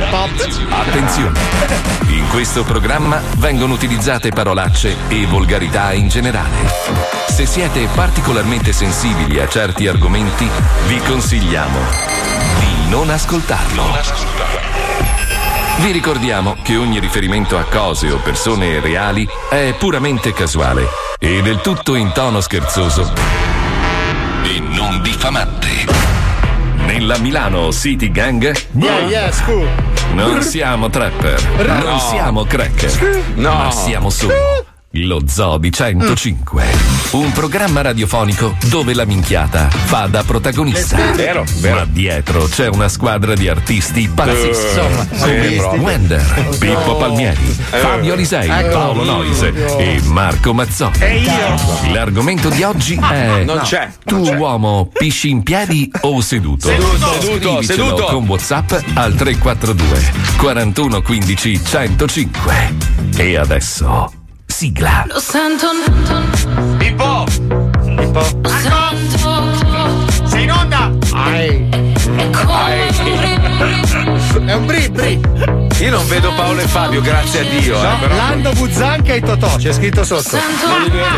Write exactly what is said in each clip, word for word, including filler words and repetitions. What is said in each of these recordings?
Attenzione! In questo programma vengono utilizzate parolacce e volgarità in generale. Se siete particolarmente sensibili a certi argomenti, vi consigliamo di non ascoltarlo. Non ascoltarlo. Vi ricordiamo che ogni riferimento a cose o persone reali è puramente casuale e del tutto in tono scherzoso e non diffamante. Nella Milano City Gang yeah, yeah, school. Non siamo trapper, No. non siamo cracker, No. ma siamo solo lo Zoo di centocinque, un programma radiofonico dove la minchiata fa da protagonista. Vero, vero. Ma dietro c'è una squadra di artisti pazzeschi. Uh, sì, come Wender, Pippo Palmieri, Uh. Fabio Alisei, Ecco. Paolo Noise e Marco Mazzotti. E io? L'argomento di oggi è: Non c'è, tu non c'è. uomo pisci in piedi o seduto? Seduto, seduto, Scrivicelo seduto. con WhatsApp al tre quattro due quarantuno quindici centocinque. E adesso sigla. Lo sento. Pippo! Pippo? Sento. Sei in onda! Ai. È un bri bri. Io non vedo Paolo e Fabio, grazie a Dio. No, eh, però... Lando Buzzanca e Totò, c'è scritto sotto. Non li vedo.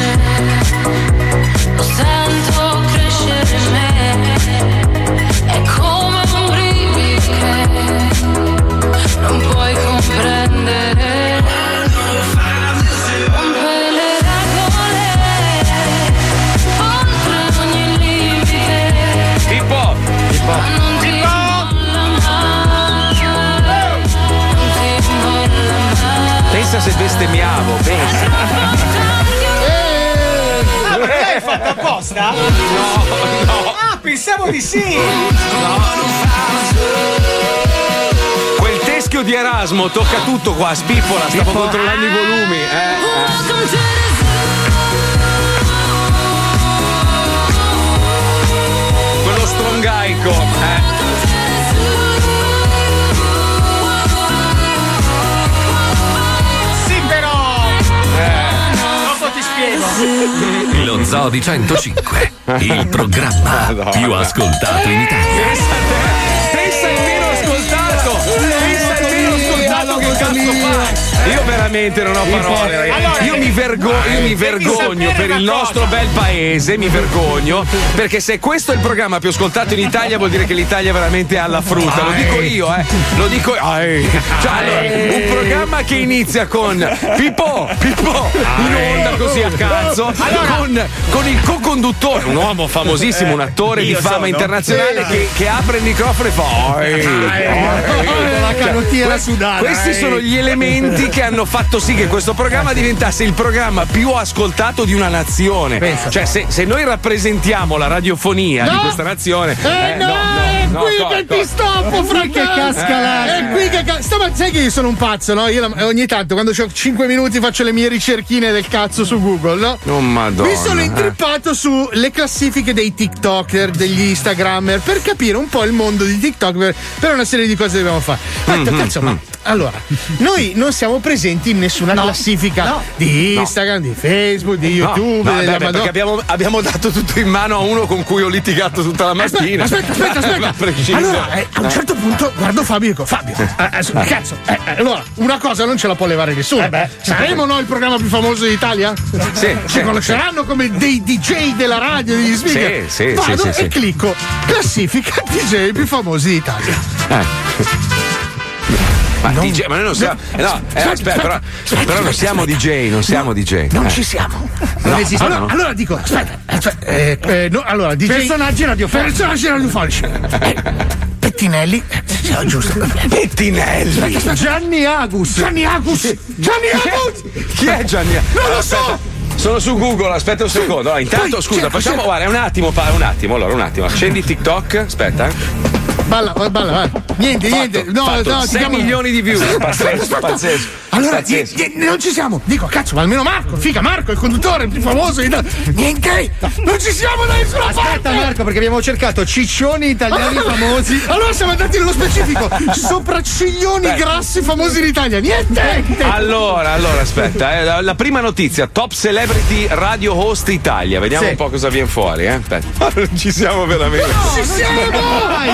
Lo sento crescere in me. È come un brivido che non puoi comprendere. Rompe le regole oltre ogni limite. Pippo! Ma non ti molla mai. Non ti molla mai. Pensa se bestemmiavo, pensa. Ah, ma l'hai fatto apposta? No, no. Ah, pensavo di sì. Quel teschio di Erasmo tocca tutto qua, spippola, stavo controllando i volumi. Eh, eh. Welcome to the Quello strongaico. Eh. Sì, però. Eh. Dopo ti spiego. Lo Zoo di centocinque, il programma Madonna. più ascoltato in Italia. Pensa a te, pensa il meno ascoltato, pensa il meno ascoltato che cazzo fa. Io veramente non ho parole, ragazzi. Allora, Io mi vergogno, io mi devi vergogno sapere per il una nostro cosa. bel paese, mi vergogno, perché se questo è il programma più ascoltato in Italia vuol dire che l'Italia veramente è alla frutta. Lo dico io, eh. Lo dico io. Cioè, allora, un programma che inizia con Pippo, Pippo, in onda così a cazzo, con, con il co-conduttore, un uomo famosissimo, un attore di Io fama sono. internazionale che, che apre il microfono e fa "Ai, ai". La canottiera sudata. Questi eh. sono gli elementi che hanno fatto sì che questo programma diventasse il programma più ascoltato di una nazione. Pensa. Cioè, se, se noi rappresentiamo la radiofonia No! di questa nazione. Eh, no, è no, qui co- che co- ti stoppo, fra che casca là. È qui che ca- Stava- sai che io sono un pazzo, no? Io la- ogni tanto quando ho cinque minuti faccio le mie ricerchine del cazzo su Google, no? Oh, Madonna. Mi sono intrippato sulle classifiche dei TikToker, degli Instagrammer, per capire un po' il mondo di TikTok, per, per una serie di cose che dobbiamo fare. Ho detto, cazzo, ma allora, noi non siamo presenti in nessuna classifica di Instagram, di Facebook, di No, YouTube. no, della beh, beh, Madonna. perché abbiamo, abbiamo dato tutto in mano a uno con cui ho litigato tutta la mattina. Aspetta, aspetta, aspetta, Ma a aspetta. prescindere. Allora, eh, a un certo punto guardo Fabio e dico: Fabio, eh, eh, cazzo, eh, eh, allora, una cosa non ce la può levare nessuno. Saremo noi il programma più famoso d'Italia? Sì, Ci sì. conosceranno come dei D J della radio, degli speaker. Sì, sì, Vado sì, e sì, sì. clicco classifica D J più famosi d'Italia. Ma Non- D J, ma noi non siamo. eh, no, eh, aspetta, però, però non siamo D J, non siamo D J. Non Eh. ci siamo. No, allora, no. allora dico, aspetta, aspetta, eh, eh, no, allora, D J. Personaggi radiofonici. Personaggi radiofonici. Eh, Pettinelli. Sì, oh, giusto. Pettinelli. Aspetta, Gianni Agus. Gianni Agus. Gianni Agus. Chi è Gianni? Non lo Aspetta, so. Sono su Google, aspetta un secondo. Allora, intanto, Poi, scusa, cerco, facciamo. cerco. Guarda, un attimo, pa, un attimo, allora, un attimo. Accendi TikTok, aspetta. eh. Balla, balla, vai. Niente, Fatto, niente. No, fatto. no, ti sei chiamo- milioni di views. Aspetta, Pazzesco, aspetta. pazzesco. Allora, pazzesco. nie- nie- non ci siamo. Dico, cazzo, ma almeno Marco, figa, Marco, il conduttore il più famoso. di- Niente, non ci siamo da nessuna parte. Aspetta Marco, perché abbiamo cercato ciccioni italiani famosi. Allora siamo andati nello specifico. Sopracciglioni Beh. grassi famosi in Italia. Niente. Allora, allora, aspetta, eh, la, la prima notizia, Top Celebrity Radio Host Italia. Vediamo Sì. un po' cosa viene fuori, eh. Aspetta. Ma non ci siamo veramente. Ci siamo. Dai!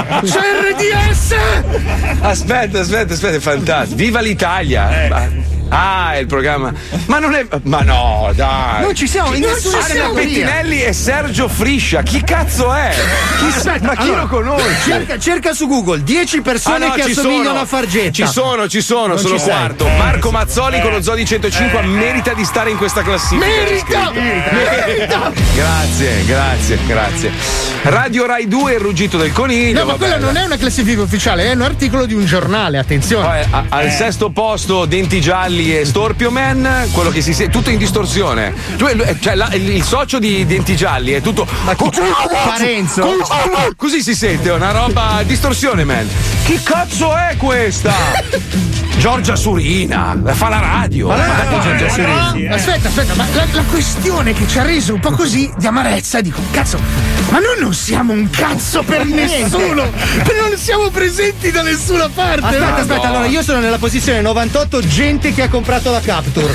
C'è R D S! Aspetta, aspetta, aspetta, è fantastico. Viva l'Italia! Eh. Ah, è il programma. Ma non è. Ma no, dai. Non ci siamo, in non nessuna ci siamo. Pettinelli e Sergio Friscia. Chi cazzo è? Chi sa- ma chi allora, lo conosce? Cerca, cerca su Google dieci persone Ah, no, che ci assomigliano sono. a Fargetta. Ci sono, ci sono, Non sono ci sei. quarto. Marco Mazzoli con lo Zoo di centocinque merita di stare in questa classifica. Merita! Merita! Grazie, grazie, grazie. Radio Rai due, il ruggito del coniglio. No, ma quella non è una classifica ufficiale, è un articolo di un giornale, attenzione. Poi, a- al sesto posto Denti Gialli e Storpio Man, quello che si sente tutto in distorsione. Cioè, cioè, la- il, il socio di Denti Gialli è tutto Parenzo? così si sente, è una roba distorsione, man. Chi cazzo è questa? Giorgia Surina, fa la radio. Ma Ma la- dai, Giorgia Surina. Aspetta, aspetta, ma la, la questione che ci ha reso un po' così di amarezza, dico, cazzo, ma noi non siamo un cazzo per nessuno, non siamo presenti da nessuna parte. Aspetta, no? aspetta, allora io sono nella posizione novantotto, gente che ha comprato la Capture.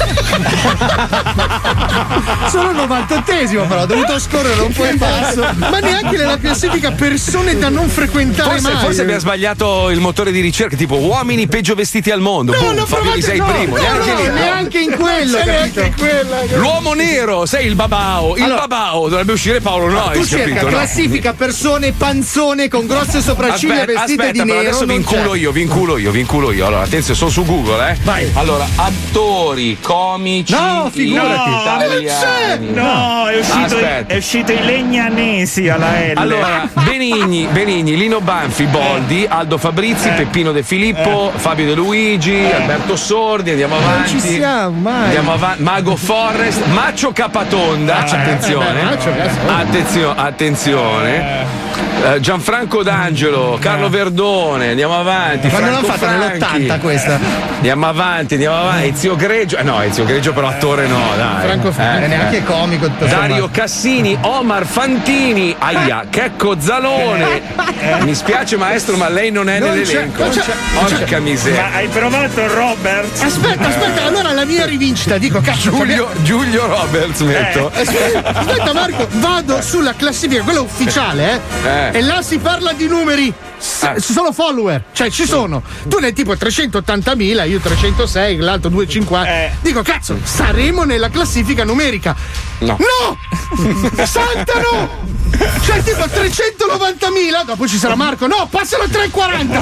Sono novantottesimo, però ho dovuto scorrere un po' in basso. Ma neanche nella classifica persone da non frequentare Forse, mai. forse abbiamo sbagliato il motore di ricerca, tipo uomini peggio vestiti al mondo. No, Boom, no, Fabio Li provate- sei il no, primo. no, neanche no, lì. Neanche in quello, C'è capito? neanche quella. L'uomo nero, sei il babao. Il Allora- babao dovrebbe uscire Paolo Tu Noyes, cerca capito? No? classifica persone panzone con grosse sopracciglia Aspetta, vestite aspetta, di però nero. adesso vi non inculo c'è. io, vi inculo io, vi inculo io. Allora, attenzione, sono su Google, eh. Vai. Allora, attori, comici, No, figurati. italiani. No, è uscito, Aspetta. è uscito i Legnanesi alla L. Allora, Benigni, Benigni, Lino Banfi, Boldi, Aldo Fabrizi, Peppino De Filippo, Fabio De Luigi, Alberto Sordi, andiamo avanti. ci siamo, mai. Andiamo avanti. Mago Forrest, Macio Capatonda, attenzione. eh beh, Macio, cazzo. Attenzio- attenzione. Eh, Gianfranco D'Angelo, Carlo Verdone, andiamo avanti. Quando l'hanno Franco fatta Franchi. nell'ottanta questa? Andiamo avanti, andiamo avanti. Ezio Greggio, eh, no, Ezio Greggio però attore no, dai. Franco Eh, Franchi. È neanche comico tutto Dario sommato. Cassini, Omar Fantini, aia, Checco Zalone. Mi spiace maestro, ma lei non è Non nell'elenco. c'è, non c'è. Porca miseria. Ma hai provato Robert? Aspetta, aspetta, allora la mia rivincita, dico, cazzo, Giulio, Giulio Roberts, metto. Aspetta, aspetta, Marco, vado sulla classifica, quella ufficiale, eh, Eh. e là si parla di numeri. S- Eh. Sono follower, cioè ci sono. Tu ne hai tipo trecentottantamila, io trecentosei, l'altro duecentocinquanta. Eh. Dico, cazzo, saremo nella classifica numerica. No. No! Saltano! Cioè tipo trecentonovantamila, dopo ci sarà Marco. No, passano a trecentoquaranta!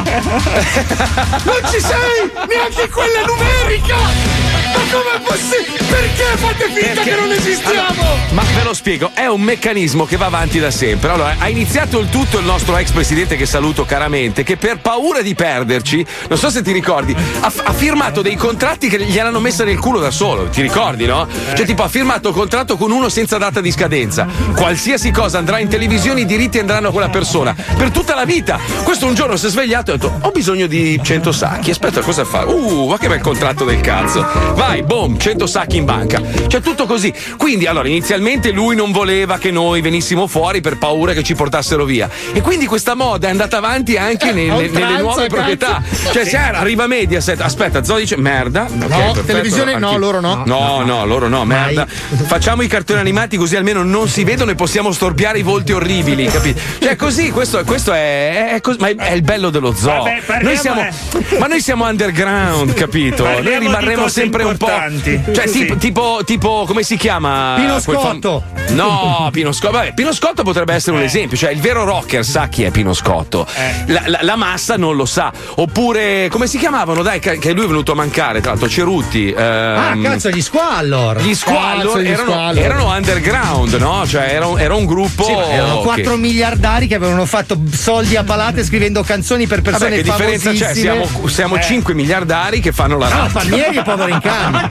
Non ci sei! Neanche quella numerica! Ma com'è possibile? Perché fate finta che non esistiamo? Ma ve lo spiego, è un meccanismo che va avanti da sempre. Allora, ha iniziato il tutto il nostro ex presidente, che saluto caramente, che per paura di perderci, non so se ti ricordi, ha, ha firmato dei contratti che gliel'hanno messa nel culo da solo. Ti ricordi, no? Cioè, tipo, ha firmato il contratto con uno senza data di scadenza. Qualsiasi cosa andrà in televisione, i diritti andranno a quella persona per tutta la vita. Questo un giorno si è svegliato e ha detto: ho bisogno di cento sacchi. Aspetta, cosa fa? Uh, ma che bel contratto del cazzo. Vai, boom, cento sacchi in banca. Cioè, tutto così. Quindi, allora, inizialmente lui non voleva che noi venissimo fuori per paura che ci portassero via. E quindi questa moda è andata avanti anche nelle, oltranza, nelle nuove cazzo. proprietà. Cioè, se arriva Mediaset, aspetta, Zoe dice merda. Ok, No, perfetto, televisione no, archi- loro no. No, no, loro no, merda. Facciamo i cartoni animati così almeno non si vedono e possiamo storpiare i volti orribili, capito? Cioè, così, questo, questo è, è, cos- ma è, è il bello dello zoo. Vabbè, parliamo- noi siamo, ma noi siamo underground, capito? Parliamo Noi di rimarremo cose sempre un po'. importanti. Cioè, Sì. tipo, tipo, tipo, come si chiama? Pino quel Scotto. No, Pino Scotto. Vabbè, Pino Scotto potrebbe essere un esempio. Cioè, il vero rocker sa chi è Pino Scotto. La, la- la massa non lo sa. Oppure, come si chiamavano? Dai, che, che lui è venuto a mancare, tra l'altro, Cerutti. Ah, ehm, cazzo, gli Squallor. Gli Squallor Cazzo, gli erano, Squallor. erano underground, no? Cioè, era un, era un gruppo. Sì, ma erano che- quattro miliardari che avevano fatto soldi a palate scrivendo canzoni per Vabbè, persone che differenza c'è? famosissime. Siamo, siamo cinque miliardari che fanno la No, radio. Palmieri e poveri in canna.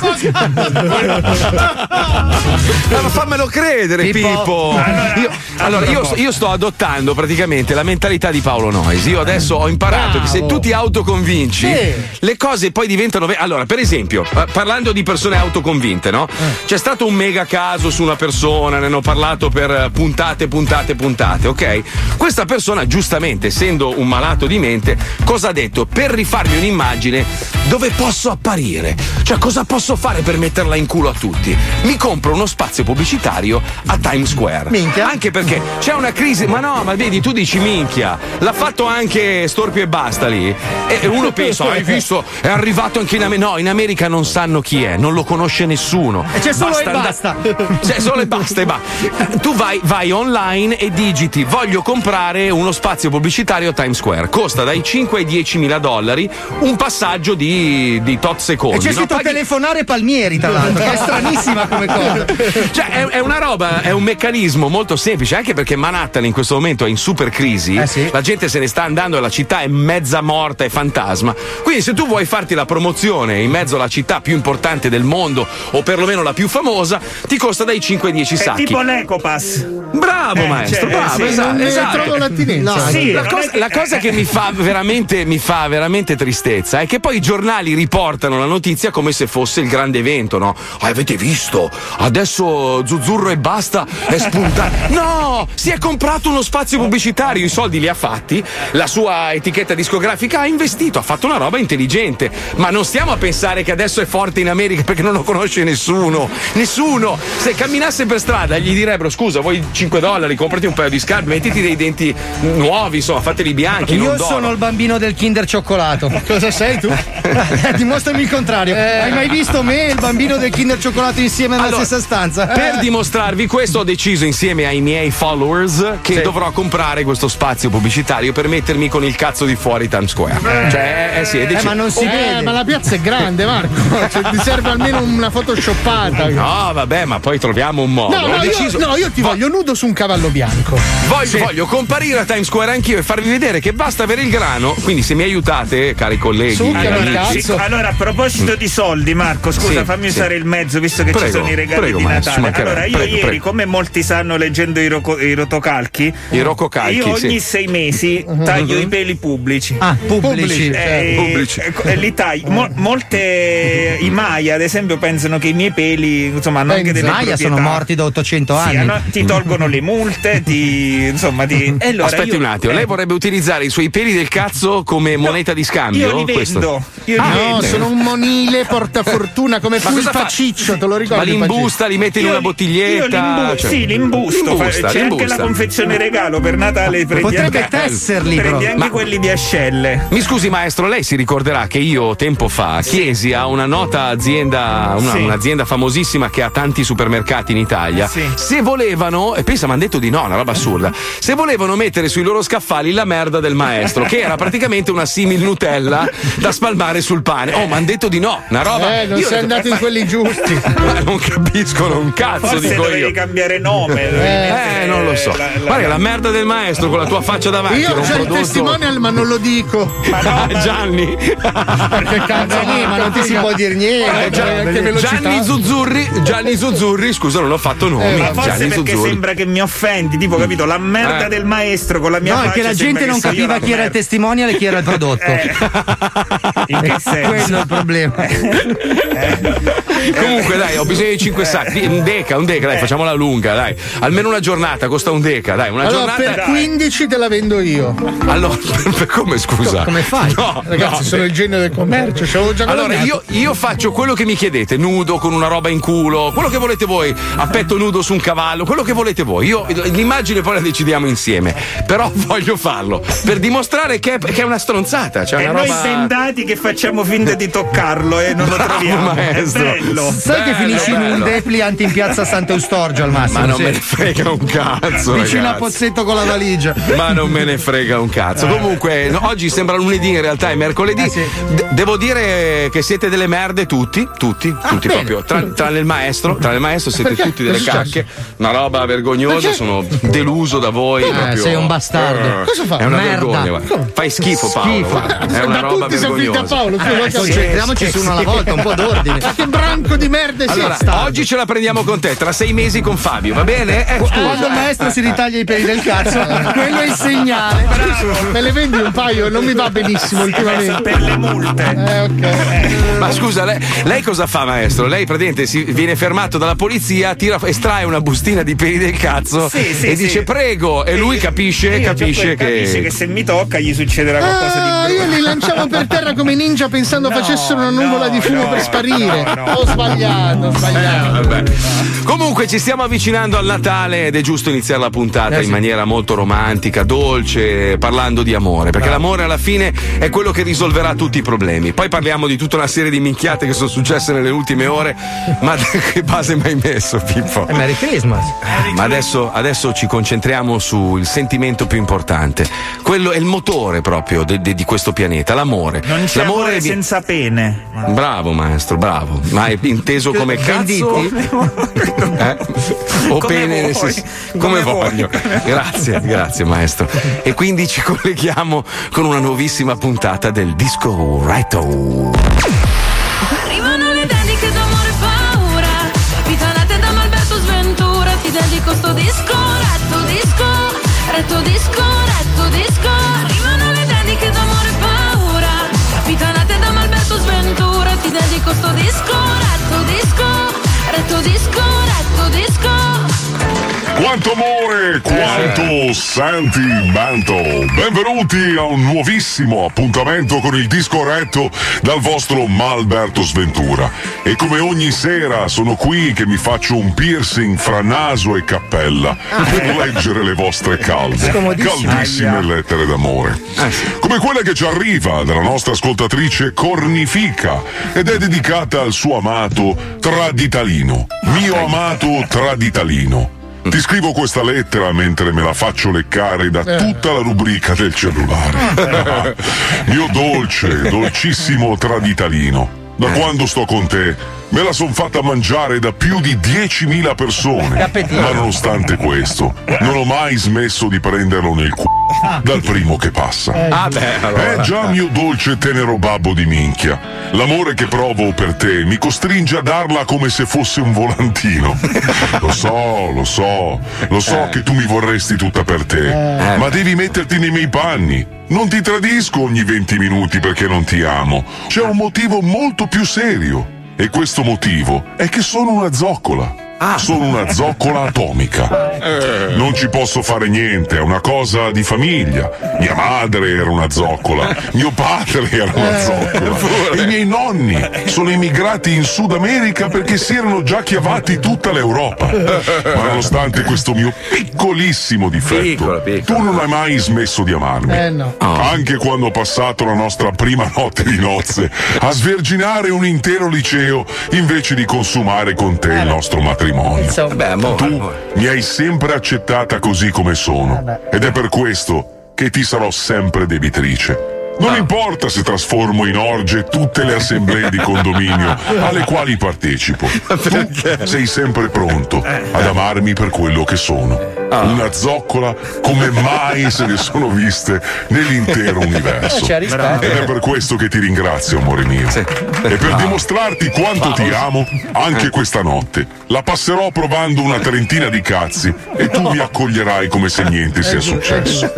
Ma fammelo credere, Pippo. Pippo. Allora, io, allora, io, io sto adottando praticamente la mentalità di Paolo Noyes. Io adesso ho imparato Bravo. che se tu ti autoconvinci, Sì. le cose poi diventano. ve- Allora, per esempio, eh, parlando di persone autoconvinte, no? C'è stato un mega caso su una persona, ne hanno parlato per eh, puntate, puntate, puntate, ok? Questa persona, giustamente, essendo un malato di mente, cosa ha detto? Per rifarmi un'immagine dove posso apparire. Cioè, cosa cosa posso fare per metterla in culo a tutti? Mi compro uno spazio pubblicitario a Times Square. Minchia. Anche perché c'è una crisi, ma no, ma vedi, tu dici minchia, l'ha fatto anche Storpio e basta lì. E uno pensa, hai visto, è arrivato anche in America. No, in America non sanno chi è, non lo conosce nessuno. E c'è solo Basta e and- basta. C'è solo e basta e basta. Tu vai, vai online e digiti voglio comprare uno spazio pubblicitario a Times Square. Costa dai cinque ai diecimila dollari un passaggio di, di tot secondi. E c'è no? scritto Paghi- telefonare Palmieri, tra l'altro, che è stranissima come cosa. Cioè, è, è una roba, è un meccanismo molto semplice, anche perché Manhattan in questo momento è in super crisi. Eh sì. La gente se ne sta andando e la città è mezza morta e fantasma. Quindi, se tu vuoi farti la promozione in mezzo alla città più importante del mondo, o perlomeno la più famosa, ti costa dai cinque ai dieci È sacchi. tipo l'Ecopass. Bravo, Eh, maestro, cioè, bravo, sì, esatto. Non ne esatto. trovo l'attinenza. No, sì, La non cosa, è che- la cosa che mi fa veramente mi fa veramente tristezza è che poi i giornali riportano la notizia come se fosse il grande evento, no? Ah, avete visto? Adesso Zuzzurro e basta è spuntato. No! Si è comprato uno spazio pubblicitario, i soldi li ha fatti, la sua etichetta discografica ha investito, ha fatto una roba intelligente. Ma non stiamo a pensare che adesso è forte in America perché non lo conosce nessuno. Nessuno! Se camminasse per strada gli direbbero scusa, vuoi cinque dollari, comprati un paio di scarpe, mettiti dei denti nuovi, insomma, fateli bianchi. Io non d'oro. sono il bambino del Kinder cioccolato. Cosa sei tu? Dimostrami il contrario. Hai mai visto me e il bambino del Kinder cioccolato insieme nella Allora, stessa stanza? Per dimostrarvi questo ho deciso insieme ai miei followers che Sì. dovrò comprare questo spazio pubblicitario per mettermi con il cazzo di fuori Times Square. Cioè, eh, sì, è Eh, deciso. ma non si Eh, vede. ma la piazza è grande, Marco. Cioè, ti serve almeno una photoshoppata. No, vabbè, ma poi troviamo un modo. No, Ho no, deciso- io, no, io ti Vo- voglio nudo su un cavallo bianco. Voglio, voglio comparire a Times Square anch'io e farvi vedere che basta avere il grano. Quindi, se mi aiutate, cari colleghi, Succa, amici, Allora, cazzo. sì, allora, a proposito di soldi, Marco, scusa, Sì, fammi sì. usare il mezzo visto che ci Prego, sono i regali prego, di maestro, ci Natale. mancherebbe. Allora, io Prego, ieri, prego. come molti sanno leggendo i, roco- i rotocalchi, i rococalchi, io ogni sì. sei mesi taglio i peli pubblici. Ah, pubblici. Eh, pubblici. ecco, e li taglio. Mo- molte i Maya, ad esempio, pensano che i miei peli, insomma, hanno anche I delle Maya proprietà. sono morti da ottocento Sì, anni. hanno- ti tolgono le multe, ti, insomma, ti. E allora Aspetti io- un attimo, eh, lei vorrebbe utilizzare i suoi peli del cazzo come moneta di scambio? Io li vendo. Questo? Io li Ah, vendo. No, sono un monile portafortuna come fu il cosa fa? Paciccio, te lo Ma ricordi? li il Paciccio? imbusta, li mette in Io una li- bottiglietta? Io l'imbu- cioè- sì, l'imbusto. fa- L'imbusta, C'è anche l'imbusta. la confezione regalo per Natale. Prendi Potrebbe anche, tesserli, però. prendi anche Ma- quelli di ascelle. Mi scusi maestro, lei si ricorderà che io tempo fa chiesi a una nota azienda, una- Sì. un'azienda famosissima che ha tanti supermercati in Italia, Sì. se volevano, e pensa mi hanno detto di no, una roba assurda, se volevano mettere sui loro scaffali la merda del maestro, che era praticamente una simil Nutella da spalmare sul pane. Oh, mi hanno detto di no, una roba. Eh, non Io ho sei detto, andato in quelli giusti. ma non capiscono un cazzo, Forse dico dovevi io. cambiare nome. dovevi mettere Eh, non lo so. la- la- Guarda, la merda del maestro con la tua faccia davanti. Io era un c'ho il prodotto- testimonial, ma non lo dico. Ma no, ma- Gianni. Perché cazzo, Eh, ma non ti si può dire niente. Eh, già, anche velocità. Gianni Zuzzurri, Gianni Zuzzurri, scusa, non ho fatto nomi. Eh, Ma forse Gianni perché Zuzzurri. sembra che mi offendi, tipo, capito? La merda Eh. del maestro con la mia No, è faccia. che la sembra gente che non sia io capiva la chi era il merda. testimonial e chi era il prodotto. Eh. In che senso? Quello è il problema. Comunque, dai, ho bisogno di cinque sacchi. Un deca, un deca, dai, facciamola lunga, dai. Almeno una giornata, costa un deca, dai, una Allora, giornata. per quindici te la vendo io. Allora, come scusa? Come fai? No, Ragazzi, no. sono il genio del commercio. Ci avevo già Allora, guadagnato. io, io faccio quello che mi chiedete, nudo, con una roba in culo, quello che volete voi, a petto nudo su un cavallo, quello che volete voi. Io l'immagine poi la decidiamo insieme. Però voglio farlo per dimostrare che è, che è una stronzata. Cioè E una noi roba... bendati che facciamo finta di toccarlo e non lo Bravo, troviamo. maestro. È bello. Sai che Bello, finisci in un bello. depliant in piazza Sant'Eustorgio al massimo. Ma non sì. me ne frega un cazzo. Vicino a ragazzi. Pozzetto con la valigia. Ma non me ne frega un cazzo. Comunque, no, oggi sembra lunedì, in realtà è mercoledì. Eh, sì. De- devo dire che siete delle merde tutti, tutti, tutti bene. proprio. Tra, tranne il maestro, tranne il maestro siete Perché? tutti delle Cosa è successo? cacche. Una roba vergognosa, Perché? sono deluso da voi. Eh, proprio. sei un bastardo. Eh, Cosa fa? È una Merda. vergogna. guarda. Fai schifo, Paolo. Schifo. guarda. È una Da roba tutti siamo finiti a vergognosa. Paolo. scusa, Eh, cazzo. sì. Concentriamoci su uno alla volta, un po' d'ordine. Ma che branco di merda sia Allora, stato? oggi ce la prendiamo con te, tra sei mesi con Fabio, va bene? Eh, Quando scusa. il maestro si ritaglia i peli del cazzo, quello è il segnale. Me le vendi un paio, non mi va benissimo ultimamente. Per le multe. Eh, ok. Ma scusa, lei, lei cosa fa, maestro? Lei praticamente si viene fermato dalla polizia, tira, estrae una bustina di peli del cazzo Sì, sì, e sì. dice prego, e lui capisce, Io capisce già- che. capisce che se mi tocca gli succederà qualcosa Ah, di io brutto. li lanciamo per terra come ninja pensando No, facessero una nuvola no, di fumo no, per sparire. no, no. Ho sbagliato, ho sbagliato. Eh, vabbè. Comunque ci stiamo avvicinando al Natale ed è giusto iniziare la puntata Eh, in sì. maniera molto romantica, dolce, parlando di amore, perché l'amore alla fine è quello che risolverà tutti i problemi. Poi parliamo di tutta una serie di minchiate che sono successe nelle ultime ore, ma che base mi hai messo, Pippo? Eh, Merry Christmas. Ma adesso, adesso ci concentriamo sul sentimento più importante. Quello è il motore proprio de- de- di questo pianeta, l'amore. Non c'è l'amore amore vi- senza pene. Bravo maestro, bravo. Ma è inteso come cazzo? Eh? O Come pene nel vuoi. senso- Come come vuoi. voglio. Grazie, grazie maestro. E quindi ci colleghiamo con una nuovissima puntata del Disco Retto. Arrivano le dediche d'amore e paura, capitanate da Malberto Sventura. Ti dedico sto disco, retto disco, retto disco, retto disco. Arrivano le dediche d'amore e paura, capitanate da Malberto Sventura. Ti dedico sto disco, retto disco, retto disco, retto disco. Quanto amore, quanto sentimento! Benvenuti a un nuovissimo appuntamento con il disco retto dal vostro Malberto Sventura. E come ogni sera sono qui che mi faccio un piercing fra naso e cappella per leggere le vostre calde, caldissime lettere d'amore. Come quella che ci arriva dalla nostra ascoltatrice Cornifica ed è dedicata al suo amato Traditalino. Mio amato Traditalino. Ti scrivo questa lettera mentre me la faccio leccare da tutta la rubrica del cellulare. Mio dolce, dolcissimo Traditalino, da quando sto con te me la son fatta mangiare da più di diecimila persone, ma nonostante questo non ho mai smesso di prenderlo nel culo dal primo che passa. Ah beh, allora. Eh già, mio dolce tenero babbo di minchia, l'amore che provo per te mi costringe a darla come se fosse un volantino. Lo so, lo so, lo so Eh. che tu mi vorresti tutta per te, ma devi metterti nei miei panni. Non ti tradisco ogni venti minuti perché non ti amo. C'è un motivo molto più serio. E questo motivo è che sono una zoccola. Sono una zoccola atomica. Non ci posso fare niente, è una cosa di famiglia. Mia madre era una zoccola, mio padre era una zoccola. E i miei nonni sono emigrati in Sud America perché si erano già chiavati tutta l'Europa. Ma nonostante questo mio piccolissimo difetto, Piccolo, piccolo. tu non hai mai smesso di amarmi. Eh no. Anche quando ho passato la nostra prima notte di nozze a sverginare un intero liceo invece di consumare con te il nostro matrimonio. Insomma. Beh, amore, Tu amore. mi hai sempre accettata così come sono ed è per questo che ti sarò sempre debitrice. Non importa se trasformo in orge tutte le assemblee di condominio alle quali partecipo. Tu sei sempre pronto ad amarmi per quello che sono. Una zoccola come mai se ne sono viste nell'intero universo. C'è rispetto. Ed è per questo che ti ringrazio, amore mio. E per dimostrarti quanto ti amo, anche questa notte la passerò provando una trentina di cazzi e tu mi accoglierai come se niente sia successo.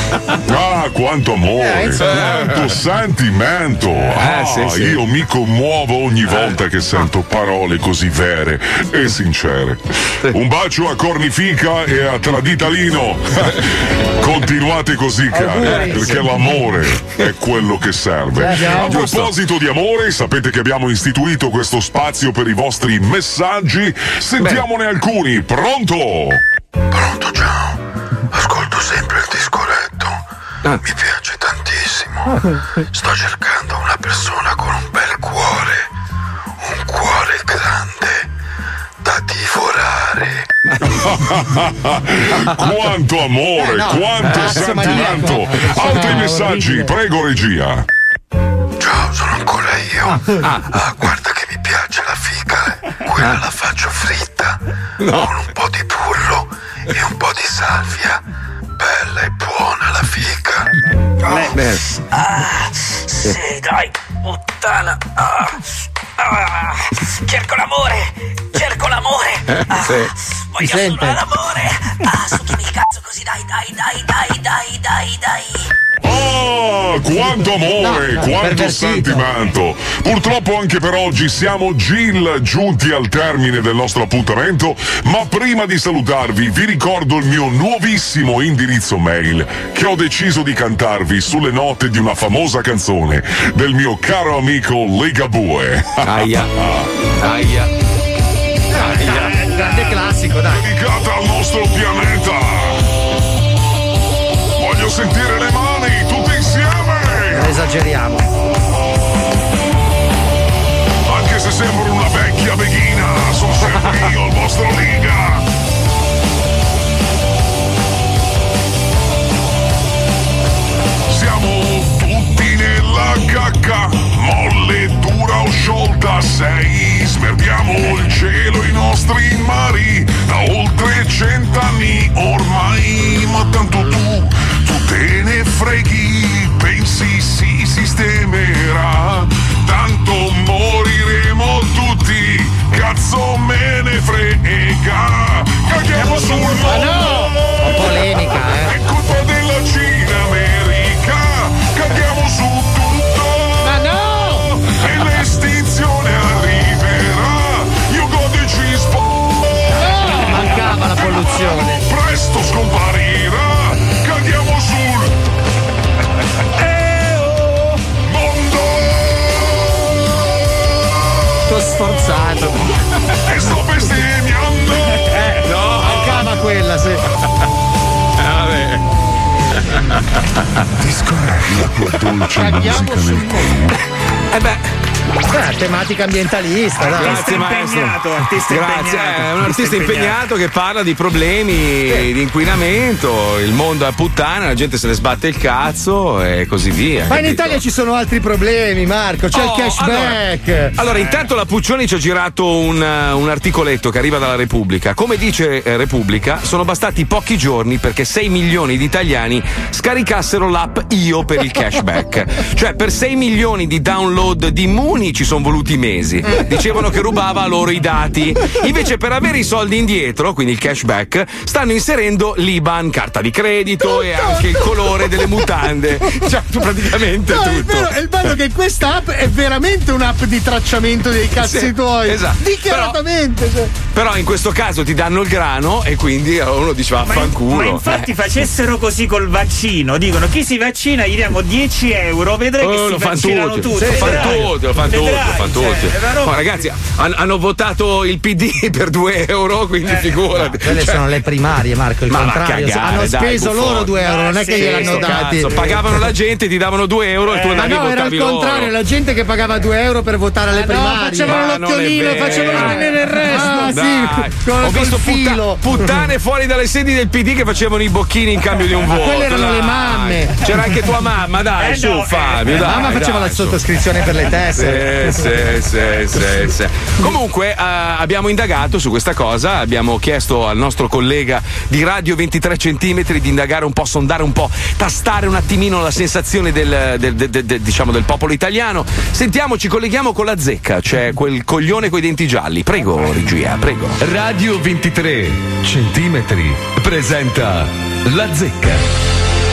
Ah, quanto amore, quanto sentimento. Ah, sì, sì. io mi commuovo ogni volta che sento parole così vere e sincere. Un bacio a Cornifica e a Traditalino. Continuate così, cari, perché l'amore è quello che serve. A proposito di amore, sapete che abbiamo istituito questo spazio per i vostri messaggi. Sentiamone alcuni. Pronto? Pronto, ciao. Ascolto sempre il discoletto. Ah. Mi piace tantissimo. Sto cercando una persona con un bel cuore. Un cuore grande da divorare. Quanto amore, quanto cazzo, sentimento. maniaco. Altri Ah, messaggi, orribile. prego regia. Ciao, sono ancora io. Ah, guarda che mi piace la fica. Quella la faccio fritta. Con un po' di burro e un po' di salvia. Bella e buona la fica. Beh, Ah, sì, dai, puttana. Ah, ah, cerco l'amore, cerco l'amore. Ah, sì. voglio solo l'amore. Ah, succhiami il cazzo così, dai, dai, dai, dai, dai, dai, dai. Oh, quanto amore, No, no, quanto perversito. sentimento. Purtroppo anche per oggi siamo Gil giunti al termine del nostro appuntamento, ma prima di salutarvi vi ricordo il mio nuovissimo indirizzo mail che ho deciso di cantarvi sulle note di una famosa canzone del mio caro amico Ligabue. Aia. Aia. Aia. Grande classico, dai. Dedicata al nostro pianeta. Voglio sentire le mani tutti insieme. Non esageriamo. Anche se sembro una vecchia beghina, sono sempre io il vostro Liga. Siamo tutti nella cacca, molle, dura o sciolta sei. Smerdiamo il cielo, i nostri mari, da oltre cent'anni ormai. Ma tanto tu, tu te ne freghi, pensi si sistemerà. Tanto moriremo tutti, cazzo me ne frega. Caghiamo sul mondo, polemica, eh. è colpa della Cina America. Caghiamo su tutto, Ma no! e l'estinzione arriverà. Io godici spo, Mancava la polluzione. presto scomparirà. Caghiamo sul mondo Tutto sforzato. e sto bestemmiando. No. Mancava quella, sì. Vabbè. Caghiamo sul mondo. Eh beh. Eh, tematica ambientalista, dai. Grazie maestro. impegnato, artista Grazie, impegnato. è un artista impegnato che parla di problemi di inquinamento, il mondo è a puttana, la gente se ne sbatte il cazzo e così via. Ma in capito? Italia ci sono altri problemi, Marco. C'è Oh, il cashback. Allora, allora, intanto la Puccioni ci ha girato un, uh, un articoletto che arriva dalla Repubblica. Come dice eh, Repubblica, sono bastati pochi giorni perché sei milioni di italiani scaricassero l'app Io per il cashback. Cioè, per sei milioni di download di Muni ci sono voluti mesi. Dicevano che rubava loro i dati. Invece, per avere i soldi indietro, quindi il cashback, stanno inserendo l'I B A N, carta di credito e anche il colore delle mutande. Cioè, praticamente No, tutto. è vero, è il bello che questa app è veramente un'app di tracciamento dei cazzi Sì, tuoi. esatto. Dichiaratamente. cioè. Però in questo caso ti danno il grano e quindi uno dice vaffanculo. Ma infatti Eh. facessero così col vaccino, dicono chi si vaccina gli diamo dieci euro, vedrai Oh, che lo si fanno vaccinano tutti, tutti. lo fanno vedrai. tutti, lo fanno tutti, Vedrai, lo fanno cioè, tutti. è una roba- Oh, ragazzi, han- hanno votato il P D per due euro, quindi figurati. Quelle Cioè, sono le primarie, Marco. Il ma va a contrario. cagare, Hanno dai, speso buffone. loro due euro, non è che sì, gliel'hanno sto dati. cazzo, pagavano la gente, ti davano due euro e tu Ma andavi no, a era votavi il contrario, loro. la gente che pagava due euro per votare alle no, primarie. facevano Ma non è l'occhiolino, vero. facevano vedere il resto. Ah, Dai, sì, con ho col visto putta- filo. puttane fuori dalle sedi del P D che facevano i bocchini in cambio di un Ma voto. quelle erano dai. le mamme. C'era anche tua mamma, dai, Eh su no, Fabio, eh, dai. Mamma faceva dai, la su. sottoscrizione per le tessere. Sì, sì, sì, sì, sì. Comunque eh, abbiamo indagato su questa cosa, abbiamo chiesto al nostro collega di Radio ventitré centimetri di indagare un po', sondare un po', tastare un attimino la sensazione del, del- del- del- del- diciamo del popolo italiano. Sentiamo, ci colleghiamo con la zecca, cioè quel coglione coi denti gialli. Prego, regia, prego. Radio ventitré centimetri presenta La Zecca.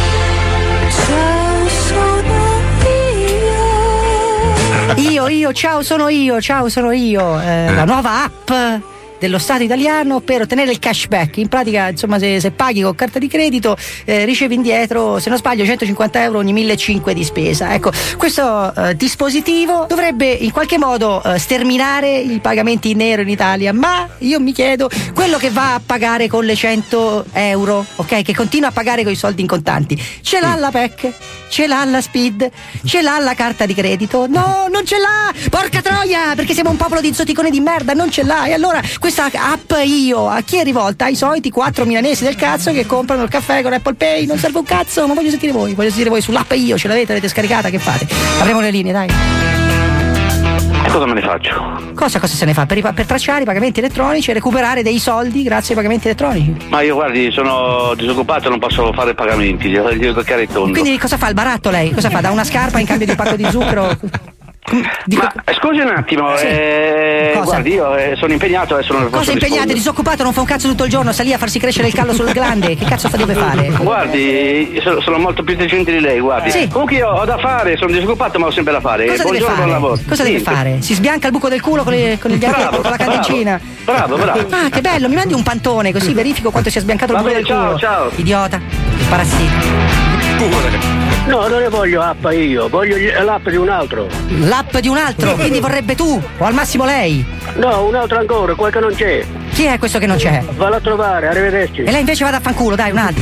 Io, io, ciao, sono io, ciao, sono io. Eh, la nuova app dello Stato italiano per ottenere il cashback. In pratica, insomma, se, se paghi con carta di credito eh, ricevi indietro, se non sbaglio, centocinquanta euro ogni millecinquecento di spesa. Ecco, questo eh, dispositivo dovrebbe in qualche modo eh, sterminare i pagamenti in nero in Italia, ma io mi chiedo, quello che va a pagare con le cento euro, ok, che continua a pagare con i soldi in contanti, ce l'ha la P E C? Ce l'ha la Speed? Ce l'ha la carta di credito? No, non ce l'ha! Porca troia! Perché siamo un popolo di zoticone di merda, non ce l'ha! E allora questa app Io a chi è rivolta? Ai soliti quattro milanesi del cazzo che comprano il caffè con Apple Pay, non serve un cazzo, ma voglio sentire voi, voglio sentire voi sull'app Io, ce l'avete, l'avete scaricata, che fate? Apriamo le linee, dai. E cosa me ne faccio? Cosa, cosa se ne fa? Per, i pa- per tracciare i pagamenti elettronici e recuperare dei soldi grazie ai pagamenti elettronici. Ma io guardi, sono disoccupato, non posso fare pagamenti, devo toccare il tondo. Quindi cosa fa il baratto lei? Cosa fa? Da una scarpa in cambio di un pacco di zucchero? Dico... Ma scusi un attimo, Sì. eh, Cosa? guardi, io eh, sono impegnato, adesso non posso Cosa impegnato? rispondere. Disoccupato, non fa un cazzo tutto il giorno, sta lì a farsi crescere il callo sulle glande. Che cazzo fa deve fare? Guardi, sono, sono molto più intelligente di lei, guardi. Sì. Comunque io ho da fare, sono disoccupato ma ho sempre da fare. Cosa deve Buongiorno, buon fare? lavoro. Cosa deve Niente. fare? Si sbianca il buco del culo con, le, con il diabete, Bravo, con la candencina. Bravo, bravo. Ah, che bello, mi mandi un pantone così verifico quanto sia sbiancato il Va buco bene, del culo. ciao, ciao. Idiota, parassita. No, non ne voglio app io, voglio gli- l'app di un altro. L'app di un altro, quindi vorrebbe tu, o al massimo lei. No, un altro ancora, quel che non c'è. Chi è questo che non c'è? Vallo a trovare, arrivederci. E lei invece vada a fanculo, dai, un altro.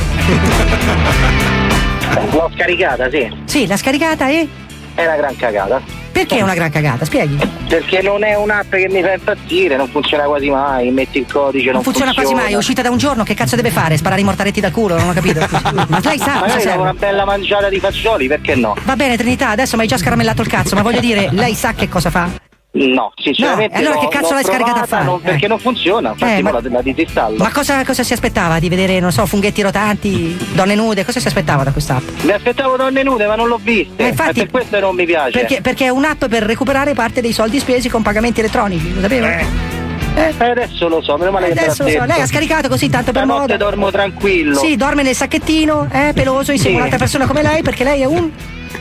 L'ho scaricata, sì. Sì, l'ha scaricata e? È una gran cagata. Perché è una gran cagata? Spieghi. Perché non è un'app che mi fa impazzire, non funziona quasi mai, metti il codice, non, Non funziona quasi mai, è uscita da un giorno, che cazzo deve fare? Sparare i mortaretti dal culo? Non ho capito. Ma lei sa cosa Magari serve? una bella mangiata di fagioli, perché no? Va bene Trinità, adesso mi hai già scaramellato il cazzo, ma voglio dire, lei sa che cosa fa? No, sinceramente No, e allora no, che cazzo l'ho l'hai scaricata a provata, fare? non- perché Eh. non funziona, infatti Eh, mo ma- la, la disinstallo. Ma cosa, cosa si aspettava? Di vedere, non so, funghetti rotanti, donne nude? Cosa si aspettava da quest'app? Mi aspettavo donne nude, ma non l'ho viste. Eh, infatti- e per questo non mi piace. Perché, perché è un'app per recuperare parte dei soldi spesi con pagamenti elettronici, lo sapeva? Eh. Eh, adesso lo so, meno male che me l'ha Adesso lo so, detto. lei ha scaricato così tanto per Stanotte moda. dormo tranquillo. Sì, dorme nel sacchettino, eh, peloso, insieme a Sì. un'altra persona come lei, perché lei è un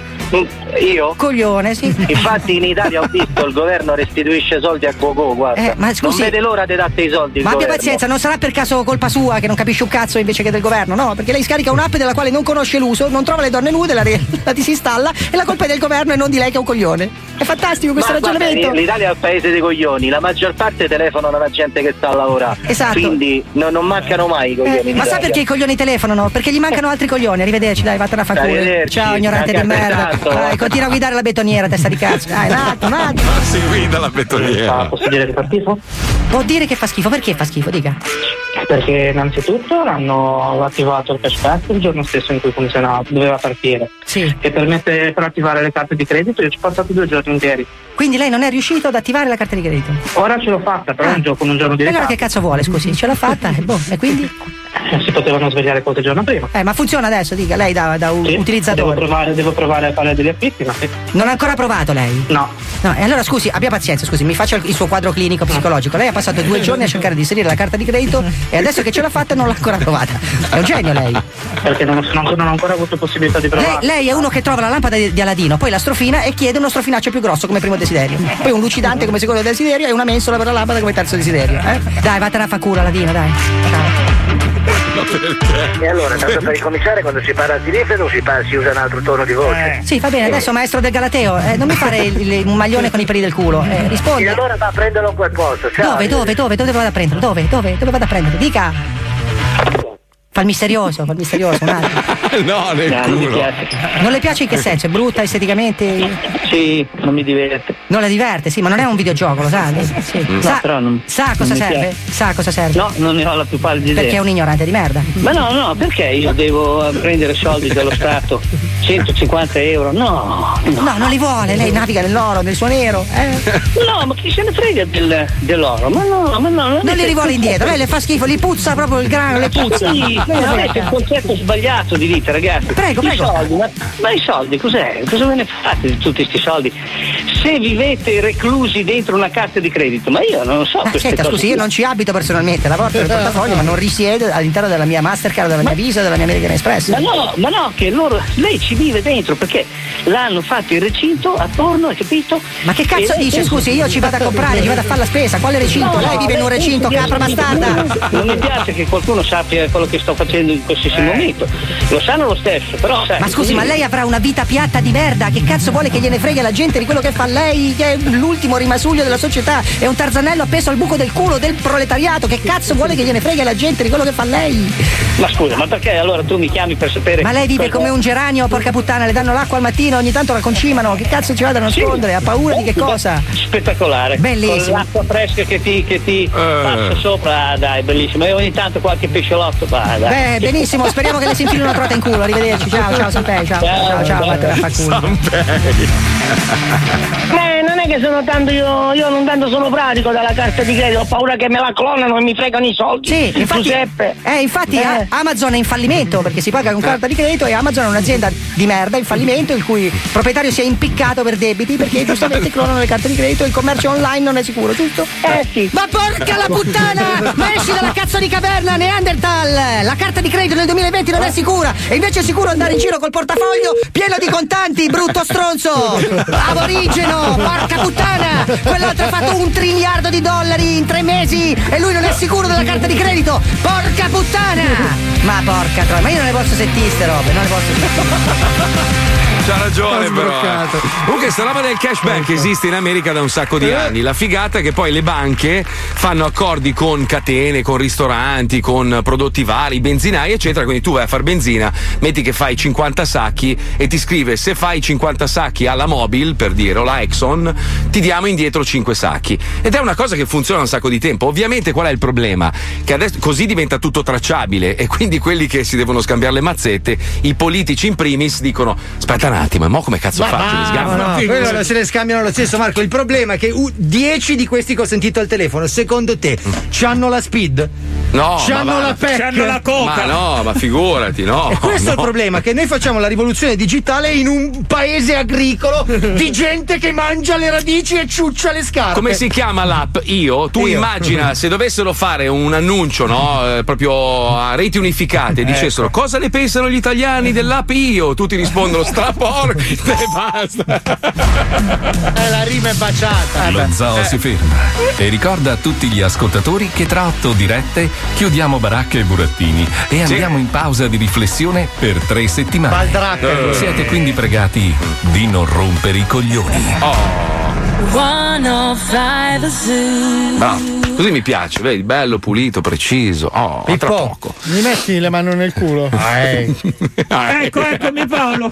Io? coglione, sì. Infatti in Italia ho visto il governo restituisce soldi a Gogo, guarda. Eh, ma scusi- non vede l'ora di date i soldi. il Ma abbia governo. pazienza, non sarà per caso colpa sua che non capisce un cazzo invece che del governo, no? Perché lei scarica un'app della quale non conosce l'uso, non trova le donne nude, la, re- la disinstalla e la colpa è del governo e non di lei che è un coglione. È fantastico questo Ma guarda, ragionamento. l'Italia è un paese dei coglioni, la maggior parte telefonano alla gente che sta a lavorare. Esatto. Quindi no- non mancano mai i coglioni. Eh, in ma sa Italia. perché i coglioni telefonano? Perché gli mancano altri coglioni. Arrivederci, dai, vattene a fa culo. Arrivederci, Ciao, ignorante di anche merda. altrettanto. Dai, continua a guidare la betoniera, testa di cazzo. Dai, un attimo, un attimo. Ma si guida la betoniera. Posso dire che fa schifo? Può dire che fa schifo, perché fa schifo, dica. Perché innanzitutto hanno attivato il cashback il giorno stesso in cui funzionava, doveva partire. Sì. E permette per attivare le carte di credito, io ci ho passato due giorni interi. Quindi lei non è riuscito ad attivare la carta di credito? Ora ce l'ho fatta, però Ah. un gioco con un giorno di E allora ritardo. che cazzo vuole, scusi? Ce l'ha fatta? E boh, e quindi? Eh, Si potevano svegliare qualche giorno prima. Eh, ma funziona adesso, dica, lei da, da un Sì, Devo utilizzatore. provare, devo provare a fare degli acquisti, ma sì. Non ha ancora provato lei? No. No, e allora scusi, abbia pazienza, scusi, mi faccia il, il suo quadro clinico psicologico. Lei ha passato due giorni a cercare di inserire la carta di credito e adesso che ce l'ha fatta non l'ha ancora provata. È un genio lei. Perché non, ho- non, non ho ancora avuto possibilità di Lei, provare. lei è uno che trova la lampada di, di Aladino, poi la strofina e chiede uno strofinaccio più grosso come primo desiderio. Poi un lucidante come secondo desiderio e una mensola per la lampada come terzo desiderio. Eh? Dai, vattene a fa culo, Aladino, dai. E allora, tanto per ricominciare, quando si parla di telefono si, parla, si usa un altro tono di voce. Sì, va bene, adesso maestro del Galateo, eh, non mi fare il- il- un maglione con i peli del culo. Eh, rispondi. E allora va a prenderlo in quel posto. Ciao. Dove, dove, dove, dove vado a prenderlo? Dove, dove, dove vado a prenderlo? Dica. Fa il misterioso, fa il misterioso, un attimo. No, nel No, non mi culo. piace. Non le piace in che senso? È brutta esteticamente? Sì, non mi diverte. Non la diverte, sì, ma non è un videogioco, lo sa? Sì. No, Sa, però non- sa a cosa non mi serve? piace. Sa a cosa serve? No, non ne ho la più pallida idea. Perché è un ignorante di merda. Ma no, no, perché io devo prendere soldi dallo Stato? centocinquanta euro? No, no. No, non li vuole, lei naviga nell'oro, nel suo nero. Eh? No, ma chi se ne frega del, dell'oro? Ma no, ma no. Non li rivuole indietro, lei le fa schifo, li puzza proprio il grano, le puzza. Sì, Non le ma frega. avete il concetto sbagliato di vita, ragazzi. Prego, I prego. soldi, ma, ma i soldi cos'è? Cosa ve ne fate di tutti questi soldi? Se vivete reclusi dentro una carta di credito, ma io non so Ma queste senta, cose. scusi, io non ci abito personalmente, lavoro per il portafoglio, ma non risiedo all'interno della mia Mastercard, della mia Visa, della mia American Express. Ma no, ma no, che loro, lei ci vive dentro perché l'hanno fatto il recinto attorno, hai capito? Ma che cazzo E- dice? Scusi, io ci vado a comprare, ci vado a fare la spesa, quale recinto? No, Lei vive in un lei recinto, pensa capra di- bastarda! Non mi piace che qualcuno sappia quello che sto facendo in qualsiasi momento. Lo sanno lo stesso, però sai, Ma scusi, così- ma lei avrà una vita piatta di merda, che cazzo vuole che gliene frega la gente di quello che fa lei, che è l'ultimo rimasuglio della società, è un tarzanello appeso al buco del culo del proletariato, che cazzo vuole che gliene frega la gente di quello che fa lei? Ma scusa, ma perché allora tu mi chiami per sapere? Ma lei vive cosa- come un geranio, porca puttana, le danno l'acqua al mattino, ogni tanto la concimano, che cazzo ci vado a nascondere? Ha paura di che cosa? Spettacolare. Bellissimo. Con l'acqua fresca che ti, che ti passa sopra, ah, dai, bellissimo. E ogni tanto qualche pesciolotto, va, dai. Beh, benissimo, speriamo che le si infili una trota in culo, arrivederci, ciao, ciao, Sanpei, ciao, ciao, ciao, vattene a fa culo. Beh, non è che io sono tanto, io, io non tanto sono pratico dalla carta di credito, ho paura che me la clonano e mi fregano i soldi. Sì, infatti, Giuseppe. Eh, infatti Eh. Amazon è in fallimento perché si paga con carta di credito e Amazon è un'azienda di merda in fallimento il cui proprietario si è impiccato per debiti perché giustamente clonano le carte di credito e il commercio online non è sicuro, giusto? Eh sì. Ma porca la puttana! Ma esci dalla cazzo di caverna, Neanderthal! La carta di credito nel duemilaventi non è sicura e invece è sicuro andare in giro col portafoglio pieno di contanti, brutto stronzo! Aborigeno, porca puttana! Quell'altro ha fatto un triliardo di dollari in tre mesi e lui non è sicuro della carta di credito! Porca puttana! Ma porca troia, ma io non ne posso sentire ste robe, non ne posso C'ha ragione però. eh. Comunque sta roba del cashback esiste in America da un sacco di anni. La figata è che poi le banche fanno accordi con catene, con ristoranti, con prodotti vari, benzinai eccetera, quindi tu vai a far benzina, metti che fai cinquanta sacchi e ti scrive se fai cinquanta sacchi alla Mobil, per dire, o la Exxon, ti diamo indietro cinque sacchi. Ed è una cosa che funziona un sacco di tempo. Ovviamente qual è il problema? Che adesso così diventa tutto tracciabile e quindi quelli che si devono scambiare le mazzette, i politici in primis, dicono aspetta un attimo, e mo come cazzo Ma faccio? Mi va, sgamano? no, quello se le scambiano lo stesso, Marco. Il problema è che dieci di questi che ho sentito al telefono, secondo te, c'hanno la speed? No, c'hanno ma va- la pecca? C'hanno la coca. Ma no, ma figurati, no. E questo no. è il problema, che noi facciamo la rivoluzione digitale in un paese agricolo di gente che mangia le radici e ciuccia le scarpe. Come si chiama l'app? Io? Tu Io. immagina se dovessero fare un annuncio, no? Eh, proprio a reti unificate e dicessero Ecco. cosa ne pensano gli italiani dell'app Io? Tutti rispondono strapor e basta. Eh, la rima è baciata. Lo zoo si ferma e ricorda a tutti gli ascoltatori che tra otto dirette chiudiamo baracca e burattini e andiamo in pausa di riflessione per tre settimane. Baldracca. Siete quindi pregati di non rompere i coglioni. centocinque Zoo. Bravo. Così mi piace, vedi, bello, pulito, preciso. Oh, a tra Pippo, poco. mi metti le mani nel culo? Ah, eh. Ecco, eccomi Paolo.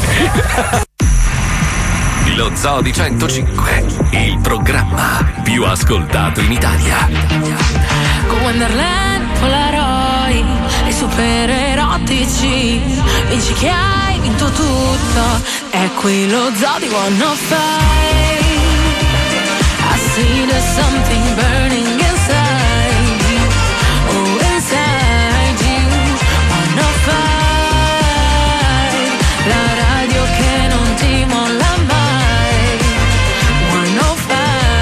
Lo Zoo di centocinque, il programma più ascoltato in Italia. Con Wonderland, Polaroid e super erotici. Vinci che hai vinto tutto. È qui lo zoo di centocinque. I see there's something burning inside you. Oh, inside you. centocinque. La radio che non ti molla mai. centocinque.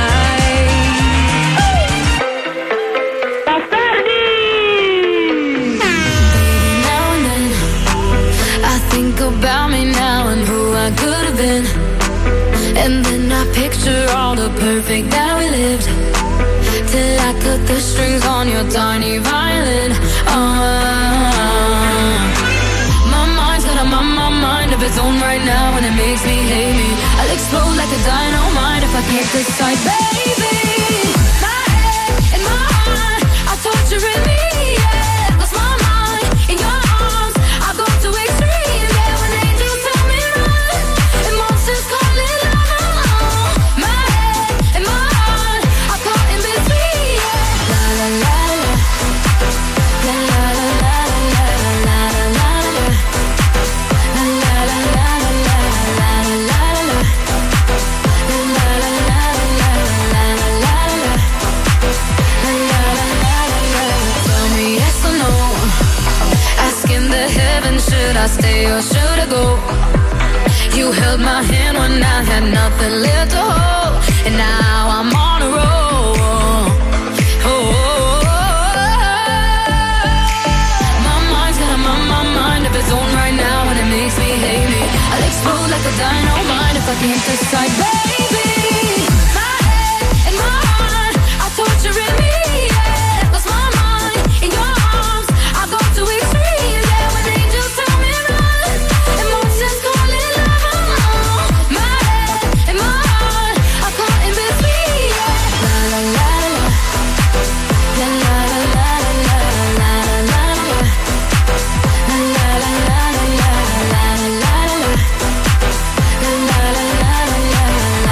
Now and then I think about me now and who I could have been. And then I picture all the perfect that we lived. Till I cut the strings on your tiny violin. Uh, my mind's got a my, my mind of its own right now, and it makes me hate me. I'll explode like a dynamite if I can't decide, baby. My head and my heart are torturing me. Yeah, lost my mind in your arms. I go to extremes. Yeah, when angels tell me run, emotions call it love. My head and my heart are caught in between. Yeah, la la la la, la la la la la la la la, la la la la la la la la la, la la la la la la la. Tell me yes or no. Asking the heavens, should I stay or should I go? You held my hand when I had nothing left to hold, and now I'm on a roll. Oh, my mind's got a my, my mind of its own right now, and it makes me hate me. I'll explode like a dynamite if I can't decide, baby. My head and my heart are torturing me. Yeah, lost my mind in your arms. I go to extremes. Yeah, when angels tell me run, emotions call it love. My head and my heart are caught in between. Yeah, la la la la, la la la la la la la la, la la la la la la la la la, la la la la la la.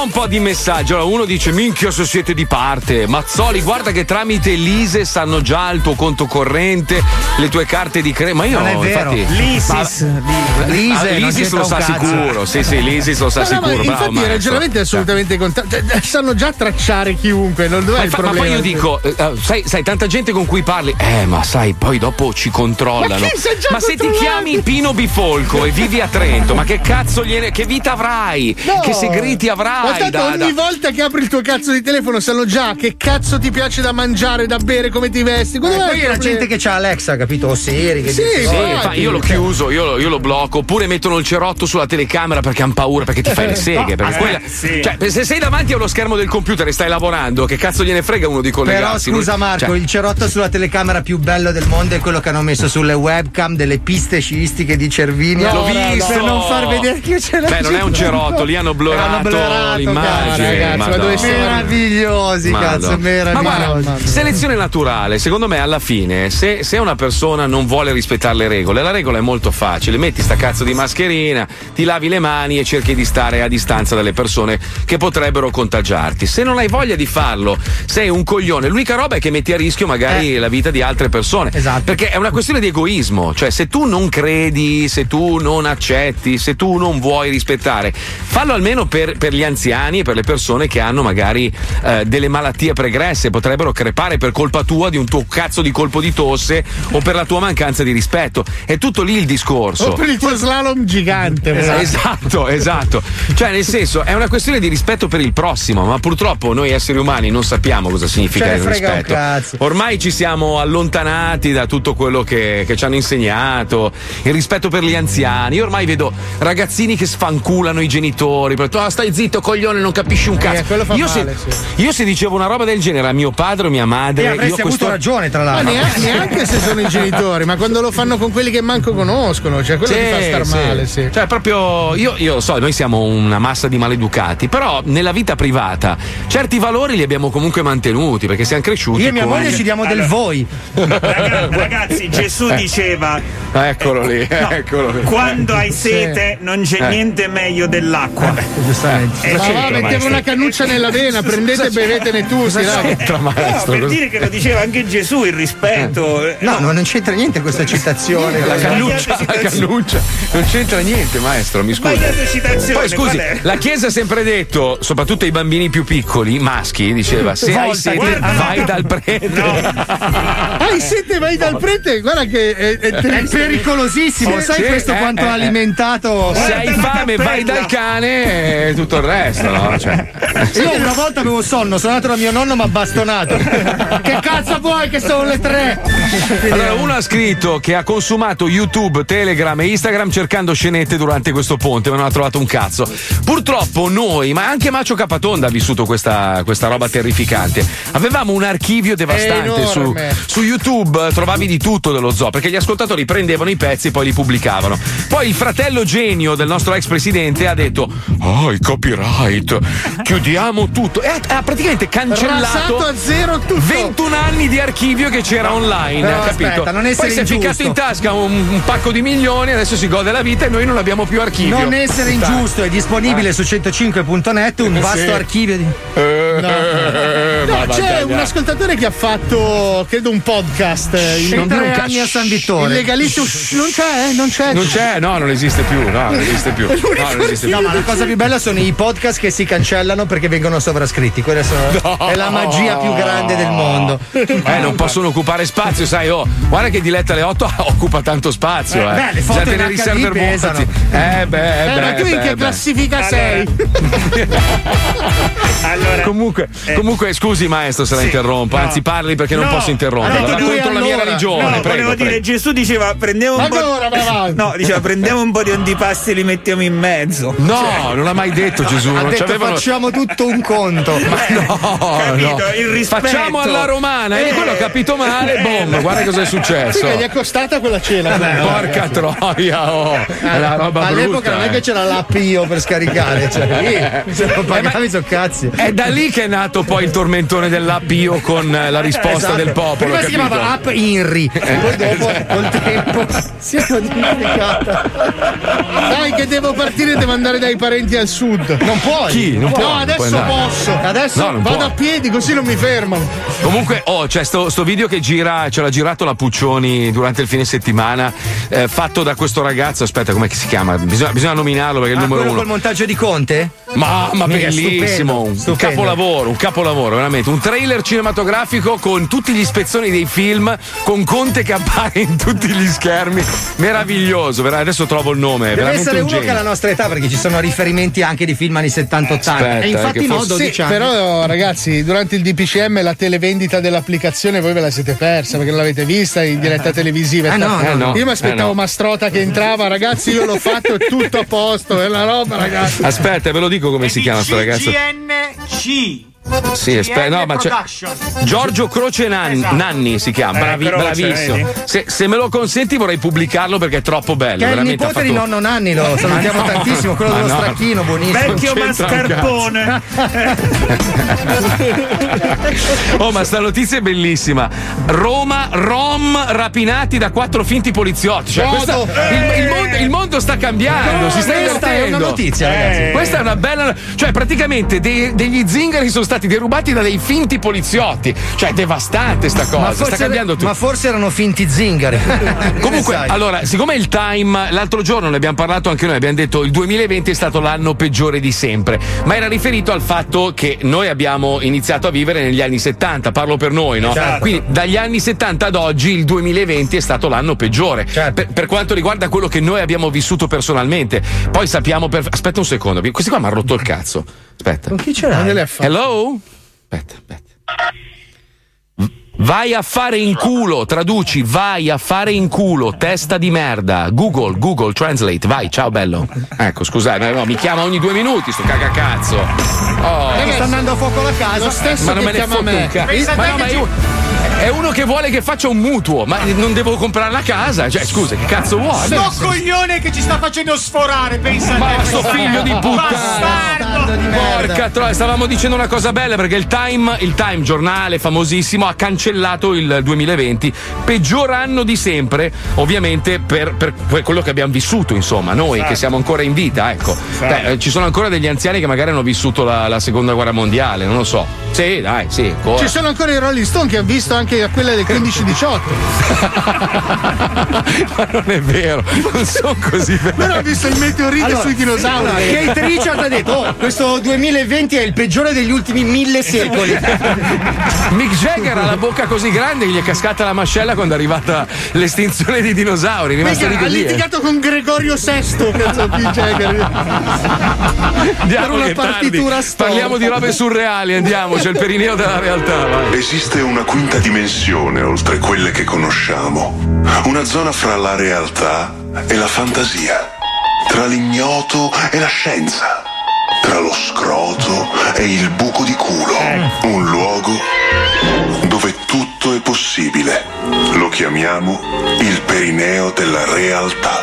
un po' di messaggi. Allora, uno dice: minchia, se siete di parte. Mazzoli, guarda che tramite l'I S E sanno già il tuo conto corrente, le tue carte di credito. Ma io non è vero. infatti, L'ISIS. ma, L'I S E non l'ISIS c'entra lo sa un cazzo. sicuro. Sì, sì, l'ISIS lo sa No, no, sicuro. ma Bravo, infatti il maestro. ragionamento è assolutamente conta- cioè, sanno già tracciare chiunque, non dov'è Ma, il infa- ma problema? poi io dico, eh, eh, sai, sai, tanta gente con cui parli, eh, ma sai, poi dopo ci controllano. Ma chi si è già Ma se ti controllati? chiami Pino Bifolco e vivi a Trento, ma che cazzo gliene. Che vita avrai? No. Che segreti avrai? Ma tanto da- ogni da- volta che apri il tuo cazzo di telefono sanno già che cazzo ti piace da mangiare, da bere, come ti vesti. Eh, Dov'è poi il è la problema? gente che c'ha Alexa, capito? O Siri, che Sì, dice, Sì, oh, infa- io lo chiuso, io lo, io lo blocco, oppure mettono il cerotto sulla telecamera perché hanno paura, perché ti fai le seghe. Perché eh, quella- sì. Cioè, se sei davanti allo schermo del computer e stai lavorando, che cazzo gliene frega uno di Però collegarsi? scusa Non- Marco, cioè- il cerotto sulla telecamera più bello del mondo è quello che hanno messo sulle webcam delle piste sciistiche di Cervinia. L'ho No, visto. per non far vedere che c'è la Beh, non è un cerotto, lì hanno blurato, Hanno blurato, l'immagine. ragazzi, ma Madonna. dove siamo? Meravigliosi, Madonna. cazzo, Ma meravigliosi. guarda, selezione naturale, secondo me alla fine, se, se una persona non vuole rispettare le regole, la regola è molto facile, metti sta cazzo di mascherina, ti lavi le mani e cerchi di stare a distanza dalle persone che potrebbero contagiarti. Se non hai voglia di farlo, sei un coglione, l'unica roba è che metti a rischio magari la vita di altre persone. Esatto. Perché è una questione di egoismo, cioè se tu non credi, se tu non accetti, se tu non vuoi rispettare, fallo almeno per, per gli anziani e per le persone che hanno magari eh, delle malattie pregresse, potrebbero crepare per colpa tua di un tuo cazzo di colpo di tosse o per la tua mancanza di rispetto. È tutto lì il discorso. O per il tuo slalom gigante. Esatto, esatto, esatto. Cioè, nel senso, è una questione di rispetto per il prossimo, ma purtroppo noi esseri umani non sappiamo cosa significa Ce ne il frega un rispetto. cazzo. Ormai ci siamo allontanati da tutto quello che, che ci hanno insegnato, il rispetto per gli anziani. Io ormai vedo ragazzini che sfanculano i genitori, perché oh, stai zitto, coglione, non capisci un cazzo. Eh, quello fa io, male, se, sì. io se dicevo una roba del genere a mio padre o mia madre, E avresti io avuto questo... ragione, tra Ma l'altro. neanche, neanche se sono i genitori, ma quando lo fanno con quelli che manco conoscono, cioè quello Sì, ti fa star sì. male, sì. Cioè, proprio io, io lo so, noi siamo una massa di maleducati, però nella vita privata certi valori li abbiamo comunque mantenuti perché siamo cresciuti. Io e mia con- moglie ci diamo del Allora. voi. Raga- Ragazzi, Gesù diceva: Eccolo lì, no, eccolo lì. quando hai sete non c'è Eh. niente meglio dell'acqua. Giustamente. Eh, Ma va, c'entra, mettiamo maestro? una cannuccia nella vena, prendete e bevetene tutti, raga. C'entra, No, maestro? per Cosa- dire che lo diceva anche Gesù, il rispetto. Eh, No, ma non c'entra niente questa citazione. La cannuccia, la cannuccia, non c'entra niente, maestro, mi scusi. Sbagliata citazione, Poi scusi, qual è? la Chiesa ha sempre detto, soprattutto ai bambini più piccoli, maschi, diceva: se hai Voltati, sete, guarda, vai no. dal prete. Hai sete, vai dal prete, guarda che è, è È pericolosissimo, Sì, sai sì, questo eh, quanto eh, ha alimentato? Se hai Guarda la fame, vai cappella. dal cane e tutto il resto, no? Cioè, Io una volta avevo sonno, sono andato da mio nonno, mi ha bastonato. Che cazzo vuoi che sono le tre? allora, uno ha scritto che ha consumato YouTube, Telegram e Instagram cercando scenette durante questo ponte, ma non ha trovato un cazzo. Purtroppo noi, ma anche Macio Capatonda ha vissuto questa, questa roba terrificante. Avevamo un archivio devastante su, Enorme. su YouTube, trovavi di tutto dello zoo, perché gli ascoltatori prendevano i pezzi e poi li pubblicavano. Poi il fratello genio del nostro ex presidente ha detto: oh, i copyright, chiudiamo tutto. E ha, ha praticamente cancellato Rasato a zero tutto. ventuno anni di archivio che c'era online, Però capito? aspetta, non essere Poi si è ingiusto. ficcato in tasca un, un pacco di milioni, adesso si gode la vita e noi non abbiamo più archivio. Non essere ingiusto, è disponibile su centocinque punto net un vasto Sì. archivio di. Eh, No, eh, No, ma c'è vai, un dai. ascoltatore che ha fatto, credo, un podcast. eh, In non- tre non- anni a San Vittore. Illegalissimo. Shh, Non c'è, eh, non c'è. Non c'è, no, non esiste più, no, non esiste più. No, non esiste No, più. ma la cosa più bella sono i podcast che si cancellano perché vengono sovrascritti. Quella sono- è la magia più grande del mondo. Eh, non possono occupare spazio, sai, oh, guarda che Diletta alle otto occupa tanto spazio, eh. Eh, beh, le foto Bisogna in tenere i H D server pesano. vuoti. Eh, beh, Eh, beh, ma tu in beh, che beh. classifica Allora, sei? Allora, Comunque, Eh. comunque, scusi maestro se la Sì, interrompo, no. anzi parli perché non No, posso interrompere. no, Va lui contro la mia allora. religione, no, prego, volevo dire, prego. Gesù diceva: prendiamo un po'. Allora, va avanti. No, diceva prendiamo un po' di antipasti e li mettiamo in mezzo. No, non l'ha mai detto Gesù. Ha non detto c'avevano- facciamo tutto un conto. No, Capito? no. Il rispetto. Facciamo alla romana, e Eh. quello ha capito male, Eh. boom, guarda cosa è Sì, successo. che gli è costata quella cena. Porca troia, oh, è una roba All'epoca brutta. non è che eh. c'era l'app io per scaricare, cioè lì se lo pagavi so cazzi. È da lì che è nato poi il tormento canzone dell'app Io con la risposta Esatto. del popolo. Prima si capito? chiamava App Inri, poi dopo col tempo si è modificata. Dai che devo partire, devo andare dai parenti al sud. Non puoi. Chi? Non No, puoi, non adesso puoi andare. posso. Adesso No, non vado puoi. a piedi così non mi fermano. Comunque, oh, c'è sto, sto video che gira, ce l'ha girato la Puccioni durante il fine settimana, eh, fatto da questo ragazzo. Aspetta, com'è che si chiama? Bisogna, bisogna nominarlo perché è il Ah, numero quello uno. col montaggio di Conte? Ma, ma Mica, bellissimo, stupendo, un stupendo. capolavoro, un capolavoro, veramente. Un trailer cinematografico con tutti gli spezzoni dei film, con Conte che appare in tutti gli schermi. Meraviglioso, vera- adesso trovo il nome. È Deve veramente essere un uno che ha genio. la nostra età, perché ci sono riferimenti anche di film anni settanta ottanta. Aspetta, E infatti che no, forse- dodici Sì, anni. però ragazzi, durante il D P C M la televendita dell'applicazione voi ve la siete persa perché non l'avete vista in diretta televisiva. Eh, no, Eh, no. Io mi aspettavo Eh, no. Mastrota che entrava, ragazzi, io l'ho fatto, è tutto a posto, è la roba, ragazzi. Aspetta, ve lo dico come si chiama sto ragazzo. G N C. Sì, aspetta, no, ma c'è. Giorgio Croce Nan- Esatto. Nanni si chiama, Eh, bravi- Croce, bravissimo. vedi? Se, se me lo consenti vorrei pubblicarlo perché è troppo bello. Che è il veramente ha nipote di fatto- nonno Nanni, lo salutiamo Ma no, tantissimo, quello ma dello no. stracchino, buonissimo. Vecchio Non c'entra un mascarpone. Oh, ma sta notizia è bellissima. Roma, Rom rapinati da quattro finti poliziotti. Cioè, questa- il, il mondo, il mondo sta cambiando, si sta Questa è invertendo. una notizia, ragazzi. Questa è una bella. Cioè, praticamente dei- degli zingari sono stati derubati da dei finti poliziotti. Cioè, devastante sta cosa. Ma sta forse, cambiando tutto. ma forse erano finti zingari. Comunque, Sai. allora, siccome il Time, l'altro giorno ne abbiamo parlato anche noi, abbiamo detto il duemilaventi è stato l'anno peggiore di sempre, ma era riferito al fatto che noi abbiamo iniziato a vivere negli anni settanta, parlo per noi, no? Certo. Quindi dagli anni settanta ad oggi il duemilaventi è stato l'anno peggiore, Certo. per, per quanto riguarda quello che noi abbiamo vissuto personalmente. Poi sappiamo per... Aspetta un secondo, questi qua mi hanno rotto il cazzo. Aspetta. Con chi ce l'hai? Non le ha fatte. Hello? Aspetta, aspetta. Vai a fare in culo, traduci, vai a fare in culo, testa di merda. Google, Google Translate, vai, ciao bello. Ecco, scusate, no, mi chiama ogni due minuti sto cagacazzo. Oh. Che sta andando a fuoco la casa. Lo stesso Ma non che me ne chiama fotte me. un cazzo. Pensa Ma te no, che ma ci- io- è uno che vuole che faccia un mutuo, ma non devo comprare la casa. Cioè, scusa, che cazzo vuoi? Sto coglione che ci sta facendo sforare, pensa a Ma te. sto figlio di puttana. Bastardo. di merda. Porca troia, stavamo dicendo una cosa bella perché il Time, il Time, giornale famosissimo, ha cancellato il duemilaventi, peggior anno di sempre, ovviamente per, per quello che abbiamo vissuto, insomma, noi che siamo ancora in vita, ecco. Beh, eh, ci sono ancora degli anziani che magari hanno vissuto la, la seconda guerra mondiale, non lo so. Sì, dai, sì, ancora. Ci sono ancora i Rolling Stone che hanno visto anche a quella del quindici diciotto. Ma non è vero, non sono così veri. Loro hanno visto il meteorite Allora, sui dinosauri. Kate Richard ha detto: oh, questo duemilaventi è il peggiore degli ultimi mille secoli. Mick Jagger ha la bocca così grande che gli è cascata la mascella quando è arrivata l'estinzione dei dinosauri. È rimasto lì Perché ha così. eh. litigato con Gregorio sesto, cazzo di Jagger. Andiamo per una che è tardi. partitura storica. Parliamo di robe surreali, andiamo, c'è il perineo della realtà. Vai. Esiste una quinta dimensione oltre quelle che conosciamo, una zona fra la realtà e la fantasia, tra l'ignoto e la scienza, tra lo scroto e il buco di culo, un luogo dove tutto è possibile. Lo chiamiamo il perineo della realtà.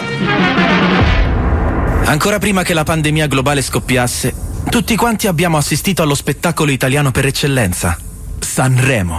Ancora prima che la pandemia globale scoppiasse, tutti quanti abbiamo assistito allo spettacolo italiano per eccellenza, Sanremo.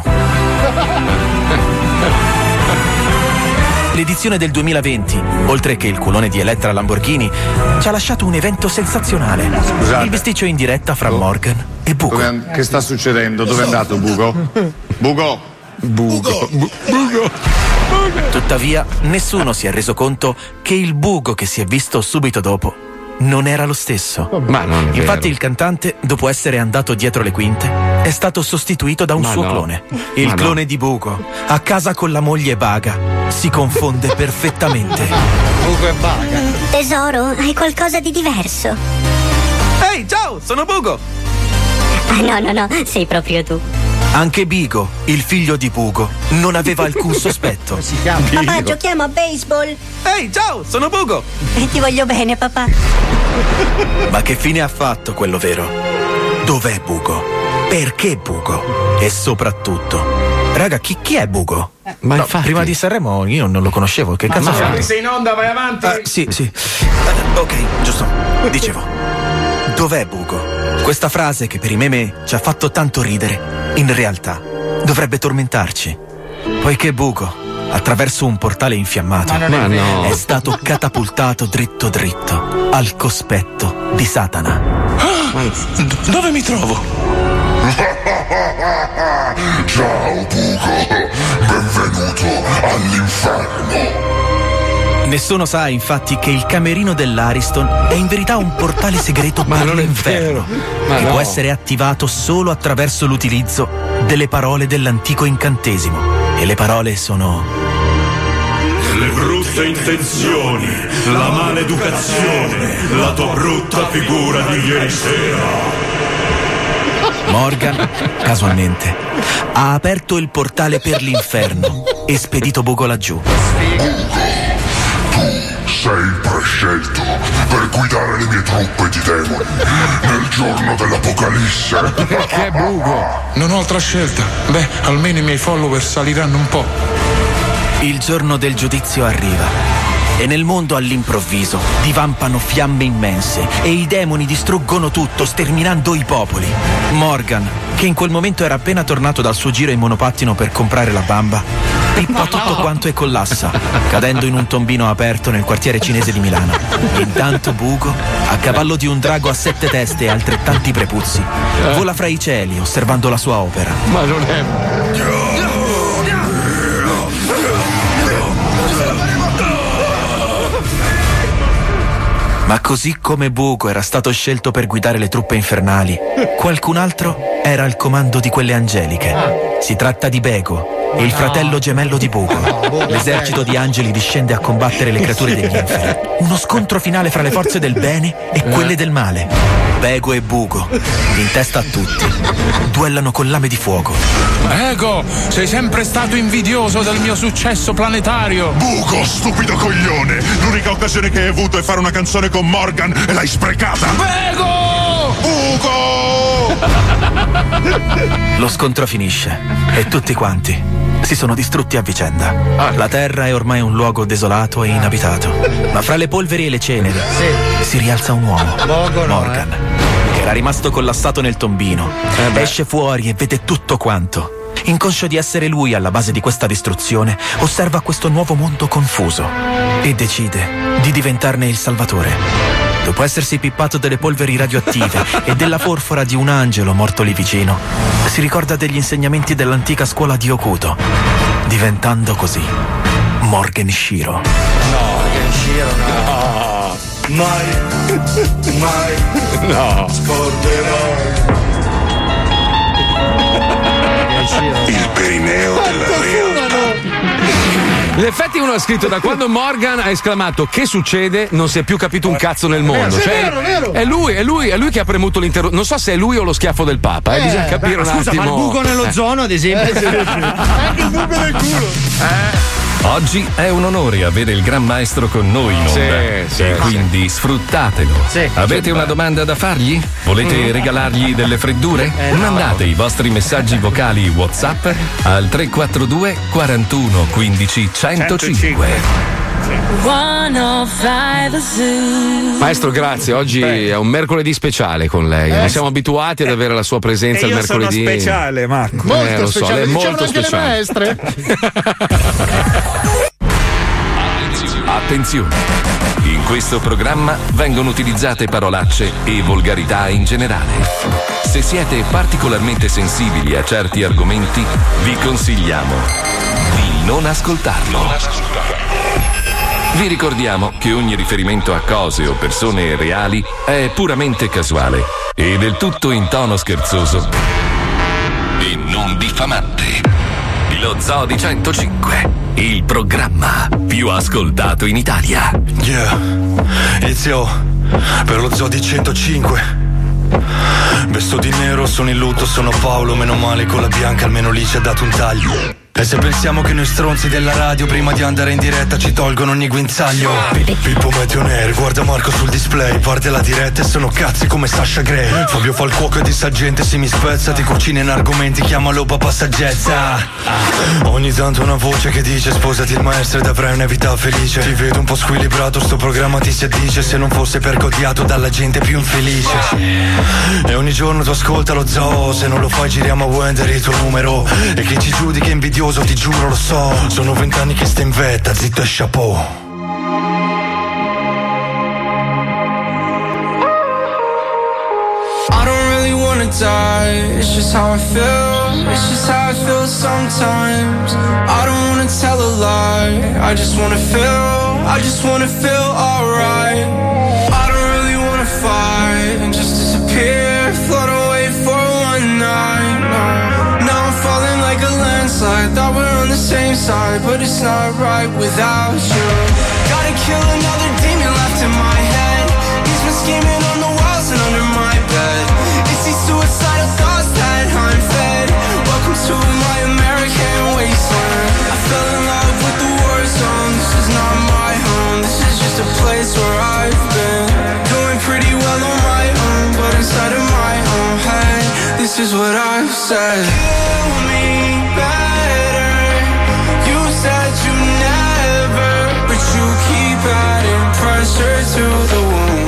L'edizione del duemilaventi, oltre che il culone di Elettra Lamborghini, ci ha lasciato un evento sensazionale. Scusate. Il bisticcio in diretta fra Morgan e Bugo. Dove- che sta succedendo? Dove è andato Bugo? Bugo? Bugo. Bu- Bugo. Tuttavia, nessuno si è reso conto che il Bugo che si è visto subito dopo non era lo stesso. Ma non è vero. Infatti il cantante, dopo essere andato dietro le quinte, è stato sostituito da un Ma suo no. clone. Il Ma no. clone di Bugo, a casa con la moglie Baga, si confonde perfettamente. Bugo e Baga. Tesoro, hai qualcosa di diverso? Ehi, ciao, sono Bugo! Ah, no, no, no, sei proprio tu. Anche Bigo, il figlio di Bugo, non aveva alcun sospetto. Si chiama Papà, giochiamo a baseball. Ehi, ciao, sono Bugo! E ti voglio bene, papà. Ma che fine ha fatto quello vero? Dov'è Bugo? Perché Bugo? E soprattutto, raga, chi, chi è Bugo? Ma No, infatti- prima di Sanremo io non lo conoscevo. Che cazzo fa? Sei in onda, vai avanti. Ah, sì, sì. Eh, ok, giusto. Dicevo. Dov'è Bugo? Questa frase che per i meme ci ha fatto tanto ridere, in realtà dovrebbe tormentarci, poiché Bugo, attraverso un portale infiammato, Ma non è vero. è stato catapultato dritto dritto al cospetto di Satana. D- dove mi trovo? Ciao Bugo, benvenuto all'inferno. Nessuno sa infatti che il camerino dell'Ariston è in verità un portale segreto Ma per non è l'inferno, vero. Ma che no. può essere attivato solo attraverso l'utilizzo delle parole dell'antico incantesimo. E le parole sono: Le brutte intenzioni, la maleducazione, la tua brutta figura di ieri sera. Morgan, casualmente, ha aperto il portale per l'inferno e spedito Bugo laggiù. Sei il prescelto per guidare le mie truppe di demoni nel giorno dell'Apocalisse. Perché Bugo? Non ho altra scelta. Beh, almeno i miei follower saliranno un po'. Il giorno del giudizio arriva e nel mondo all'improvviso divampano fiamme immense e i demoni distruggono tutto, sterminando i popoli. Morgan, che in quel momento era appena tornato dal suo giro in monopattino per comprare la bamba, pippa tutto quanto e collassa, cadendo in un tombino aperto nel quartiere cinese di Milano. Intanto Bugo, a cavallo di un drago a sette teste e altrettanti prepuzzi, vola fra i cieli osservando la sua opera. Ma non è... Ma così come Bugo era stato scelto per guidare le truppe infernali, qualcun altro era al comando di quelle angeliche. Si tratta di Bego, il fratello gemello di Bugo. L'esercito di angeli discende a combattere le creature degli inferi. Uno scontro finale fra le forze del bene e quelle del male. Bego e Bugo, in testa a tutti, duellano con lame di fuoco. Ego, sei sempre stato invidioso del mio successo planetario. Bugo, stupido coglione! L'unica occasione che hai avuto è fare una canzone con Morgan e l'hai sprecata! Bego! Bugo! Lo scontro finisce e tutti quanti si sono distrutti a vicenda. La terra è ormai un luogo desolato e inabitato, ma fra le polveri e le ceneri si rialza un uomo, Morgan, che era rimasto collassato nel tombino. Esce fuori e vede tutto quanto. Inconscio di essere lui alla base di questa distruzione, osserva questo nuovo mondo confuso e decide di diventarne il salvatore. Dopo essersi pippato delle polveri radioattive e della porfora di un angelo morto lì vicino, si ricorda degli insegnamenti dell'antica scuola di Okuto, diventando così Morgan Shiro. Morgan Shiro, no. Mai, mai, no. scorderai. Il perineo della realtà. In effetti uno ha scritto: da quando Morgan ha esclamato "che succede?" non si è più capito un cazzo nel mondo. Sì, Cioè, vero, vero. È lui, è lui, è lui che ha premuto l'interruttore. Non so se è lui o lo schiaffo del Papa, eh, Eh, bisogna capire beh, un scusa, attimo. ma il buco nello Eh. zono, ad esempio. Eh, sì, sì. Anche il buco nel culo. Oggi è un onore avere il Gran Maestro con noi in onda. Sì, sì, e sì. quindi sfruttatelo. Sì. Avete una domanda da fargli? Volete regalargli delle freddure? Eh, no. Mandate i vostri messaggi vocali WhatsApp al tre quattro due quarantuno quindici centocinque. Maestro, grazie. Oggi è un mercoledì speciale con lei. Non siamo abituati ad avere la sua presenza E il io mercoledì. sono speciale, Marco. Molto Eh, lo so, speciale, lei è dicevano molto anche speciale. le maestre. Attenzione! In questo programma vengono utilizzate parolacce e volgarità in generale. Se siete particolarmente sensibili a certi argomenti, vi consigliamo di non ascoltarlo. Vi ricordiamo che ogni riferimento a cose o persone reali è puramente casuale e del tutto in tono scherzoso e non diffamante. Lo Zoo di centocinque, il programma più ascoltato in Italia. Yeah, inizio per lo Zoo di centocinque. Vesto di nero, sono in lutto, sono Paolo. Meno male con la bianca, almeno lì ci ha dato un taglio. E se pensiamo che noi stronzi della radio prima di andare in diretta ci tolgono ogni guinzaglio. Pippo Medio Nero, guarda Marco sul display. Parte la diretta e sono cazzi come Sasha Grey. Fabio fa il cuoco e di sa gente si mi spezza. Ti cucina in argomenti, chiamalo papà saggezza. ah. Ogni tanto una voce che dice sposati il maestro ed avrai una vita felice. Ti vedo un po' squilibrato, sto programma ti si addice. Se non fosse perché odiato dalla gente più infelice. E ogni giorno tu ascolta lo zoo. Se non lo fai giriamo a Wender il tuo numero. E chi ci giudica è invidioso, ti giuro lo so. Sono vent'anni che sta in vetta, zitto e chapeau. I don't really wanna die, it's just how I feel. It's just how I feel sometimes. I don't wanna tell a lie, I just wanna feel. I just wanna feel alright. I don't really wanna fight and just disappear, float away for one night. No. Now I'm falling like a landslide. Thought we're on the same side, but it's not right without you. Gotta kill another demon left in my head. He's been scheming on the walls and under my bed. It's these suicidal thoughts that I'm fed. Welcome to my American wasteland. I fell in love with the war zone. This is not my home. This is just a place where I've been. Doing pretty well on my own, but inside of my own head, this is what I've said. Kill me better. You said you never, but you keep adding pressure to the wound.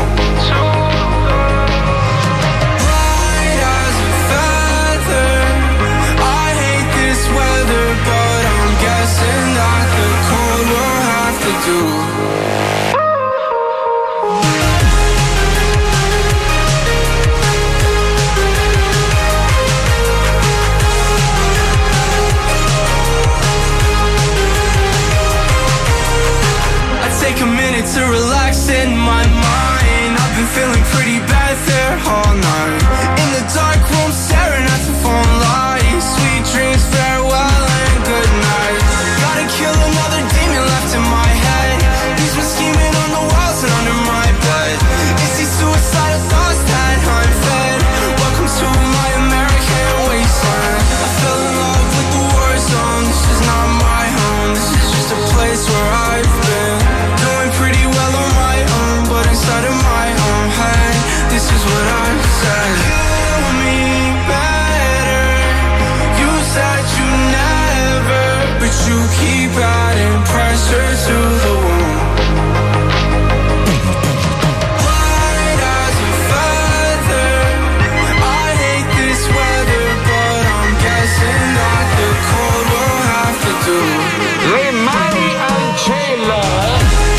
Light as a feather. I hate this weather, but I'm guessing that the cold will have to do. Take a minute to relax in my mind. I've been feeling pretty bad there all night. In the dark room staring at the phone lights. Sweet dreams, farewell and good night. Gotta kill another demon left in my head. He's been scheming on the walls and under my bed. It's these suicidal thoughts that I'm fed. Welcome to my American wasteland. I fell in love with the war zone. This is not my home. This is just a place where I've been. Pretty well on my own, but inside of my own head, this is what I said. Kill me better. You said you never, but you keep adding pressure to the wound. Light as a feather. I hate this weather, but I'm guessing that the cold will have to do. Le mani al cielo.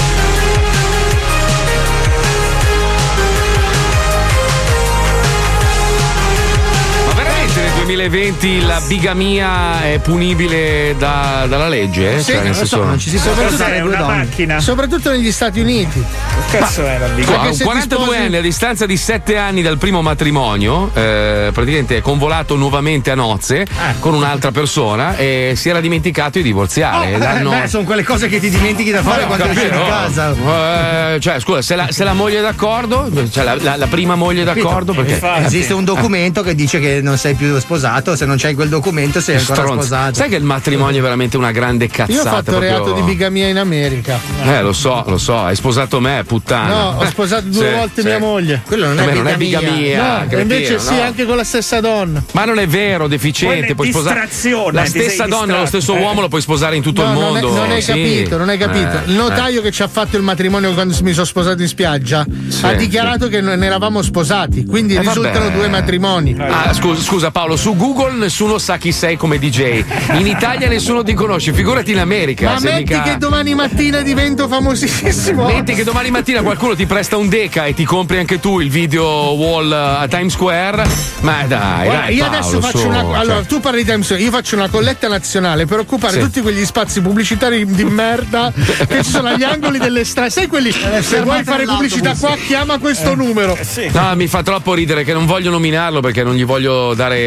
Nel duemilaventi la bigamia è punibile da, dalla legge? Eh? Sì, cioè, nel senso... so, non ci si può è una macchina. Soprattutto negli Stati Uniti. Che cazzo è la bigamia? Un quarantadue anni a distanza di sette anni dal primo matrimonio, eh, praticamente è convolato nuovamente a nozze Ah. con un'altra persona e si era dimenticato di divorziare. Oh, L'hanno- beh, sono quelle cose che ti dimentichi da fare Ma quando capito, esci di casa. Eh, cioè, scusa, se la, se la moglie è d'accordo, cioè la, la- la prima moglie è d'accordo, perché esiste un documento che dice che non sei più sposato, se non c'hai quel documento sei ancora Stronzo. sposato. Sai che il matrimonio è veramente una grande cazzata. Io ho fatto proprio- reato di bigamia in America. Eh, lo so, lo so, hai sposato me, puttana. No, ho sposato due Sì, volte sì. mia moglie. Quello non Vabbè, non è bigamia, No, cretino, invece sì, no. anche con la stessa donna. Ma non è vero, deficiente. Quella è Puoi sposare distrazione, la ti sei stessa donna, distratto. lo stesso Eh. uomo lo puoi sposare in tutto No, il non mondo. hai- non hai sì. capito, non hai capito. Eh, Il notaio eh. che ci ha fatto il matrimonio quando mi sono sposato in spiaggia Sì. ha dichiarato che non eravamo sposati, quindi Eh, risultano vabbè. due matrimoni. Ah, scusa, scusa Paolo, su Google nessuno sa chi sei come D J. In Italia nessuno ti conosce, figurati in America. Ma se metti mica- che domani mattina divento famosissimo. Metti che domani mattina qualcuno ti presta un deca e ti compri anche tu il video wall a Times Square. Ma dai, Guarda, dai, io Paolo, adesso faccio su, una. cioè. Allora, tu parli di Times Square, io faccio una colletta nazionale per occupare Sì. tutti quegli spazi pubblicitari di merda che ci sono agli angoli delle strade. Sai quelli? Se vuoi fermate fare pubblicità dell'autobus. qua, chiama questo numero. No, mi fa troppo ridere che non voglio nominarlo perché non gli voglio dare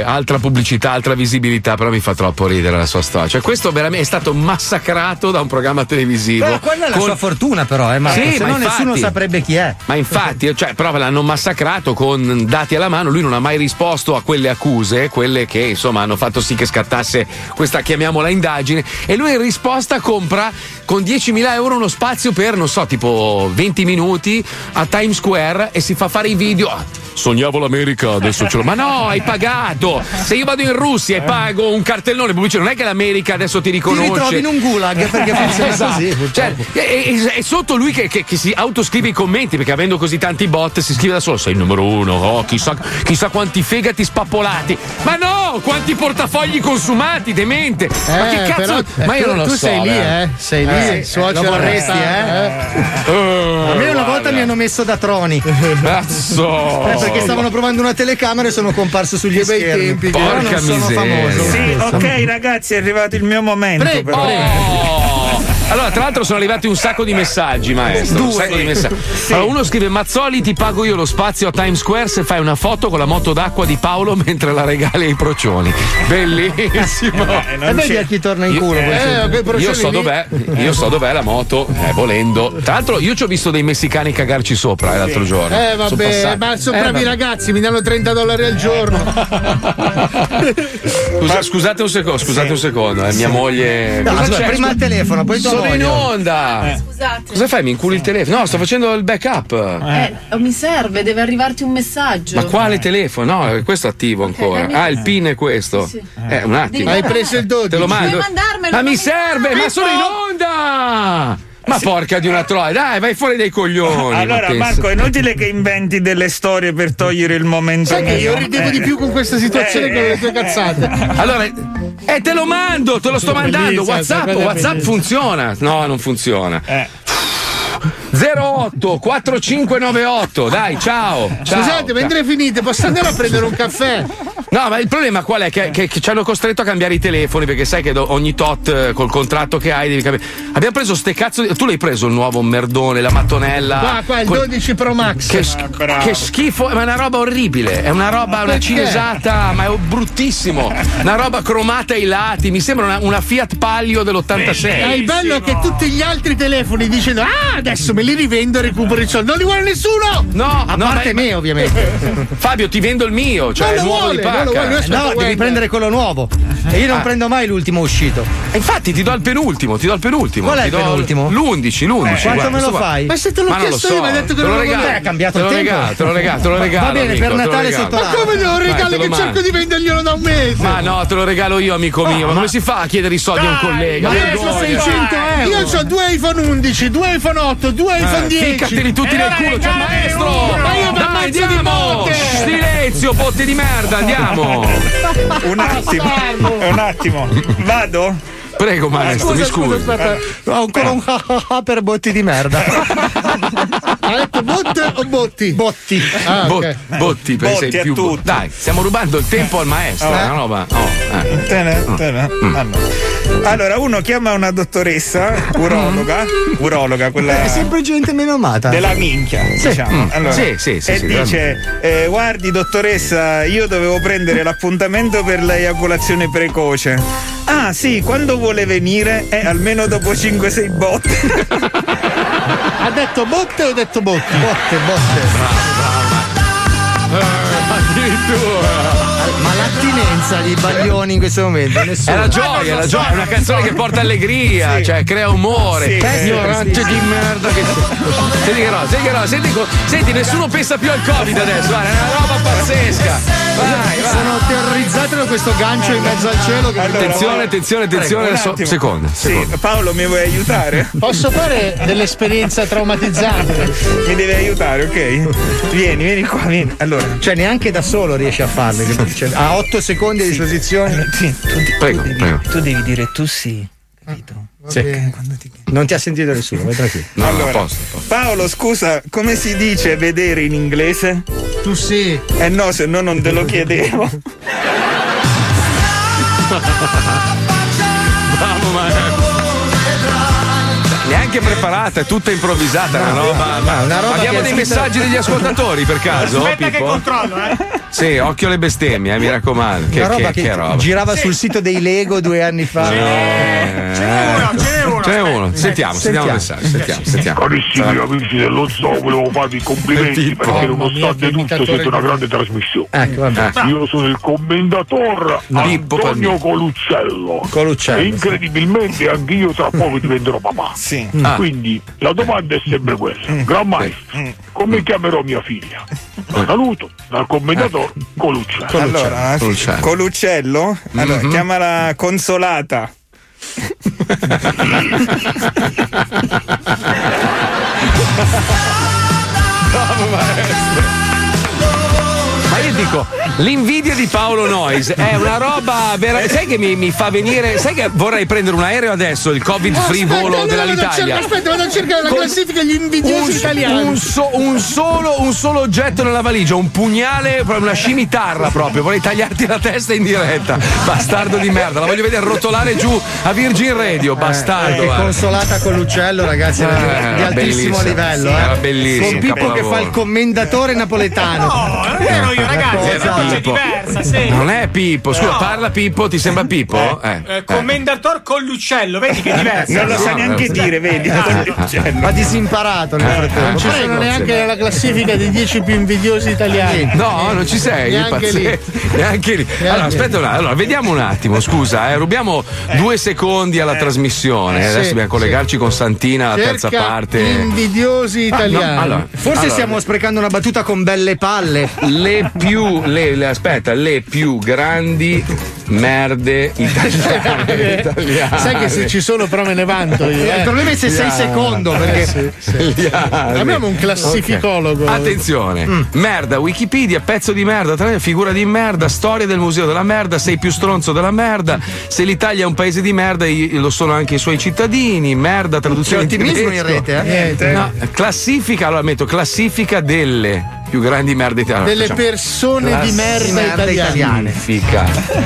altra pubblicità, altra visibilità, però mi fa troppo ridere la sua storia. Cioè, questo veramente è stato massacrato da un programma televisivo. Però quella è la con... sua fortuna, però, eh, Marco, sì, se ma no infatti, nessuno saprebbe chi è. Ma infatti, cioè, però l'hanno massacrato con dati alla mano, lui non ha mai risposto a quelle accuse, quelle che insomma hanno fatto sì che scattasse questa, chiamiamola, indagine, e lui in risposta compra con diecimila euro uno spazio per, non so, tipo venti minuti a Times Square e si fa fare i video. Sognavo l'America, adesso ce l'ho. Ma no, hai pagato! Se io vado in Russia e pago un cartellone pubblicitario, non è che l'America adesso ti riconosce. Ti ritrovi in un gulag perché funziona esatto. così. Cioè, e, e, e sotto lui che, che, che si autoscrive i commenti, perché avendo così tanti bot si scrive da solo: sei il numero uno, oh, chissà, chissà quanti fegati spappolati. Ma no, quanti portafogli consumati, demente! Eh, ma che cazzo? Però, ma io non lo tu so. sei lì, eh? Sei lì, eh, il suocero lo vorresti, eh? eh? A me una guarda. volta mi hanno messo da troni. Cazzo! Eh, perché stavano provando una telecamera e sono comparso sugli bei schermi. tempi, Però porca non sono miseria. famoso. Sì, ok, ragazzi, è arrivato il mio momento. Prego, però. Oh! Allora, tra l'altro sono arrivati un sacco di messaggi, maestro. Un Due. sacco di messaggi. Sì. Allora, uno scrive: Mazzoli, ti pago io lo spazio a Times Square se fai una foto con la moto d'acqua di Paolo mentre la regali ai procioni. Bellissimo. Eh, E non vedi c'è- a chi torna in Io- culo. eh, questo. vabbè, però Io c'è so lì. dov'è, io so dov'è la moto, eh, volendo. Tra l'altro, io ci ho visto dei messicani cagarci sopra eh, l'altro giorno. Eh Sono vabbè, passati. ma sono Eh, bravi vabbè. ragazzi, mi danno trenta dollari al giorno. Scusa- scusate un secondo, scusate un secondo, eh, mia moglie. No, Cosa scusa, c'è? prima il telefono, poi tua Sono in moglie. onda. Scusate. Cosa fai? Mi inculi il telefono? No, sto facendo il backup. Eh, oh, mi serve, deve arrivarti un messaggio. Ma quale telefono? No, questo è attivo ancora. dammi- Ah, il pin è questo. Sì, sì. Eh, un attimo. Hai preso il dodici. Te lo mando. Devi mandarmelo, Ma mi non serve, ma sono in onda! Ma porca di una troia, dai, vai fuori dai coglioni. ma Allora, pensa- Marco, è inutile che inventi delle storie per togliere il momento. Sai che io mio. ridevo Eh. di più con questa situazione Eh, che con le tue cazzate. Allora, eh, te lo mando, te lo sto mandando. Bellissima, WhatsApp, quella è WhatsApp bellissima. funziona. No, non funziona. Eh. zero otto quattro cinque nove otto, dai, ciao. ciao Scusate, ciao. mentre finite, posso andare a prendere un caffè? No, ma il problema qual è? Che, che- che ci hanno costretto a cambiare i telefoni perché sai che do- ogni tot eh, col contratto che hai devi cambiare. Abbiamo preso ste cazzo di... Tu l'hai preso il nuovo merdone, la mattonella. Qua, qua, il Quel- dodici Pro Max. Che, sch- che schifo, ma è una roba orribile. È una roba, una perché? cinesata, ma è bruttissimo. Una roba cromata ai lati. Mi sembra una, una Fiat Palio Eh, dell'ottantasei. il bello è che tutti gli altri telefoni dicono: ah, adesso me li rivendo e recupero i soldi. Non li vuole nessuno! No, A no, parte ma- me, ovviamente. Fabio, ti vendo il mio, cioè Non il lo nuovo vuole, di non lo Pacca. vuole, lui aspetta, No, devi guarda. prendere quello nuovo. E io non Ah. prendo mai l'ultimo uscito. E infatti ti do il penultimo, ti do il penultimo. Qual è ti il do penultimo? L'undici, l'undici. Quanto guarda, me lo questo qua. fai? Ma se te l'ho Ma non lo chiesto so, io, mi hai detto che te non lo lo regalo. vuole. È cambiato te il lo tempo. regalo, te lo regalo, te lo regalo. Va bene, amico, per te lo Natale regalo. sotto Ma l'albero. come glielo Dai, regali te lo che mando. cerco di venderglielo da un mese? Ma no, te lo regalo io, amico mio. Ma come si fa a chiedere i soldi a un collega? Ma Vergogna. adesso seicento euro. Io ho due iPhone undici, due iPhone otto, due iPhone Eh, dieci. Ficcateli tutti E nel ora culo, c'è il regali maestro! uno. Ma io mi Dai, ammazzo di andiamo! botte. Silenzio, botte di merda, andiamo! Un attimo, un attimo. Vado? Prego, maestro, mi Scusa, scusi. scusa, aspetta. Ho ancora un ah per botti di merda. Ha detto botte o botti? Botti. Ah, Bot- ok. Botti, per Botti sei a più bo- tutti. Dai, stiamo rubando il tempo al maestro, è una roba. Oh, eh. Te ne- te ne- Ah, no. Allora, uno chiama una dottoressa, urologa, urologa, quella È sempre gente meno amata. della minchia, diciamo. Mm. Allora, Sì, sì, sì, e sì, dice: eh, guardi, dottoressa, io dovevo prendere l'appuntamento per l'eiaculazione precoce. Ah, sì, quando vuole venire? Eh, almeno dopo cinque sei botte. Ha detto botte o ha detto botti? Botte, botte. Addirittura. Ma l'attinenza di Baglioni in questo momento, nessuno. È la gioia, è la gioia, è una canzone che porta allegria, Sì. cioè crea umore. Sì. Ignorante di merda che. Senti che roba, senti che roba, senti, co- senti, nessuno pensa più al Covid adesso, guarda, è una roba pazzesca. Vai, vai. Sono terrorizzato da questo gancio in mezzo al cielo. Che Allora, Attenzione, attenzione, attenzione, Prego, un adesso. attimo. Seconda, Sì, seconda. Paolo, mi vuoi aiutare? Posso fare dell'esperienza traumatizzante? Mi devi aiutare, ok? Vieni, vieni qua, vieni. Allora, Cioè, neanche da solo riesce a farle. capito? Cioè, ha otto secondi a disposizione. sì, tu, di- Prego, tu devi, prego. tu devi dire tu sì, capito? Sì. Non ti ha sentito nessuno, vai tranquillo. No, no, Allora, a posto, a posto. Paolo, scusa, come si dice vedere in inglese? Tu sì. Eh no, se no non te lo chiedevo. Bravo, maestro. neanche preparata, è tutta improvvisata, una roba. Ma una roba abbiamo che dei è scritta- messaggi degli ascoltatori per caso? Aspetta che Pippo? controllo, eh. Sì, occhio alle bestemmie, eh, mi raccomando. Che, Una roba che, che, che roba. girava sul sito dei Lego due anni fa. Ce n'è uno, ce n'è uno. Ce n'è uno. Sentiamo, sentiamo il messaggio. Sentiamo, sentiamo. Carissimi amici dello zoo, volevo farvi i complimenti perché nonostante tutto siete una grande trasmissione. Ecco, vabbè. Io sono il commendatore Pippo Antonio Palmieri. Coluccello. Coluccello, E incredibilmente anch'io tra poco diventerò papà. Sì. Ah. Quindi la domanda è sempre quella. Gran maestro, come chiamerò mia figlia? La saluto dal commendatore Coluccello. Allora, Coluccello. Coluccello? Allora, Mhm. chiamala Consolata. Bravo maestro. Ma io dico, l'invidia di Paolo Noyes è una roba vera. Sai che mi, mi fa venire. Sai che vorrei prendere un aereo adesso, il Covid free Aspetta, volo no, dell'Alitalia. vado a cercare- Aspetta, vado a cercare la Con- classifica degli invidiosi un, italiani. un so- un solo, un solo oggetto nella valigia, un pugnale, proprio una scimitarra proprio. Vorrei tagliarti la testa in diretta. Bastardo di merda, la voglio vedere rotolare giù a Virgin Radio. Bastardo. Che guarda. consolata con l'uccello, ragazzi, era Eh, di era altissimo bellissimo. livello. Era Eh. bellissimo, Con Pippo che capolavoro. fa il commendatore napoletano. No, non ero io, ragazzi, è una voce Pippo. diversa, sì. Non è Pippo, scusa, No. parla Pippo, ti sembra Pippo? Eh, Eh, commendator con l'uccello, vedi che è diverso. Non lo sa neanche dire, vedi? Ha disimparato nel frattempo. Non ci sono neanche nella classifica dei dieci più invidiosi italiani. No, non ci sei, Neanche lì. pazzesco. Neanche lì. Allora, aspetta un attimo, allora, vediamo un attimo, scusa, eh, rubiamo due secondi alla trasmissione. Eh, Adesso sì, dobbiamo collegarci con Santina, la terza Cerca parte. invidiosi italiani. no, allora, Forse allora, stiamo sprecando una battuta con belle palle. le più le, le- aspetta, le più grandi merde italiane. italiane. Sai che se ci sono però me ne vanto io. Il eh. problema è se sei Yeah. secondo, perché Sì, sì. Gli altri. Abbiamo un classificologo. Ok. Attenzione, Mm. merda, Wikipedia, pezzo di merda, tra- figura di merda, storia del museo della merda, sei più stronzo della merda. Se l'Italia è un paese di merda, i- lo sono anche i suoi cittadini. Merda, traduzione C'è ottimismo tedesco. in rete, eh? Niente. No, classifica, allora metto classifica delle più grandi merde italiane. Delle Facciamo. persone di merda, merda italiane. italiane. Classifica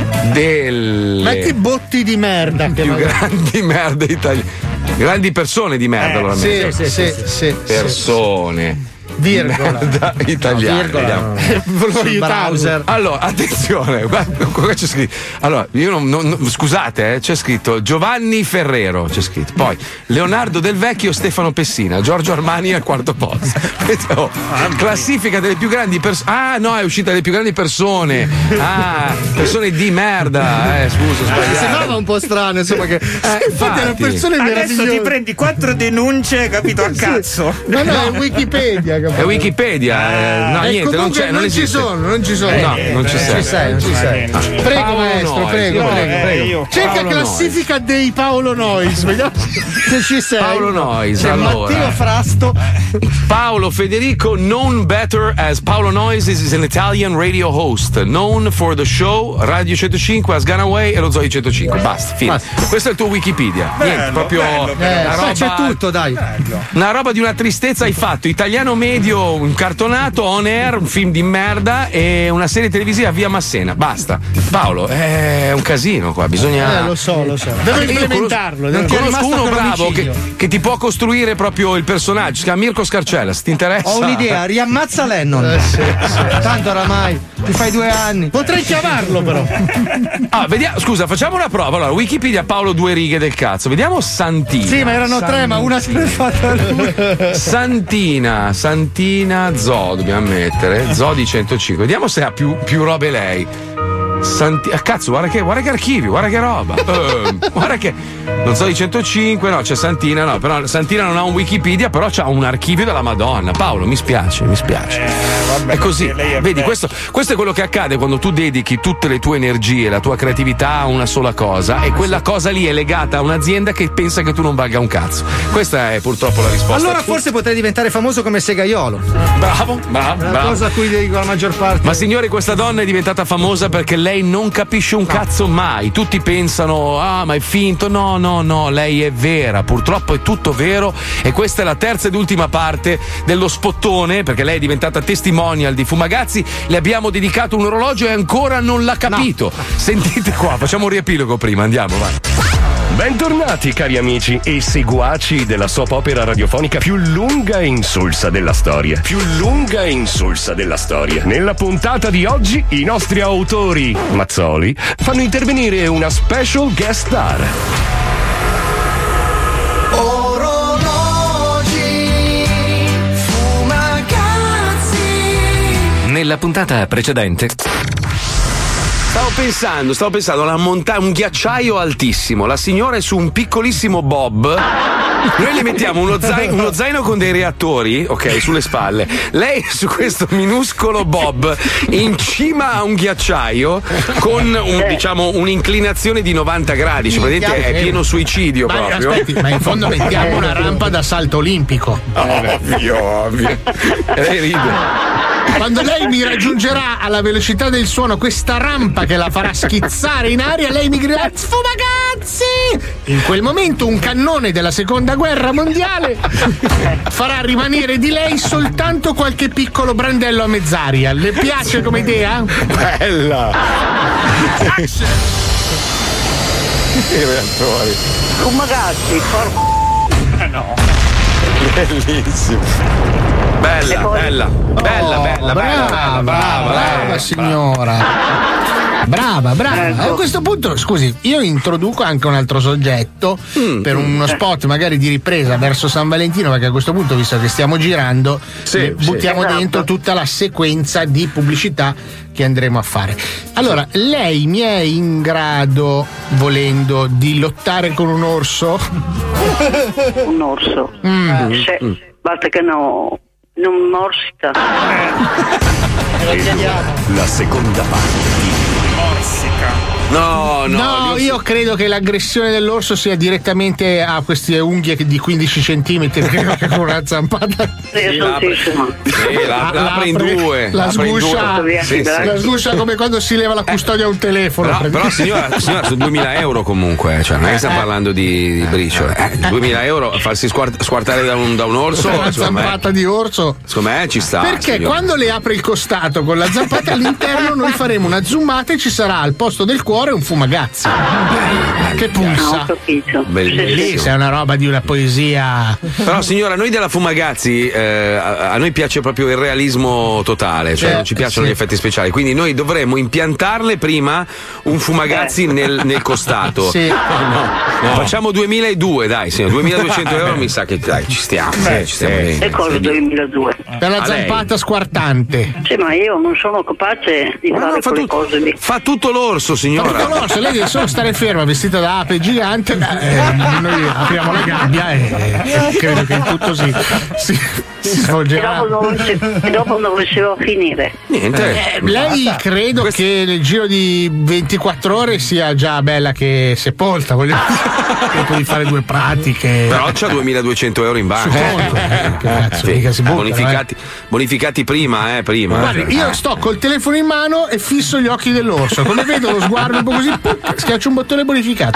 delle Metti botti di merda. Che più magari- grandi merde italiane. Grandi persone di merda, allora Sì, metto. sì, sì, sì, sì. Persone. Virgola. Merda italiane. virgola, vediamo. no. Volevo Sul aiutarlo. browser. Allora, attenzione, guarda, qua c'è scritto. Allora, io non, non- non- scusate, eh, c'è scritto Giovanni Ferrero, c'è scritto. Poi Leonardo Del Vecchio, Stefano Pessina, Giorgio Armani al quarto posto. Oh, classifica delle più grandi persone. Ah, no, è uscita delle più grandi persone. Ah, persone di merda. Eh, scusa, Mi sbagliato. sembrava un po' strano, insomma, che. Eh, Infatti è una infatti. persona Adesso meravigliosa. ti prendi quattro denunce, capito, a cazzo. No, no, è Wikipedia. capito? È Wikipedia, eh, no, Eh, niente, non comunque c'è, non, non ci esiste. sono, non ci sono. Eh, no, non ci Eh, sei. ci sei, non ci sei. Prego, Paolo maestro, Noyes, prego, io- prego, eh, prego. io- Cerca Paolo classifica dei Paolo Noyes. Vediamo se ci sei. Paolo Noyes, C'è allora. Matteo Frasto. Paolo Federico, known better as Paolo Noyes, is an Italian radio host, known for the show Radio centocinque, As Gone Away e lo Zoe centocinque. Basta, fine. Questo è il tuo Wikipedia. Bello, Niente, proprio bello, una Eh, roba, sai, c'è tutto, dai. una roba di una tristezza hai fatto. Italiano medio, un cartonato, on air, un film di merda e una serie televisiva via Massena. Basta. Paolo, è un casino qua, bisogna. Eh, lo so, lo so. Devo Io implementarlo. Conosco, devo- conosco uno per bravo che, omicidio. che ti può costruire proprio il personaggio. Si chiama Mirko Scarcella. Se ti interessa. Ho un'idea, riammazza Lennon. Eh, sì, sì. Tanto oramai, ti fai due anni. Potrei chiamarlo, però. Ah, vediamo, scusa, facciamo una prova. Allora, Wikipedia Paolo due righe del cazzo. Vediamo Santina. Sì, ma erano tre, ma una se l'è fatta lui. Santina, Santina Zo, dobbiamo mettere. Zo di centocinque. Vediamo se ha più, più robe lei. Santi- ah, cazzo, guarda che, guarda che archivi, guarda che roba. Eh, guarda che. Lo Zo di centocinque, no, c'è Santina, no. Però Santina non ha un Wikipedia, però c'ha un archivio della Madonna. Paolo, mi spiace, mi spiace. È così. Vedi, questo, questo è quello che accade quando tu dedichi tutte le tue energie, la tua creatività a una sola cosa e quella cosa lì è legata a un'azienda che pensa che tu non valga un cazzo. Questa è purtroppo la risposta. Allora forse potrei diventare famoso come Segaiolo. Bravo, bravo, Una bravo. cosa a cui dedico la maggior parte. Ma signori, questa donna è diventata famosa perché lei non capisce un cazzo mai. Tutti pensano, ah, ma è finto. No, no, no, lei è vera. Purtroppo è tutto vero. E questa è la terza ed ultima parte dello spottone, perché lei è diventata testimonial di Fumagazzi. Le abbiamo dedicato un orologio e ancora non l'ha capito. Sentite qua, facciamo un riepilogo prima, andiamo, vai. Bentornati cari amici e seguaci della soap opera radiofonica più lunga e insulsa della storia. Più lunga e insulsa della storia. Nella puntata di oggi i nostri autori, Mazzoli, fanno intervenire una special guest star. Orologi, fumagazzi. Nella puntata precedente. Stavo pensando, stavo pensando alla monta- un ghiacciaio altissimo, la signora è su un piccolissimo bob. Noi le mettiamo uno zaino, uno zaino con dei reattori, ok, sulle spalle. Lei su questo minuscolo bob in cima a un ghiacciaio con un, diciamo un'inclinazione di novanta gradi, cioè praticamente è pieno suicidio ma, proprio. Aspetti, ma in fondo mettiamo una rampa da salto olimpico. Ovvio, ovvio. Lei ride. Quando lei mi raggiungerà alla velocità del suono, questa rampa che la farà schizzare in aria, lei mi griderà sfumagazzi! In quel momento un cannone della seconda guerra mondiale farà rimanere di lei soltanto qualche piccolo brandello a mezz'aria. Le piace come idea? Bella! I reattori. Fumagazzi, porco. No. Bellissimo. Bella, poi... bella, oh, bella, bella, brava, bella, brava, brava, brava signora. Brava, brava. Ecco. A questo punto, scusi, io introduco anche un altro soggetto mm. per uno spot magari di ripresa verso San Valentino, perché a questo punto, visto che stiamo girando, sì, buttiamo sì. dentro tutta la sequenza di pubblicità che andremo a fare. Allora, lei mi è in grado, volendo, di lottare con un orso? Un orso? Mm. Se, basta che no, non morsica. La seconda parte di Morsica. No, no, no, io credo che l'aggressione dell'orso sia direttamente a queste unghie di quindici centimetri, credo che con una zampata Sì, la, apre, sì, la, la apre in due. La sguscia, sì, sì. la sguscia come quando si leva la custodia a un telefono. Però, però signora, signora, su duemila euro comunque, cioè non è che stiamo parlando di, di briciole. Eh, duemila euro farsi squart- squartare da un, da un orso. Una zampata me, di orso. Secondo me ci sta. Perché signora. quando le apre il costato con la zampata all'interno, noi faremo una zoomata e ci sarà al posto del cuore un fumagazzi che pulsa. Bellissima, è una roba di una poesia. Però signora, noi della Fumagazzi eh, a, a noi piace proprio il realismo totale, cioè eh, non ci piacciono sì. gli effetti speciali, quindi noi dovremmo impiantarle prima un Fumagazzi nel, nel costato. Sì. No, no. Facciamo duemiladue, dai, signor, duemiladuecento euro mi sa che dai, ci stiamo. Beh, ci stiamo sì. E cosa duemiladue? Per la A zampata lei. Squartante. Sì, ma io non sono capace di Ma fare no, fa, quelle tu- cose lì. fa tutto l'orso, signora. Tutto l'orso, lei deve solo stare ferma vestita da ape gigante, eh, noi apriamo la gabbia e eh, credo che il tutto si, si, si E svolgerà. dopo dove, e dopo dove si va a finire? Niente. Eh, lei credo Questo... che nel giro di ventiquattro ore sia già bella che sepolta, voglio dire, tempo di fare due pratiche. Però c'ha duemiladuecento euro in banca. Sul conto. Eh, che cazzo, Sì. mica si buttano, bonificati, bonificati prima, eh, prima. Guardi, io sto col telefono in mano e fisso gli occhi dell'orso. Come vedo lo sguardo un po' così, pum, schiaccio un bottone bonificato.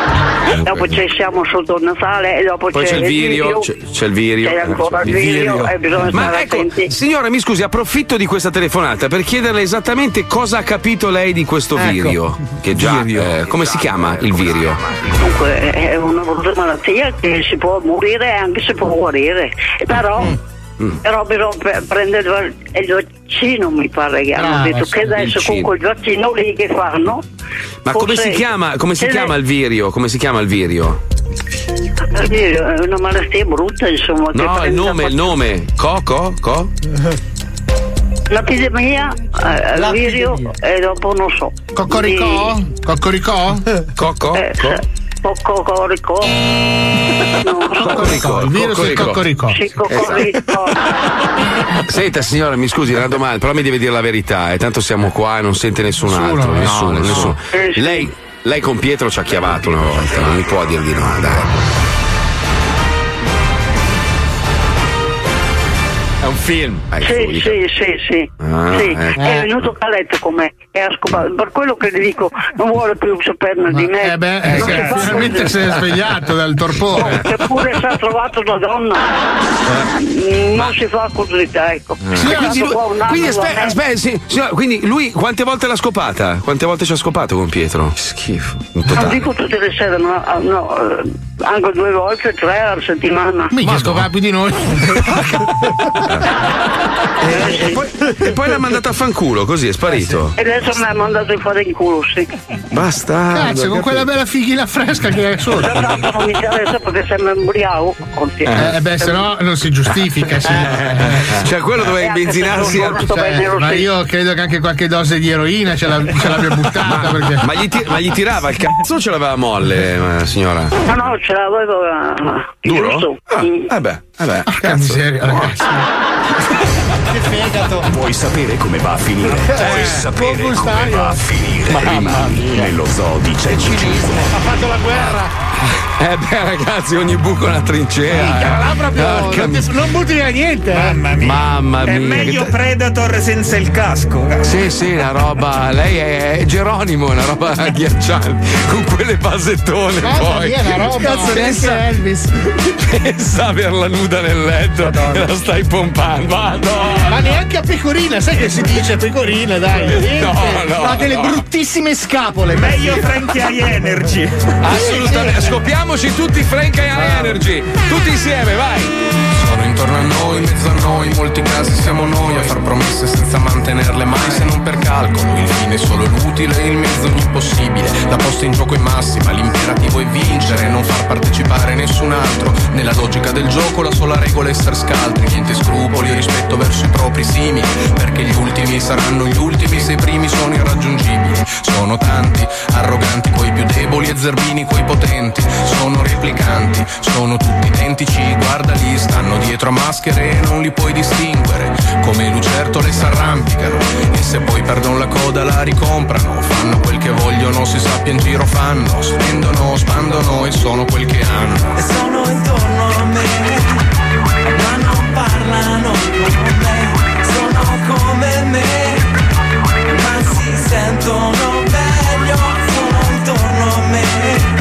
Dopo ci siamo sotto il Natale e dopo Poi c'è, c'è il virio, c'è, c'è il virio. c'è ancora il Il virio, virio. e bisogna Ma stare ecco, attenti. signora, mi scusi, approfitto di questa telefonata per chiederle esattamente cosa ha capito lei di questo Ecco. virio. Che già, eh, come si chiama il virio? Dunque è una brutta malattia che si può morire e anche si può guarire, però, Mm. però bisogna pre- prendere il va- il vaccino, mi pare che hanno Brava, detto sì, che il adesso con vaccino. quel vaccino lì che fanno. Ma come forse- si chiama, come si se chiama le- il virio? Come si chiama il virio? È una malattia brutta, insomma. che No, il prende nome, il nome. Co, co, co? L'epidemia, eh, il virio e dopo non so. Cocoricò? Cocoricò? Coco? Eh, Cocoricò? Cocoricò, il virus del cocoricò. Sì, cocoricò. Senta signora, mi scusi, una domanda, però mi deve dire la verità, e tanto siamo qua e non sente nessun Nessuno, altro, no, nessuno, nessuno. nessuno. Eh, sì. Lei, lei con Pietro ci ha chiavato una volta, non mi può dir di no, dai. È un film. Eh, Sì, sì, sì, sì. Ah, sì. ecco. È venuto a letto con me e ha scopato. Per quello che le dico, non vuole più saperne di me. Eh beh, eh, Non sì, si fa finalmente così. si è svegliato dal torpore. Eppure si è trovato una donna, non si fa così, ecco. Sì, È quindi, stato qua un anno quindi da aspetta, me. aspetta, sì, signora, quindi lui quante volte l'ha scopata? Quante volte ci ha scopato con Pietro? Schifo. In Non totale. dico tutte le sere, no, no, eh, anche due volte, tre alla settimana. Mica scopava più di noi. E, e poi, e poi l'ha mandato a fanculo, così è sparito. E adesso mi ha mandato in fare in culo, sì. Basta. Cazzo, con quella bella fighina fresca che è sotto. Tanto non mi interessa perché sembra embriaco. Eh, eh beh, se no non si giustifica, sì. Cioè, quello doveva imbenzinarsi. al- Cioè, ma io credo che anche qualche dose di eroina ce, la, ce l'abbia buttata. Perché... Ma gli, ti- ma gli tirava il cazzo o ce l'aveva molle, eh, signora? Ma no, ce l'avevo eh, Duro? giusto. Ah, eh beh, eh beh. Porca miseria, ragazzi. Che fegato. Vuoi sapere come va a finire? Eh, Vuoi sapere buon come gustaio. va a finire? Mamma Rimani mia. nello zoo di centocinque. Ha fatto la guerra. Eh beh, ragazzi, ogni buco è una trincea. Minchia, là proprio Porca non, ti- non butti via niente. eh. Mamma mia. Mamma mia. È meglio che te- Predator senza il casco. Sì, sì, una roba. Lei è, è Geronimo, una roba agghiacciante. Con quelle basettone Mamma poi. mia, una roba. Cazzo, Pensa pensa, Elvis. pensa a averla nuda nel letto e la stai pompando. Madonna. Ma neanche a pecorina, sai che si dice pecorina, dai. Niente. No, no, Ha delle no. bruttissime scapole. Meglio Frankie High Energy. Assolutamente. Scopiamoci tutti Frank High Energy. Tutti insieme, vai. Sono intorno a noi, in mezzo a noi, in molti casi siamo noi a far promesse senza mantenerle mai, se non per calcolo. Il fine è solo l'utile, il mezzo l'impossibile. La posta in gioco è massima, l'imperativo è vincere, non far partecipare nessun altro. Nella logica del gioco la sola regola è essere scaltri, niente scrupoli o rispetto verso i propri simili, perché gli ultimi saranno gli ultimi se i primi sono irraggiungibili. Sono tanti, arroganti coi più deboli e zerbini coi potenti. Sono replicanti, sono tutti identici, guardali, stanno dietro a maschere e non li puoi distinguere. Come lucertole s'arrampicano e se poi perdono la coda la ricomprano. Fanno quel che vogliono, si sappia in giro fanno, spendono, spandono e sono quel che hanno. E sono intorno a me, ma non parlano con me. Sono come me, ma si sentono meglio. Sono intorno a me,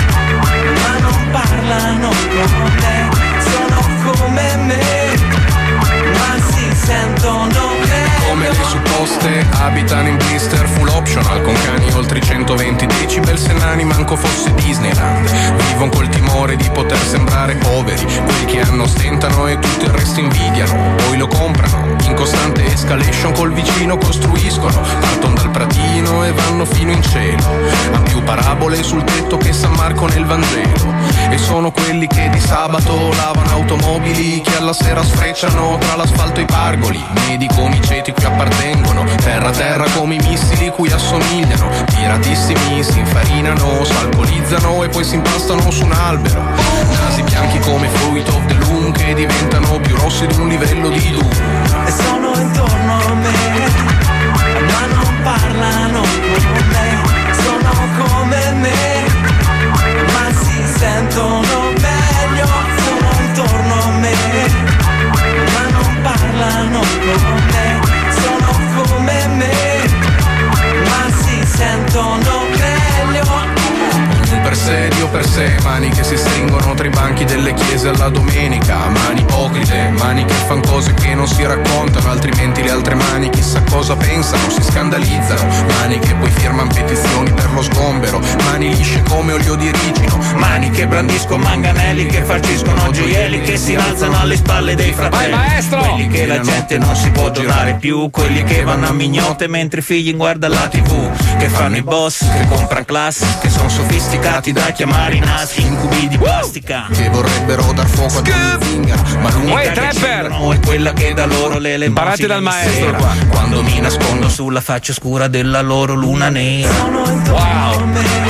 ma non parlano con me. Sono come me, ma si sentono meglio. Come le supposte abitano in blister full optional, con cani oltre i centoventi decibel, se nani manco fosse Disneyland. Vivono col timore di poter sembrare poveri, quelli che hanno stentano e tutto il resto invidiano, poi lo comprano in costante escalation, col vicino costruiscono, partono dal pratino e vanno fino in cielo. Han più parabole sul tetto che San Marco nel Vangelo, e sono quelli che di sabato lavano automobili, che alla sera sfrecciano tra l'asfalto e i pargoli, medi come i ceti cui appartengono, terra terra come i missili cui assomigliano, tiratissimi si infarinano, s'alcolizzano e poi si impastano su un albero, nasi bianchi come Fruit of the Loom che diventano più rossi di un livello di Doom. E sono intorno a me, ma non parlano con me. Sono come me, ma si sentono meglio. Sono intorno a me, ma non parlano con me. Sono come me, ma si sentono meglio. Ognuno per sé, Dio per sé, mani che si stringono tra i banchi delle chiese alla domenica, mani ipocrite, mani che fan cose che non si raccontano, altrimenti le altre mani chissà cosa pensano, si scandalizzano, mani che poi firman petizioni per lo sgombero, mani lisce come olio di ricino, Mani che brandiscono manganelli, che farciscono gioielli, che si alzano alle spalle dei fratelli. Vai, maestro! Quelli che la gente non si può donare più, quelli che vanno a mignote mentre i figli guardano la tivù, che fanno i boss, che comprano class, che sono sofisticati da chiamare i naschi, incubi di plastica, che vorrebbero dar fuoco a finger, ma l'unica Uè, che trapper! no, è quella che da loro le Imparate dal maestro qua. quando mi nascondo sulla faccia scura della loro luna nera. Wow.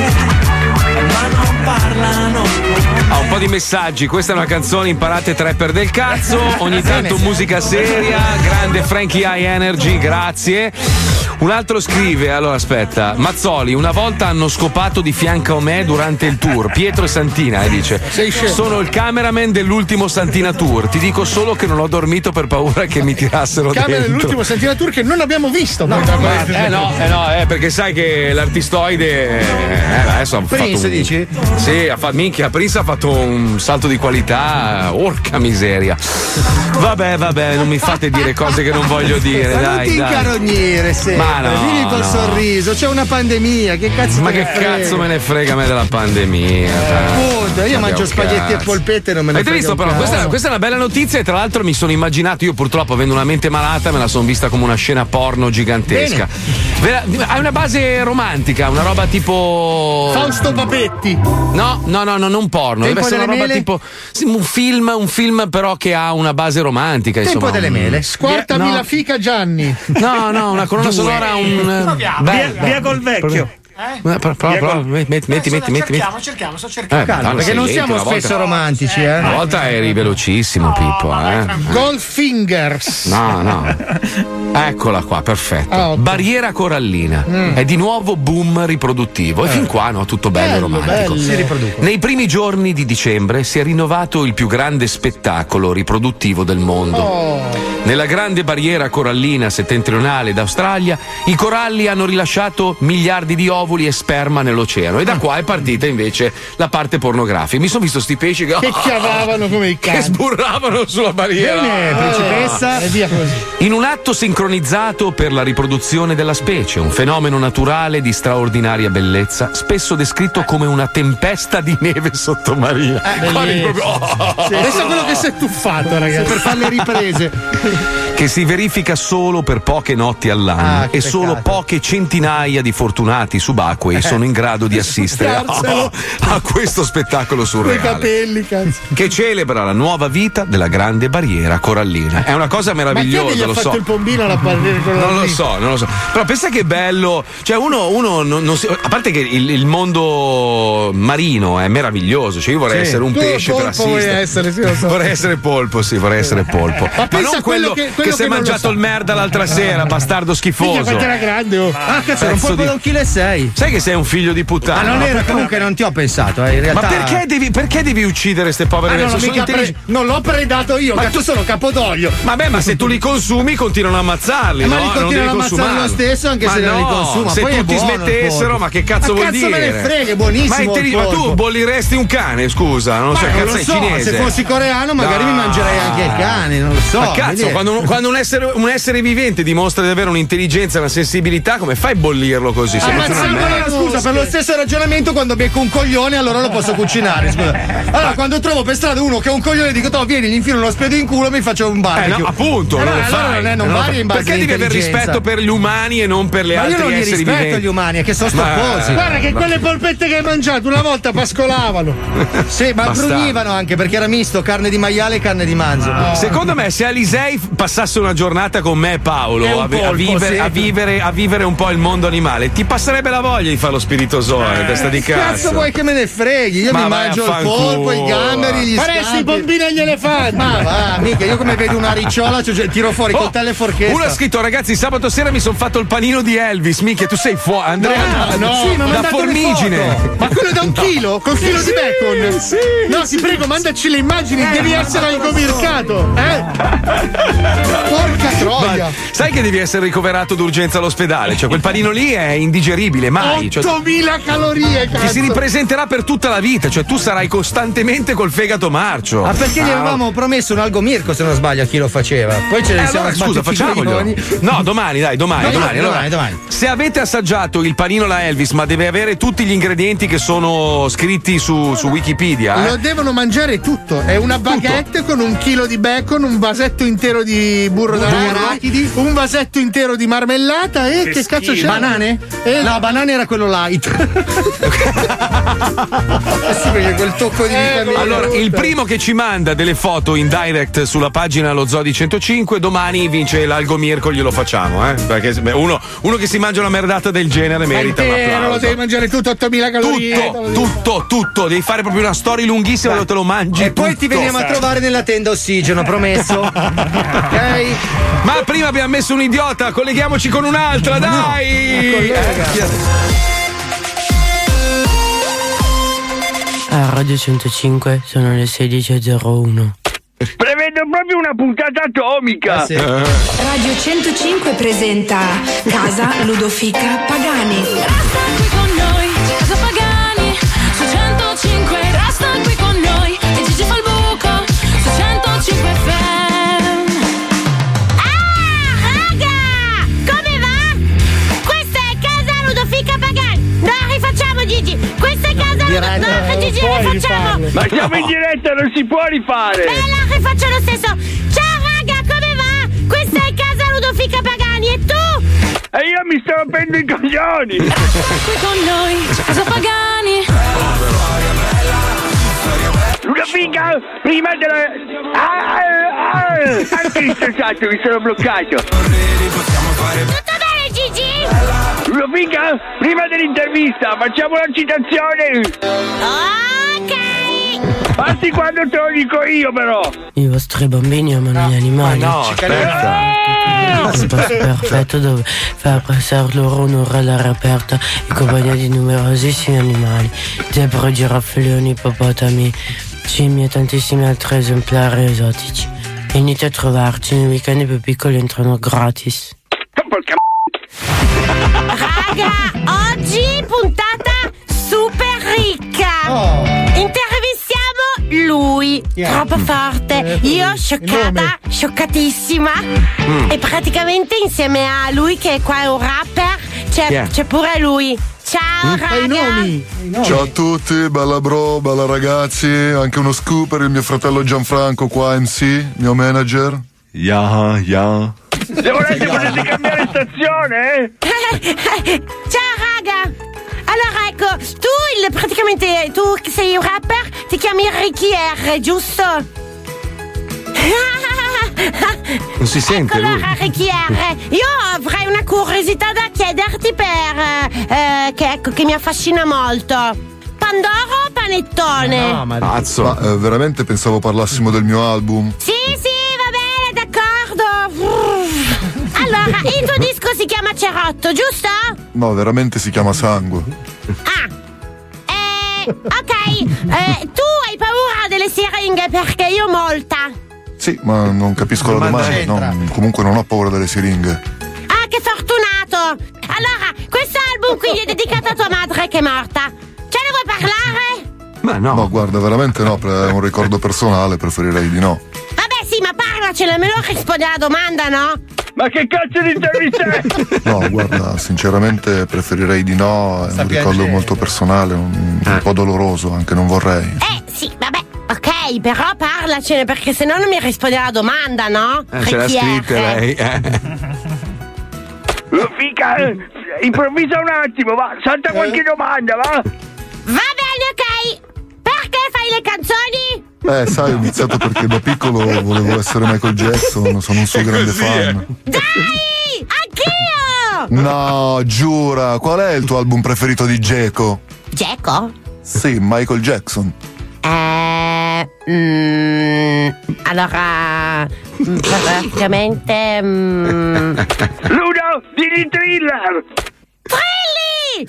Ma non parlano con Ha un po' di messaggi, questa è una canzone imparate trapper del cazzo, ogni tanto musica seria, grande Frankie High Energy, grazie. Un altro scrive, allora aspetta, Mazzoli, una volta hanno scopato di fianco a me durante il tour, Pietro e Santina, e dice, sono il cameraman dell'ultimo Santina Tour, ti dico solo che non ho dormito per paura che mi tirassero Camera dentro. dell'ultimo Santina Tour che non abbiamo visto. No, poi, ma, eh no, eh no, eh, perché sai che l'artistoide eh, adesso ha fatto Prince, un, dici? Sì, ha fatto, minchia, Prince ha fatto un salto di qualità, orca miseria. Vabbè, vabbè, non mi fate dire cose che non voglio dire, Ma dai, non ti dai. incarognire sempre, Ma no, vieni col no. sorriso, c'è una pandemia, che cazzo Ma te che ne frega? cazzo me ne frega a me della pandemia? Appunto, io Vabbè, mangio un spaghetti cazzo. e polpette e non me ne Avete frega visto un però? cazzo. Questa, questa è una bella notizia e tra l'altro mi sono immaginato, io purtroppo avendo una mente malata me la sono vista come una scena porno gigantesca. Vera- Hai una base romantica, una roba tipo Fausto Papetti. No, no, no, no, non porno, Tempo deve essere una delle roba mele? tipo sì, un film, un film però che ha una base romantica, Tempo insomma. delle mele. Squartami No. la fica Gianni. No, no, una colonna Due. sonora un Proviamo. bella. Via- via col vecchio. Eh, prova, prova, prova, metti, metti, metti, metti, metti. Cerchiamo, cerchiamo, sto cercando. Eh, Madonna, perché sei non lento, siamo una volta- spesso romantici, eh. Una volta eri velocissimo, Pippo, eh. Goldfingers. No, no. Eccola qua, perfetto. Ah, ok. Barriera corallina. Mm. È di nuovo boom riproduttivo. E fin qua, no, tutto bello, e Bello, romantico. bello. Si riproducono. Nei primi giorni di dicembre si è rinnovato il più grande spettacolo riproduttivo del mondo. Oh. Nella grande barriera corallina settentrionale d'Australia, i coralli hanno rilasciato miliardi di ovuli e sperma nell'oceano. E da qua è partita invece la parte pornografica. Mi sono visto sti pesci che, Che chiavavano come i che cani. sburravano sulla barriera. Bene, principessa. E via così. In un atto sincronizzato per la riproduzione della specie, un fenomeno naturale di straordinaria bellezza, spesso descritto come una tempesta di neve sottomarina. Eh, Guardi bellissimo. proprio- oh. Sì, adesso quello che si è tuffato, ragazzi. Per fare le riprese. Che si verifica solo per poche notti all'anno Ah, che e solo peccato. poche centinaia di fortunati subacquei sono in grado di assistere a, Scarselo. a questo spettacolo Quei surreale capelli, cazzo. che celebra la nuova vita della grande barriera corallina. È una cosa Ma chi è che meravigliosa, gli ha lo fatto so. il pombino alla barriera con la Non lo lì? so, non lo so. Però pensa che bello. Cioè, uno, uno non, non si- a parte che il, il mondo marino è meraviglioso. Cioè, io vorrei Sì. essere un Tu pesce per polpo vuoi assistere. essere, sì, lo so. Vorrei essere polpo, sì, vorrei essere polpo. Ma, pensa non a quello quello che- che, quello si è che non lo mangiato sa. il merda l'altra sera, bastardo Minchia, schifoso. quanto era grande, oh. Ah, cazzo, era un Pezzo polpo di- da un chilo e sei. Sai che sei un figlio di Ma puttana? non ma era, perché- comunque non ti ho pensato, eh, in realtà. Ma perché devi, perché devi uccidere queste povere Ah, no, persone? non, Sono mica pre- intelligenti. non l'ho predato io, Ma cazzo, tu- sono Capodoglio. Vabbè, ma se tu li consumi continuano a ammazzarli, Eh, ma no? li Non continuano devi a ammazzare consumarli. lo stesso anche Ma se non li no, consuma. Se Poi è tutti buono il smettessero, polpo. ma che cazzo Ma vuol cazzo dire? me ne frega, è buonissimo Ma, intelli- il ma tu polpo. bolliresti un cane, scusa, non so, Ma cazzo non lo è so, cinese. se fossi coreano magari No. mi mangerei anche il cane, non lo so. Ma cazzo, vedi? quando, un, quando un, essere, un essere vivente dimostra di avere un'intelligenza e una sensibilità, come fai a bollirlo così? Sei Ammazzarlo, una merda. allora, scusa, per lo stesso ragionamento quando becco un coglione allora lo posso cucinare, scusa. Allora quando trovo per strada uno che è un coglione dico "Toh, vieni, gli infilo uno spiedo in culo e mi faccio un Eh barbecue". no, appunto, Eh, non no, lo allora fai. non, è, non Non lo varia fai. in base Perché devi aver all'intelligenza. rispetto per gli umani e non per le Ma io altre non li esseri rispetto viventi? gli umani, è che sono Ma- stopposi. Guarda che Ma- quelle polpette che hai mangiato una volta pascolavano. Sì, ma Bastardo. grugnivano anche perché era misto, carne di maiale e carne di manzo. Secondo me, se Alisei passasse una giornata con me e È Paolo un a, vi- a polpo, vivere, sì. a, vivere, a vivere un po' il mondo animale, ti passerebbe la voglia di fare lo spiritosone, testa di cazzo. Cazzo vuoi che me ne freghi? Io Ma mi vai mangio a il polpo, i gamberi, gli Faresti i scampi. pombini agli elefanti. Ma va, mica, io come vedo una ricciola cioè, tiro fuori Oh, coltello e forchetta. uno ha scritto, ragazzi, sabato sera mi sono fatto il panino di Elvis. Minchia, tu sei fuori, Andrea. No, no, sì, ma da mandato le Formigine. foto. Ma quello da un chilo? Con chilo di bacon? sì, no, ti prego, mandaci le immagini, devi essere al comircato. Eh? Porca troia. Ma sai che devi essere ricoverato d'urgenza all'ospedale? Cioè, quel panino lì è indigeribile, mai. Cioè, ottomila calorie, cazzo. ti si ripresenterà per tutta la vita, cioè tu sarai costantemente col fegato marcio. Ah, perché gli avevamo promesso un algomirco se non sbaglio a chi lo faceva. Poi ce Eh, ne siamo allora, scusa, sbattuti i facciamoglielo. coglioni. No, domani, dai, domani. Domani, domani, allora, domani, domani. Se avete assaggiato il panino la Elvis, ma deve avere tutti gli ingredienti che sono scritti su, su Wikipedia. Lo Eh? devono mangiare tutto. È una baguette con un chilo di bacon, un vasetto intero di burro d'arachidi, un vasetto intero di marmellata e che, cazzo c'è? Banane? Eh, No, banane era quello light. Eh sì, perché quel tocco di vitamina. Allora, il primo che ci manda delle foto in direct sulla pagina Lo Zoo di centocinque, domani vince l'algomirco, glielo facciamo, eh? Perché beh, uno, uno che si mangia una merdata del genere merita un intero, lo applauso. devi mangiare tutto, ottomila calorie. Tutto, tutto, tutto, devi fare proprio una storia lunghissima dove te lo mangi. E poi ti tutto. veniamo a trovare nella tenda ossigeno, promesso. Ok? Ma prima abbiamo messo un idiota, colleghiamoci con un'altra, dai! A Radio centocinque sono le sedici e zero uno. Prevedo proprio una puntata atomica. Eh sì. Radio centocinque presenta Casa Ludovica Pagani. Resta qui con noi, Casa Pagani, su centocinque. Resta qui con noi, e Gigi fa il buco, su centocinque F M. Ah, raga! Come va? Questa è Casa Ludovica Pagani. No, rifacciamo Gigi. Questa è Casa Ludovica. No, Gigi, rifacciamo. Ma siamo in diretta, non si può rifare. Bella, rifaccio lo stesso. Ciao raga, come va? Questa è Casa Ludovica Pagani e tu? E io mi sto rompendo i coglioni. Qui con noi, Casa Pagani. Ludovica, prima della... Ah, ah, anche il sensato, mi sono bloccato. Tutto bene Gigi? Ludovica, prima dell'intervista facciamo la citazione. Ok. Parti quando te lo dico io però. I vostri bambini amano gli animali. no, aspetta. Un posto perfetto dove far passare loro un'ora all'aria aperta in compagnia di numerosissimi animali, zebre, giraffe, leoni, ippopotami, scimmie e tantissimi altri esemplari esotici. Venite a trovarci, nei weekend i più piccoli entrano gratis. Raga, oggi puntata super ricca. Oh. Intervistiamo lui, Yeah. troppo forte. Io scioccata, scioccatissima. Mm. E praticamente insieme a lui, che è qua è un rapper, c'è, Yeah. c'è pure lui. Ciao raga. Ciao a tutti, bella bro, bella ragazzi, anche uno scooper, il mio fratello Gianfranco qua, M C, mio manager. Yeah, yeah. Se volete potete cambiare stazione, eh? Ciao raga. Allora ecco, tu il, praticamente tu che sei un rapper, ti chiami Ricky R, giusto? Non si sente Ecco lui. allora Ricky R, io avrei una curiosità da chiederti per eh, che ecco che mi affascina molto. Pandoro o panettone? Pazzo. Ma eh, veramente pensavo parlassimo del mio album. Sì, sì, va bene, d'accordo. Allora, il tuo disco si chiama Cerotto, giusto? No, veramente si chiama Sangue. Eh, ok, eh, tu hai paura delle siringhe perché io ho molta. Sì, ma non capisco la Domanda domanda. c'entra. No, comunque non ho paura delle siringhe. Ah, che fortunato! Allora, questo album quindi è dedicato a tua madre che è morta. Ce ne vuoi parlare? Ma no. No, guarda, veramente no, per- è un ricordo personale, preferirei di no. Vabbè, sì, ma parlacene, almeno rispondi alla domanda, no? Ma che cazzo di intervista è? No, guarda, sinceramente preferirei di no, è Sta un ricordo piangendo. molto personale, un, un po' doloroso, anche non vorrei. Eh, sì, vabbè, ok, però parlacene perché se no non mi rispondi alla domanda, no? Eh, ce l'ha Ricky scritta R. lei. Eh. Ludovica, eh, improvvisa un attimo, va, salta qualche domanda, va? Va bene, ok. Perché fai le canzoni? Eh, sai, ho iniziato perché da piccolo volevo essere Michael Jackson, sono un suo grande fan. Dai! Anch'io! No, giura, qual è il tuo album preferito di Geco? Geco? Sì, Michael Jackson. Eh, mm, allora, mm, praticamente. Mm, Ludo, digli Thriller! Trilli!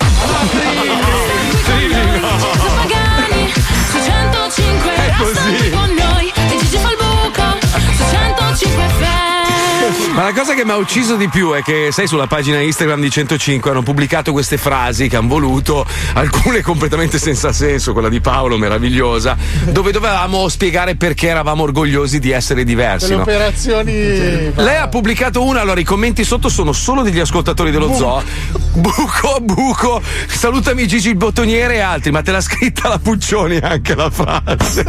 Casa Pagani, su centocinque. È Resta così. qui con noi, e Gigi fa il buco, su centocinque F M. Ma la cosa che mi ha ucciso di più è che, sai, sulla pagina Instagram di centocinque hanno pubblicato queste frasi che hanno voluto, alcune completamente senza senso, quella di Paolo meravigliosa, dove dovevamo spiegare perché eravamo orgogliosi di essere diversi. Quelle no? operazioni. Lei ha pubblicato una, allora i commenti sotto sono solo degli ascoltatori dello zoo. Buco, buco, salutami Gigi il bottoniere e altri, ma te l'ha scritta la Puccioni anche la frase.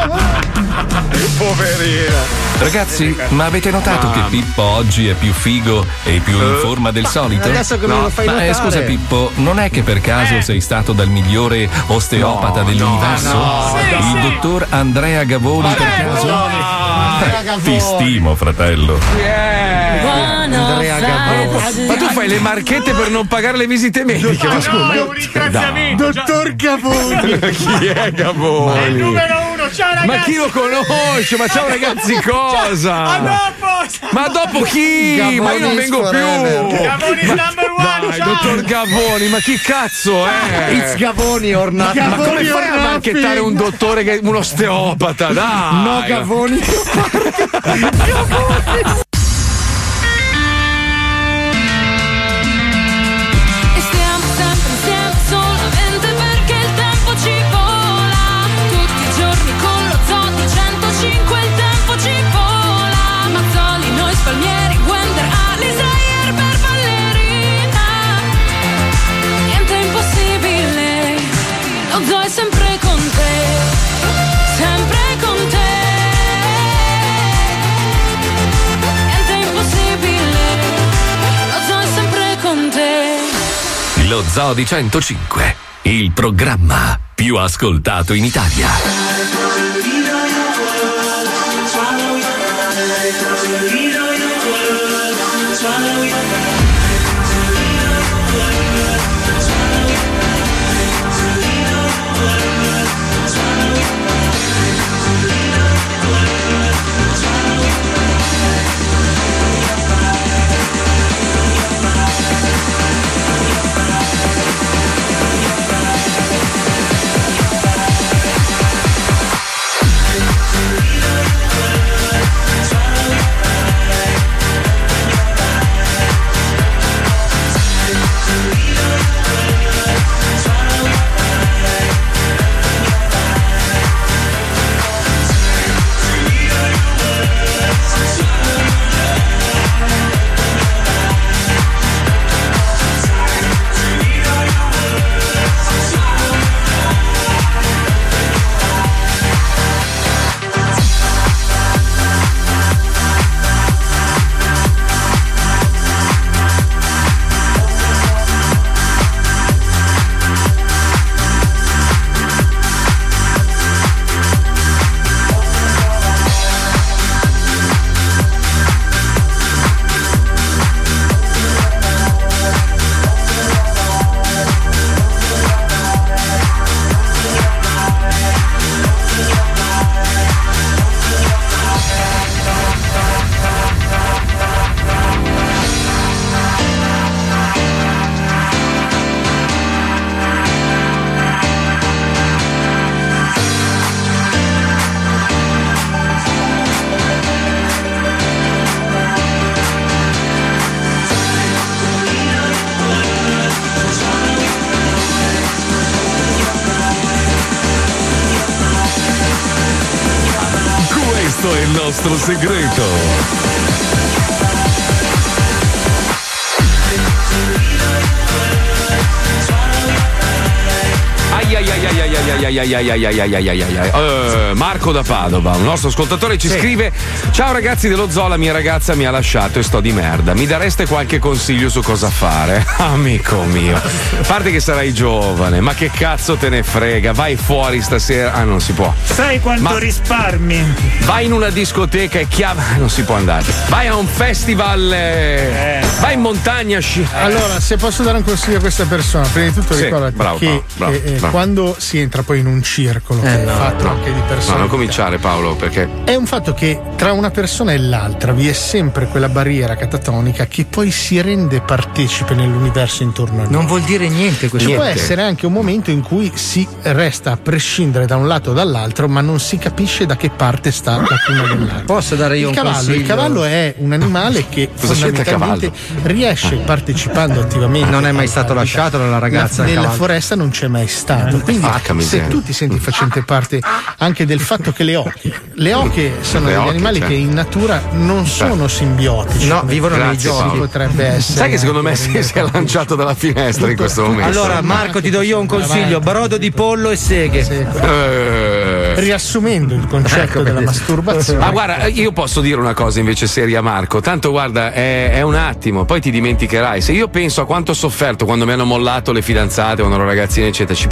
Poverina. Ragazzi, ma avete notato Mamma. che Pippo oggi è più figo e più in forma del ma solito? adesso che me lo fai ma eh, notare. scusa Pippo, non è che per caso sei stato dal migliore osteopata No, dell'universo? no, no, Il dai. dottor Andrea Gavoni per caso? Andrea Gavoni. Ti stimo, fratello. Andrea Gavoni. Ma tu fai le marchette per non pagare le visite mediche? Ma scusa, Dottor Gavoni. chi è Gavoni? È il numero uno, ciao ragazzi. Ma chi lo conosce? Ma ciao ragazzi cosa? A dopo. Ma dopo chi? Gavoni ma io non vengo forever. più. Gavoni is number one. Dai, ciao. dottor Gavoni, ma chi cazzo è? It's Gavoni or not. Ma come Gavoni fai or a banchettare nothing. un dottore che un osteopata? Dai! No, Gavoni. E stiamo sempre insieme solamente perché il tempo ci vola. Tutti i giorni con lo Zoo di centocinque il tempo ci vola. Mazzoli, noi spalmieri, Wender, Alisa, Erber, ballerina. Niente è impossibile, lo Zoo è sempre con te, sempre con te. Niente è impossibile, lo Zoo è sempre con te. Lo Zoo di centocinque, il programma più ascoltato in Italia. Questo è il nostro segreto. Ai ai ai ai ai ai ai ai ai ai ai ai ai ai ai. Eh, Marco da Padova, un nostro ascoltatore, ci Sì. scrive: ciao ragazzi dello Zoo, la mia ragazza mi ha lasciato e sto di merda. Mi dareste qualche consiglio su cosa fare? Amico mio, a parte che sarai giovane, ma che cazzo te ne frega? Vai fuori stasera. Ah, non si può. Sai quanto Ma- risparmi? Vai in una discoteca e chiama. Non si può andare. Vai a un festival. eh, Vai in montagna. sci- Allora, se posso dare un consiglio a questa persona, prima di tutto Sì, ricordati bravo, che bravo, bravo, eh, eh, bravo. quando si entra poi in un circolo Eh, che è no, fatto no. anche di persone. No, non cominciare, Paolo, perché. È un fatto che tra una persona e l'altra vi è sempre quella barriera catatonica che poi si rende partecipe nell'universo intorno a noi. Non vuol dire niente questo. Ci può essere anche un momento in cui si resta a prescindere da un lato o dall'altro, ma non si capisce da che parte sta la prima dell'altro. Posso dare io il un cavallo, consiglio? Il cavallo è un animale che Cosa c'entra il fondamentalmente riesce, partecipando attivamente. Non è mai stato alla vita, lasciato dalla ragazza la- il nella cavallo. foresta non c'è mai stato. Quindi, Porca se miseria. tu ti senti facente parte anche del fatto che le oche, le oche sono Le degli oche, animali certo. che in natura non sono simbiotici. No, come vivono nei Grazie, giochi. Paolo. Potrebbe essere. Sai che secondo me anche si, rendere si è conto. lanciato dalla finestra in questo momento. Allora, Marco, ti do io un consiglio: brodo di pollo e seghe. Eh. Riassumendo il concetto Ecco, della vedi. masturbazione. Ma guarda, io posso dire una cosa invece seria, Marco. Tanto guarda, è, è un attimo, poi ti dimenticherai. Se io penso a quanto ho sofferto quando mi hanno mollato le fidanzate, quando ero ragazzino, eccetera, ci penso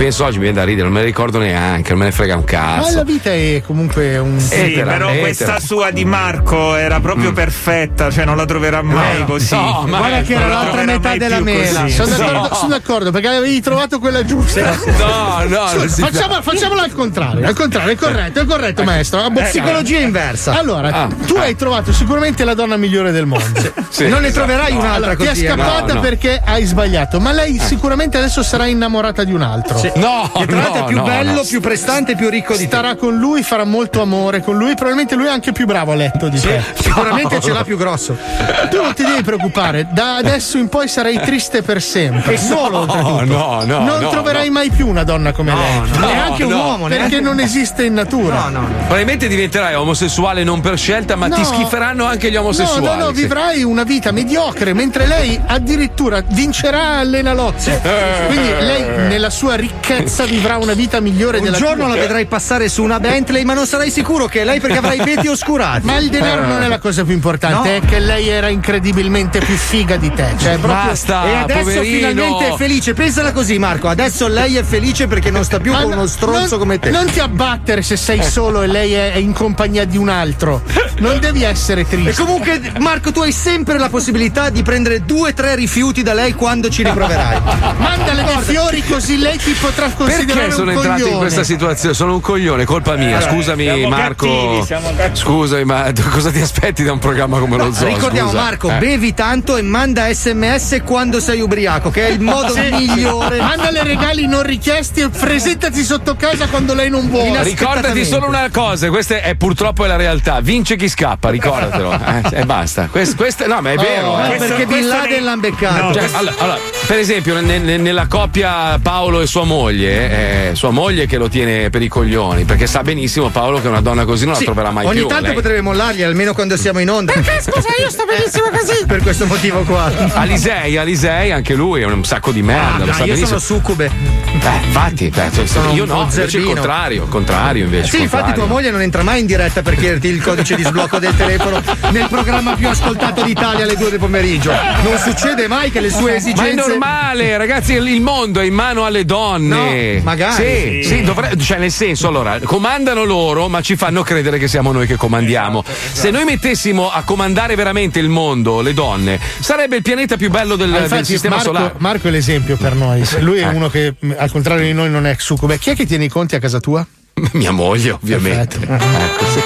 penso oggi mi viene da ridere, non me ne ricordo neanche, non me ne frega un cazzo. Ma la vita è comunque un. Sì, etera, però etera. questa sua di Marco era proprio mm. perfetta, cioè non la troverà mai no, così. No, ma guarda che era l'altra metà della mela. Sono d'accordo, no. sono d'accordo, perché avevi trovato quella giusta. No, no, Scusa, facciamo, facciamolo al contrario, al contrario, è corretto, è corretto, maestro. Eh, psicologia inversa. Allora, ah, tu ah. hai trovato sicuramente la donna migliore del mondo. Sì, sì, non ne esatto. troverai un'altra allora, così. Ti è scappata no, no. perché hai sbagliato, ma lei sicuramente adesso sarà innamorata di un altro. Sì. No, che tra l'altro no, è più no, bello, no. più prestante, più ricco di te. Starà con lui, farà molto amore con lui, probabilmente lui è anche più bravo a letto di sì, te. Sicuramente no. ce l'ha più grosso. Tu non ti devi preoccupare, da adesso in poi sarai triste per sempre. E solo no, no, no, non no, troverai no. mai più una donna come no, lei. no, neanche un no, uomo, perché neanche non esiste in natura. No, no, no. Probabilmente diventerai omosessuale non per scelta, ma No. ti schiferanno anche gli omosessuali. No, no, no, sì. vivrai una vita mediocre, mentre lei addirittura vincerà all'Enalotto. Eh. Quindi lei nella sua ricchezza vivrà una vita migliore un della giorno tua. la vedrai passare su una Bentley, ma non sarai sicuro che è lei perché avrai i veti oscurati. Ma il denaro non è la cosa più importante, No. è che lei era incredibilmente più figa di te. Cioè, proprio... Basta, E adesso poverino. finalmente è felice. Pensala così, Marco. Adesso lei è felice perché non sta più Ma con no- uno stronzo non, come te. Non ti abbattere se sei solo e lei è in compagnia di un altro. Non devi essere E triste. comunque, Marco, tu hai sempre la possibilità di prendere due o tre rifiuti da lei quando ci riproverai. Mandale dei fiori così lei ti potrà considerare Perché sono un entrato coglione. in questa situazione? Sono un coglione, colpa mia. Allora, Scusami, siamo Marco. cattivi, siamo cattivi. Scusami, ma cosa ti aspetti da un programma come lo zoo? Ricordiamo, scusa? Marco, Eh. bevi tanto e manda sms quando sei ubriaco, che è il modo Sì. migliore. Mandale regali non richiesti e presentati sotto casa quando lei non vuole. Ricordati solo una cosa, questa è purtroppo è la realtà. Vince chi scappa, ricordatelo. Eh, e basta. Quest, questa, no, ma è vero. Oh, eh. perché Questo- Bin questo Laden nei- l'hanno beccato. No. Cioè, allora, allora, per esempio, ne- ne- nella coppia Paolo e sua moglie, eh, sua moglie che lo tiene per i coglioni, perché sa benissimo Paolo che una donna così non Sì, la troverà mai ogni più. tanto lei. potrebbe mollargli, almeno quando siamo in onda. Perché scusa, io sto benissimo così. Per questo motivo qua. Alisei, Alisei, anche lui è un sacco di merda. Ah, lo sa io benissimo. sono succube. Eh, infatti, beh, cioè, Sono io un no, invece il zerbino. contrario, contrario invece. Sì, infatti contrario. tua moglie non entra mai in diretta per chiederti il codice di sblocco del telefono nel programma più ascoltato d'Italia alle due del pomeriggio. Non succede mai che le sue esigenze. Ma è normale, ragazzi, il mondo è in mano alle donne. No, magari. Sì, sì, dovre- cioè nel senso, allora, comandano loro, ma ci fanno credere che siamo noi che comandiamo. Se noi mettessimo a comandare veramente il mondo, le donne, sarebbe il pianeta più bello del, Ah, del infatti, sistema Marco, solare. Marco è l'esempio per noi. Lui è Eh. uno che, mh, al contrario di noi, non è succube. Chi è che tiene i conti a casa tua? Mia moglie, ovviamente. Ecco, sì.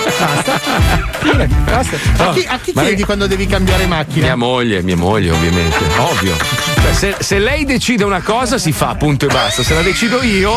Basta. A chi, a chi Ma chiedi rag- quando devi cambiare macchina? Mia moglie, mia moglie, ovviamente. Ovvio. Cioè, se, se lei decide una cosa, si fa, punto e basta. Se la decido io,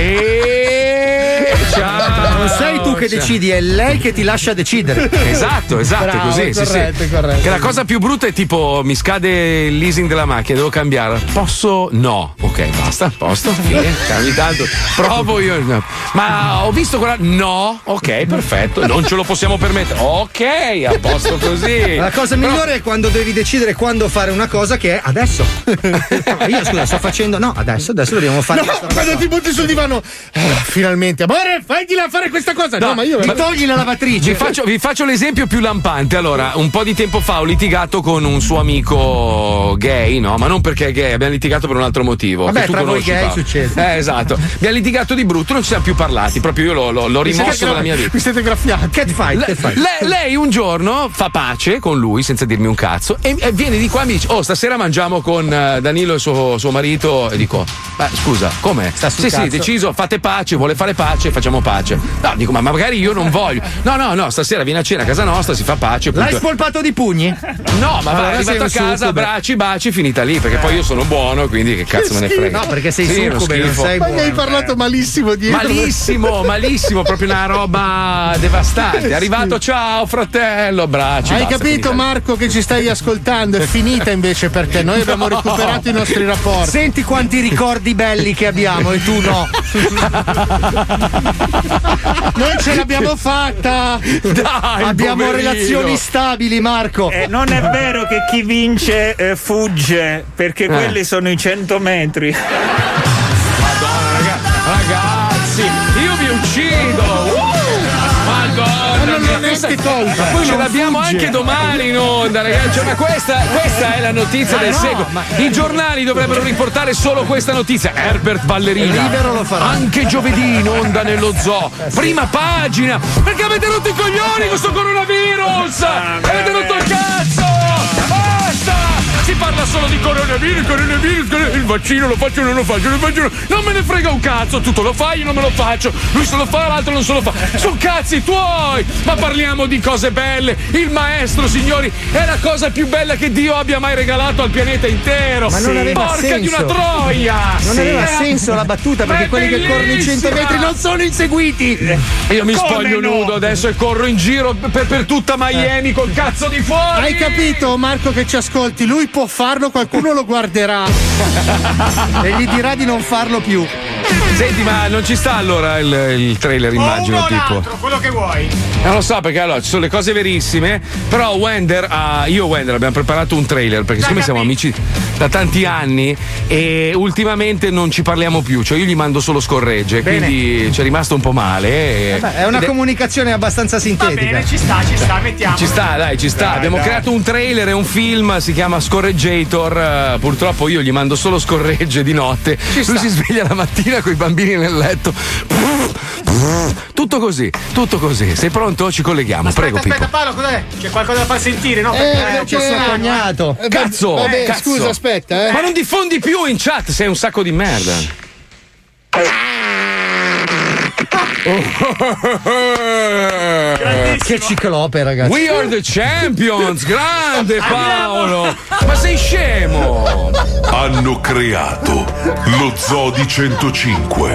e ciao. Non sei tu che Ciao. decidi, è lei che ti lascia decidere. Esatto, esatto, Bravo, è così. sì, corretto, sì. corretto. Che la cosa più brutta è tipo: mi scade il leasing della macchina, devo cambiare. Posso? No. Ok, basta, posto. Fine. Ogni tanto provo io. no. Ma ho visto quella. No. Ok, perfetto. Non ce lo possiamo permettere. Ok, a posto così. La cosa migliore è quando devi decidere quando fare una cosa che è adesso. Ma io scusa, sto facendo. No, adesso, adesso dobbiamo fare. No, questa quando roba. ti butti sul divano, ah, finalmente, amore, fai di là a fare questa cosa. No, ma io Ti togli la lavatrice. Vi faccio, vi faccio l'esempio più lampante. Allora, un po' di tempo fa ho litigato con un suo amico gay, no? Ma non perché è gay, abbiamo litigato per un altro motivo. Vabbè, che tu tra voi conosci, gay Paolo. succede. Eh, esatto. Abbiamo litigato di brutto, non ci siamo più parlati. Proprio io l'ho, l'ho, l'ho Mi siete rimosso dalla gra- mia vita. Mi siete graffiati. Catfight, Le- catfight. le- lei un giorno fa pace con lui senza dirmi un cazzo e, e viene di qua e mi dice: oh, stasera mangiamo con eh, Danilo e suo, suo marito. E dico: ma scusa, come? Sta sul Sì, sì, cazzo. deciso, fate pace, vuole fare pace, facciamo pace. No, dico, ma magari io non voglio. No, no, no, stasera viene a cena a casa nostra, si fa pace. L'hai punto. spolpato di pugni? No, ma va, Allora è arrivato sei a un casa, succube. abbracci, baci, finita lì, perché poi io sono buono, quindi che cazzo me ne frega. No, perché sei Sì, uno succube, non schifo. sei Ma mi hai buono. parlato malissimo dietro. Malissimo, malissimo, proprio una roba devastante. È arrivato, ciao fratello, abbracci. Hai basta, capito, finita lì. Marco, che ci stai ascoltando? È finita invece per te. Noi abbiamo No. recuperato i nostri rapporti. Senti quanti ricordi belli che abbiamo e tu no. Noi ce l'abbiamo fatta. Dai, Abbiamo poverino. relazioni stabili, Marco. Eh, non è vero che chi vince eh, fugge, perché quelli sono i cento metri. Madonna, raga- ragazzi, io vi uccido! Uh! Madonna, non, non è questa- che colpa. Ma poi ce Non l'abbiamo fugge. anche domani in onda, ragazzi. Cioè, ma questa, questa è la notizia Ma del no, secolo. ma- I giornali dovrebbero riportare solo questa notizia. Herbert Ballerina. Libero lo farà. Anche giovedì in onda nello zoo. Prima pagina. Perché avete rotto i coglioni con questo coronavirus? Avete rotto il cazzo! Basta! Si parla solo di coronavirus, coronavirus, coronavirus. Il vaccino lo faccio o non lo faccio, lo faccio o non- non me ne frega un cazzo, tu te lo fai, io non me lo faccio, lui se lo fa, l'altro non se lo fa. Sono cazzi tuoi! Ma parliamo di cose belle. Il maestro, signori, è la cosa più bella che Dio abbia mai regalato al pianeta intero. Ma non aveva Porca senso. di una troia! Non Sì. aveva senso la battuta Ma perché è quelli che corrono i cento metri non sono inseguiti. Io mi Come spoglio no? nudo adesso e corro in giro per, per tutta Miami col cazzo di fuori. Hai capito, Marco, che ci ascolti? Lui può farlo, qualcuno lo guarderà. E gli dirà di non farlo più. Senti, ma non ci sta allora il, il trailer, immagino, o uno o tipo. l'altro, quello che vuoi. Non lo so perché allora ci sono le cose verissime, però Wender, ah, io e Wender abbiamo preparato un trailer perché siccome siamo amici da tanti anni e ultimamente non ci parliamo più, cioè io gli mando solo scorregge, Bene. quindi ci è rimasto un po' male. E... Vabbè, è una ed comunicazione abbastanza Va sintetica. bene, ci sta, ci sta, mettiamo. Ci sta, dai, ci sta. Dai, Abbiamo dai. creato un trailer e un film, si chiama Scorreggator. Eh, Purtroppo io gli mando solo scorregge di notte. Lui sta. si sveglia la mattina con i bambini nel letto. Tutto così, tutto così. Sei pronto? Ci colleghiamo. Prego, Aspetta, Pippo. Paolo, cos'è? C'è qualcosa da far sentire, no? Eh, Perché perché- c'è suo cognato. Eh, Cazzo! Vabbè, cazzo. scusa, aspetta, eh. Ma non diffondi più in chat, sei un sacco di merda. Che ciclope, ragazzi. We are the champions! Grande Paolo! Ma sei scemo! Hanno creato lo Zoo di centocinque.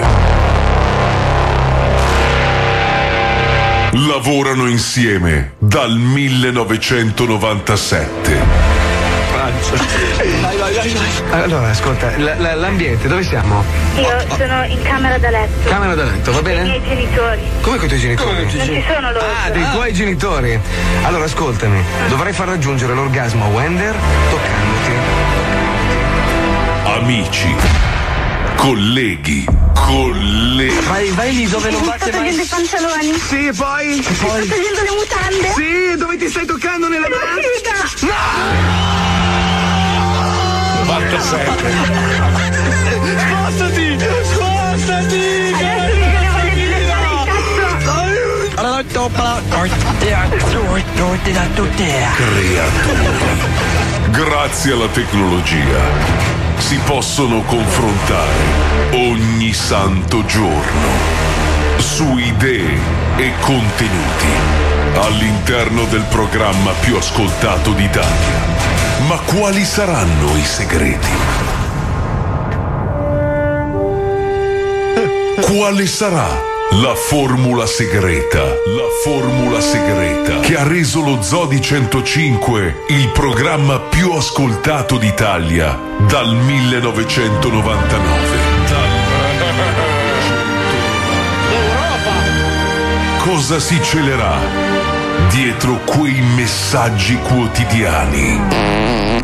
Lavorano insieme dal millenovecentonovantasette. Vai, vai, vai, vai. Allora, ascolta, l- l- l'ambiente, dove siamo? Io sono in camera da letto. Camera da letto, va I bene? miei genitori. Come con i tuoi genitori? Non ci sono loro. Ah, dei tuoi genitori. Allora, ascoltami, dovrei far raggiungere l'orgasmo a Wender toccandoti. Amici, colleghi, colleghi. Vai, vai lì dove non Mi batte sto mai. togliendo i pantaloni. Sì, e poi? Mi sto togliendo le mutande. Sì, dove ti stai toccando nella mano? Fatta sempre. Spostati! Spostati! Creatori. Grazie alla tecnologia si possono confrontare ogni santo giorno su idee e contenuti all'interno del programma più ascoltato d'Italia. Ma quali saranno i segreti? Quale sarà la formula segreta? La formula segreta che ha reso lo Zoo di centocinque il programma più ascoltato d'Italia dal millenovecentonovantanove. Cosa si celerà dietro quei messaggi quotidiani?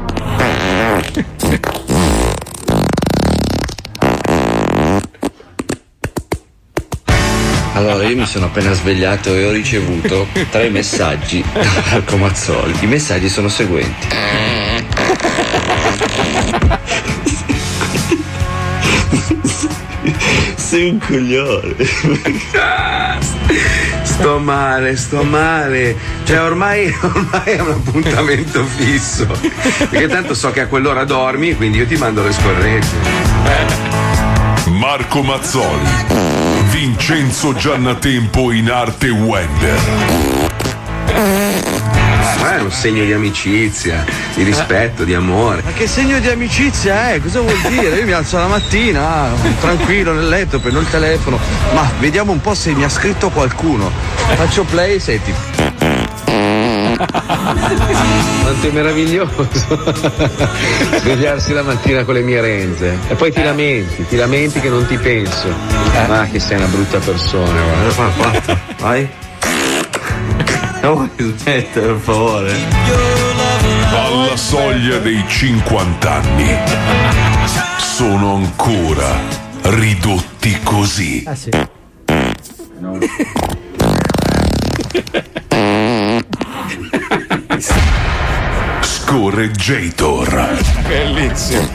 Allora, io mi sono appena svegliato e ho ricevuto tre messaggi da Marco Mazzoli. I messaggi sono seguenti. Sei un coglione. Sto male, sto male. Cioè ormai, ormai è un appuntamento fisso. Perché tanto so che a quell'ora dormi, quindi io ti mando le scorregge. Marco Mazzoli, Vincenzo Giannatempo in arte Wender. Ma è un segno di amicizia, di rispetto, di amore. Ma che segno di amicizia è? Cosa vuol dire? Io mi alzo la mattina, tranquillo nel letto, prendo il telefono, ma vediamo un po' se mi ha scritto qualcuno. Faccio play e senti. Quanto è meraviglioso svegliarsi la mattina con le mie renze e poi ti lamenti, ti lamenti che non ti penso. Ma che sei una brutta persona, guarda. Vai. No, smetta, per favore. Alla soglia dei cinquanta anni sono ancora ridotti così. Ah sì. Scorreggator. Bellissimo.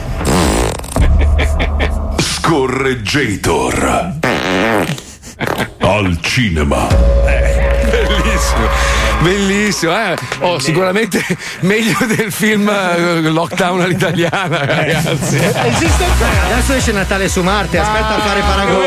Scorreggator. Al cinema. Bellissimo. Bellissimo, eh? Oh, sicuramente meglio del film eh, Lockdown all'italiana, ragazzi. Esiste adesso esce Natale su Marte, aspetta a fare paragoni.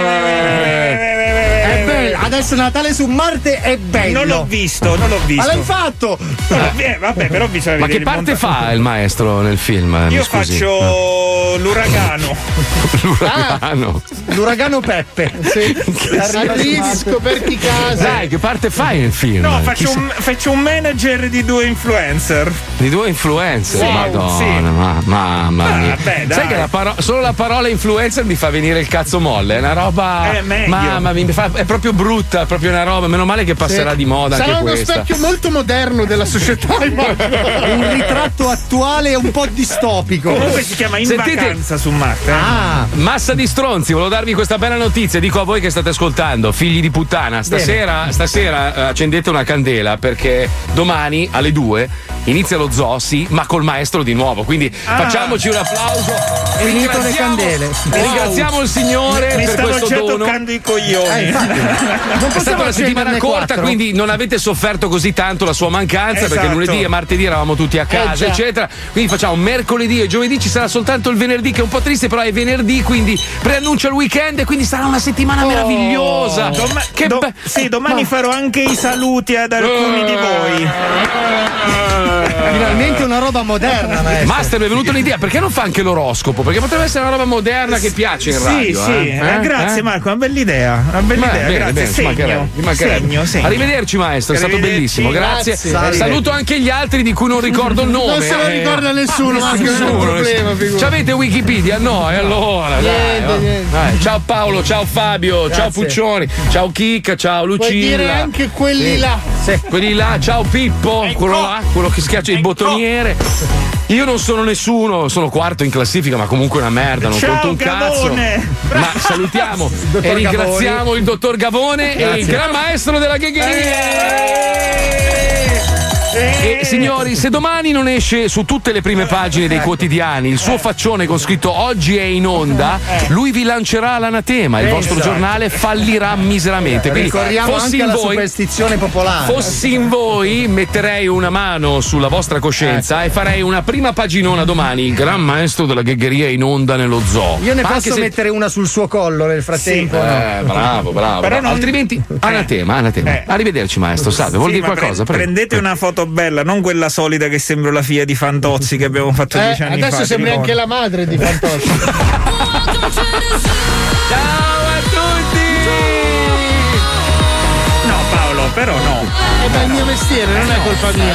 È bello, adesso Natale su Marte è bello. Non l'ho visto, non l'ho visto. Ma l'hai fatto? Eh, vabbè, però bisogna Ma vedere che il parte montaggio. fa il maestro nel film? Io Mi scusi? faccio l'uragano. L'uragano. L'uragano Peppe. Sì. Arrivi, scoperti casa. Dai, che parte fai nel film? No, Chi faccio sa- un, faccio un manager di due influencer. Di due influencer, Wow, madonna, sì. ma, mamma Ah, mia. beh, dai. Sai che la paro- solo la parola influencer mi fa venire il cazzo molle, è una roba. È meglio. Mamma mia, mi fa- è proprio brutta, è proprio una roba. Meno male che passerà Sì. di moda Sarà anche uno questa. specchio molto moderno della società, immagino. Un ritratto attuale e un po' distopico. Comunque si chiama In Sentite- Vacanza su Marte. eh. Ah, Massa di stronzi, volevo darvi questa bella notizia. Dico a voi che state ascoltando, figli di puttana. Stasera, stasera eh, accendete una candela perché domani alle due inizia lo zoo, sì, ma col maestro di nuovo. Quindi Ah. facciamoci un applauso. E finito le ringraziamo- candele. e ringraziamo il Signore Mi per stavo questo già dono. toccando i coglioni. Eh, infatti. Non È stata possiamo una settimana accenderne corta, quattro? quindi non avete sofferto così tanto la sua mancanza, perché Esatto. lunedì e martedì eravamo tutti a casa, Eh, già. eccetera. Quindi facciamo mercoledì e giovedì, ci sarà soltanto il venerdì, che è un po' triste, però è venerdì, quindi preannuncio il weekend e quindi sarà una settimana meravigliosa. Doma- che do- be- sì, domani farò anche i saluti ad alcuni di voi. Finalmente una roba moderna, maestro. Master, mi è venuta un'idea, perché non fa anche l'oroscopo? Perché potrebbe essere una roba moderna che piace in Sì, radio. sì, eh? eh, Eh? grazie Eh? Marco, una bella idea. Una bella Beh, idea, bene, grazie. bene, ci segno, mancherebbe, ci mancherebbe. segno, segno. Arrivederci maestro, è stato Arrivederci, bellissimo, grazie. grazie. Salve. Saluto anche gli altri di cui non ricordo il nome. Non se lo eh. ricorda nessuno, ma anche non è un problema, figurati. Ci avete Wikipedia? No, e allora dai, Niente, va. niente. Dai, ciao Paolo, ciao Fabio, ciao Puccioni, ciao Chicca, ciao Lucilla. Puoi dire anche quelli Sì. là. Quelli là, ciao Pippo, quello là, quello che schiaccia il bottoniere. Io non sono nessuno, sono quarto in classifica, ma comunque una merda, non Ciao, conto un Gavone. cazzo. Ma salutiamo Dottor e ringraziamo Gavoni. il dottor Gavone e il gran maestro della ghegheria. E signori, se domani non esce su tutte le prime pagine dei quotidiani il suo faccione con scritto oggi è in onda, lui vi lancerà l'anatema, il vostro giornale fallirà miseramente. Quindi Ricorriamo fossi anche in alla voi, superstizione popolare. fossi in voi, metterei una mano sulla vostra coscienza e farei una prima paginona domani. Il gran maestro della ghegheria è in onda nello zoo. Io ne Ma posso anche se- mettere una sul suo collo nel frattempo. no? Eh, bravo, bravo. Però bravo. non- Altrimenti, anatema, anatema. Eh. Arrivederci, maestro. Salve, vuol Sì, dire ma qualcosa? pre- Prego. prendete una foto bella, non quella solita che sembra la figlia di Fantozzi che abbiamo fatto Eh, dieci anni fa. adesso ti sembri ricordi? anche la madre di Fantozzi. Ciao a tutti! No, Paolo, però no. È dal mio mestiere, non è colpa mia.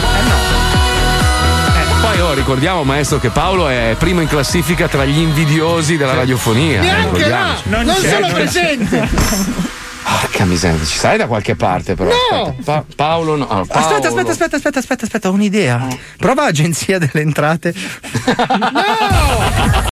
Poi oh, ricordiamo, maestro, che Paolo è primo in classifica tra gli invidiosi della radiofonia. Neanche là, ricordiamoci. non, Non c'è, sono non c'è. presente. Porca miseria, ci sai da qualche parte però. No! Aspetta. Pa- Paolo no. ah, Paolo. Aspetta, aspetta, aspetta, aspetta, aspetta, aspetta, ho un'idea. Prova Agenzia delle Entrate.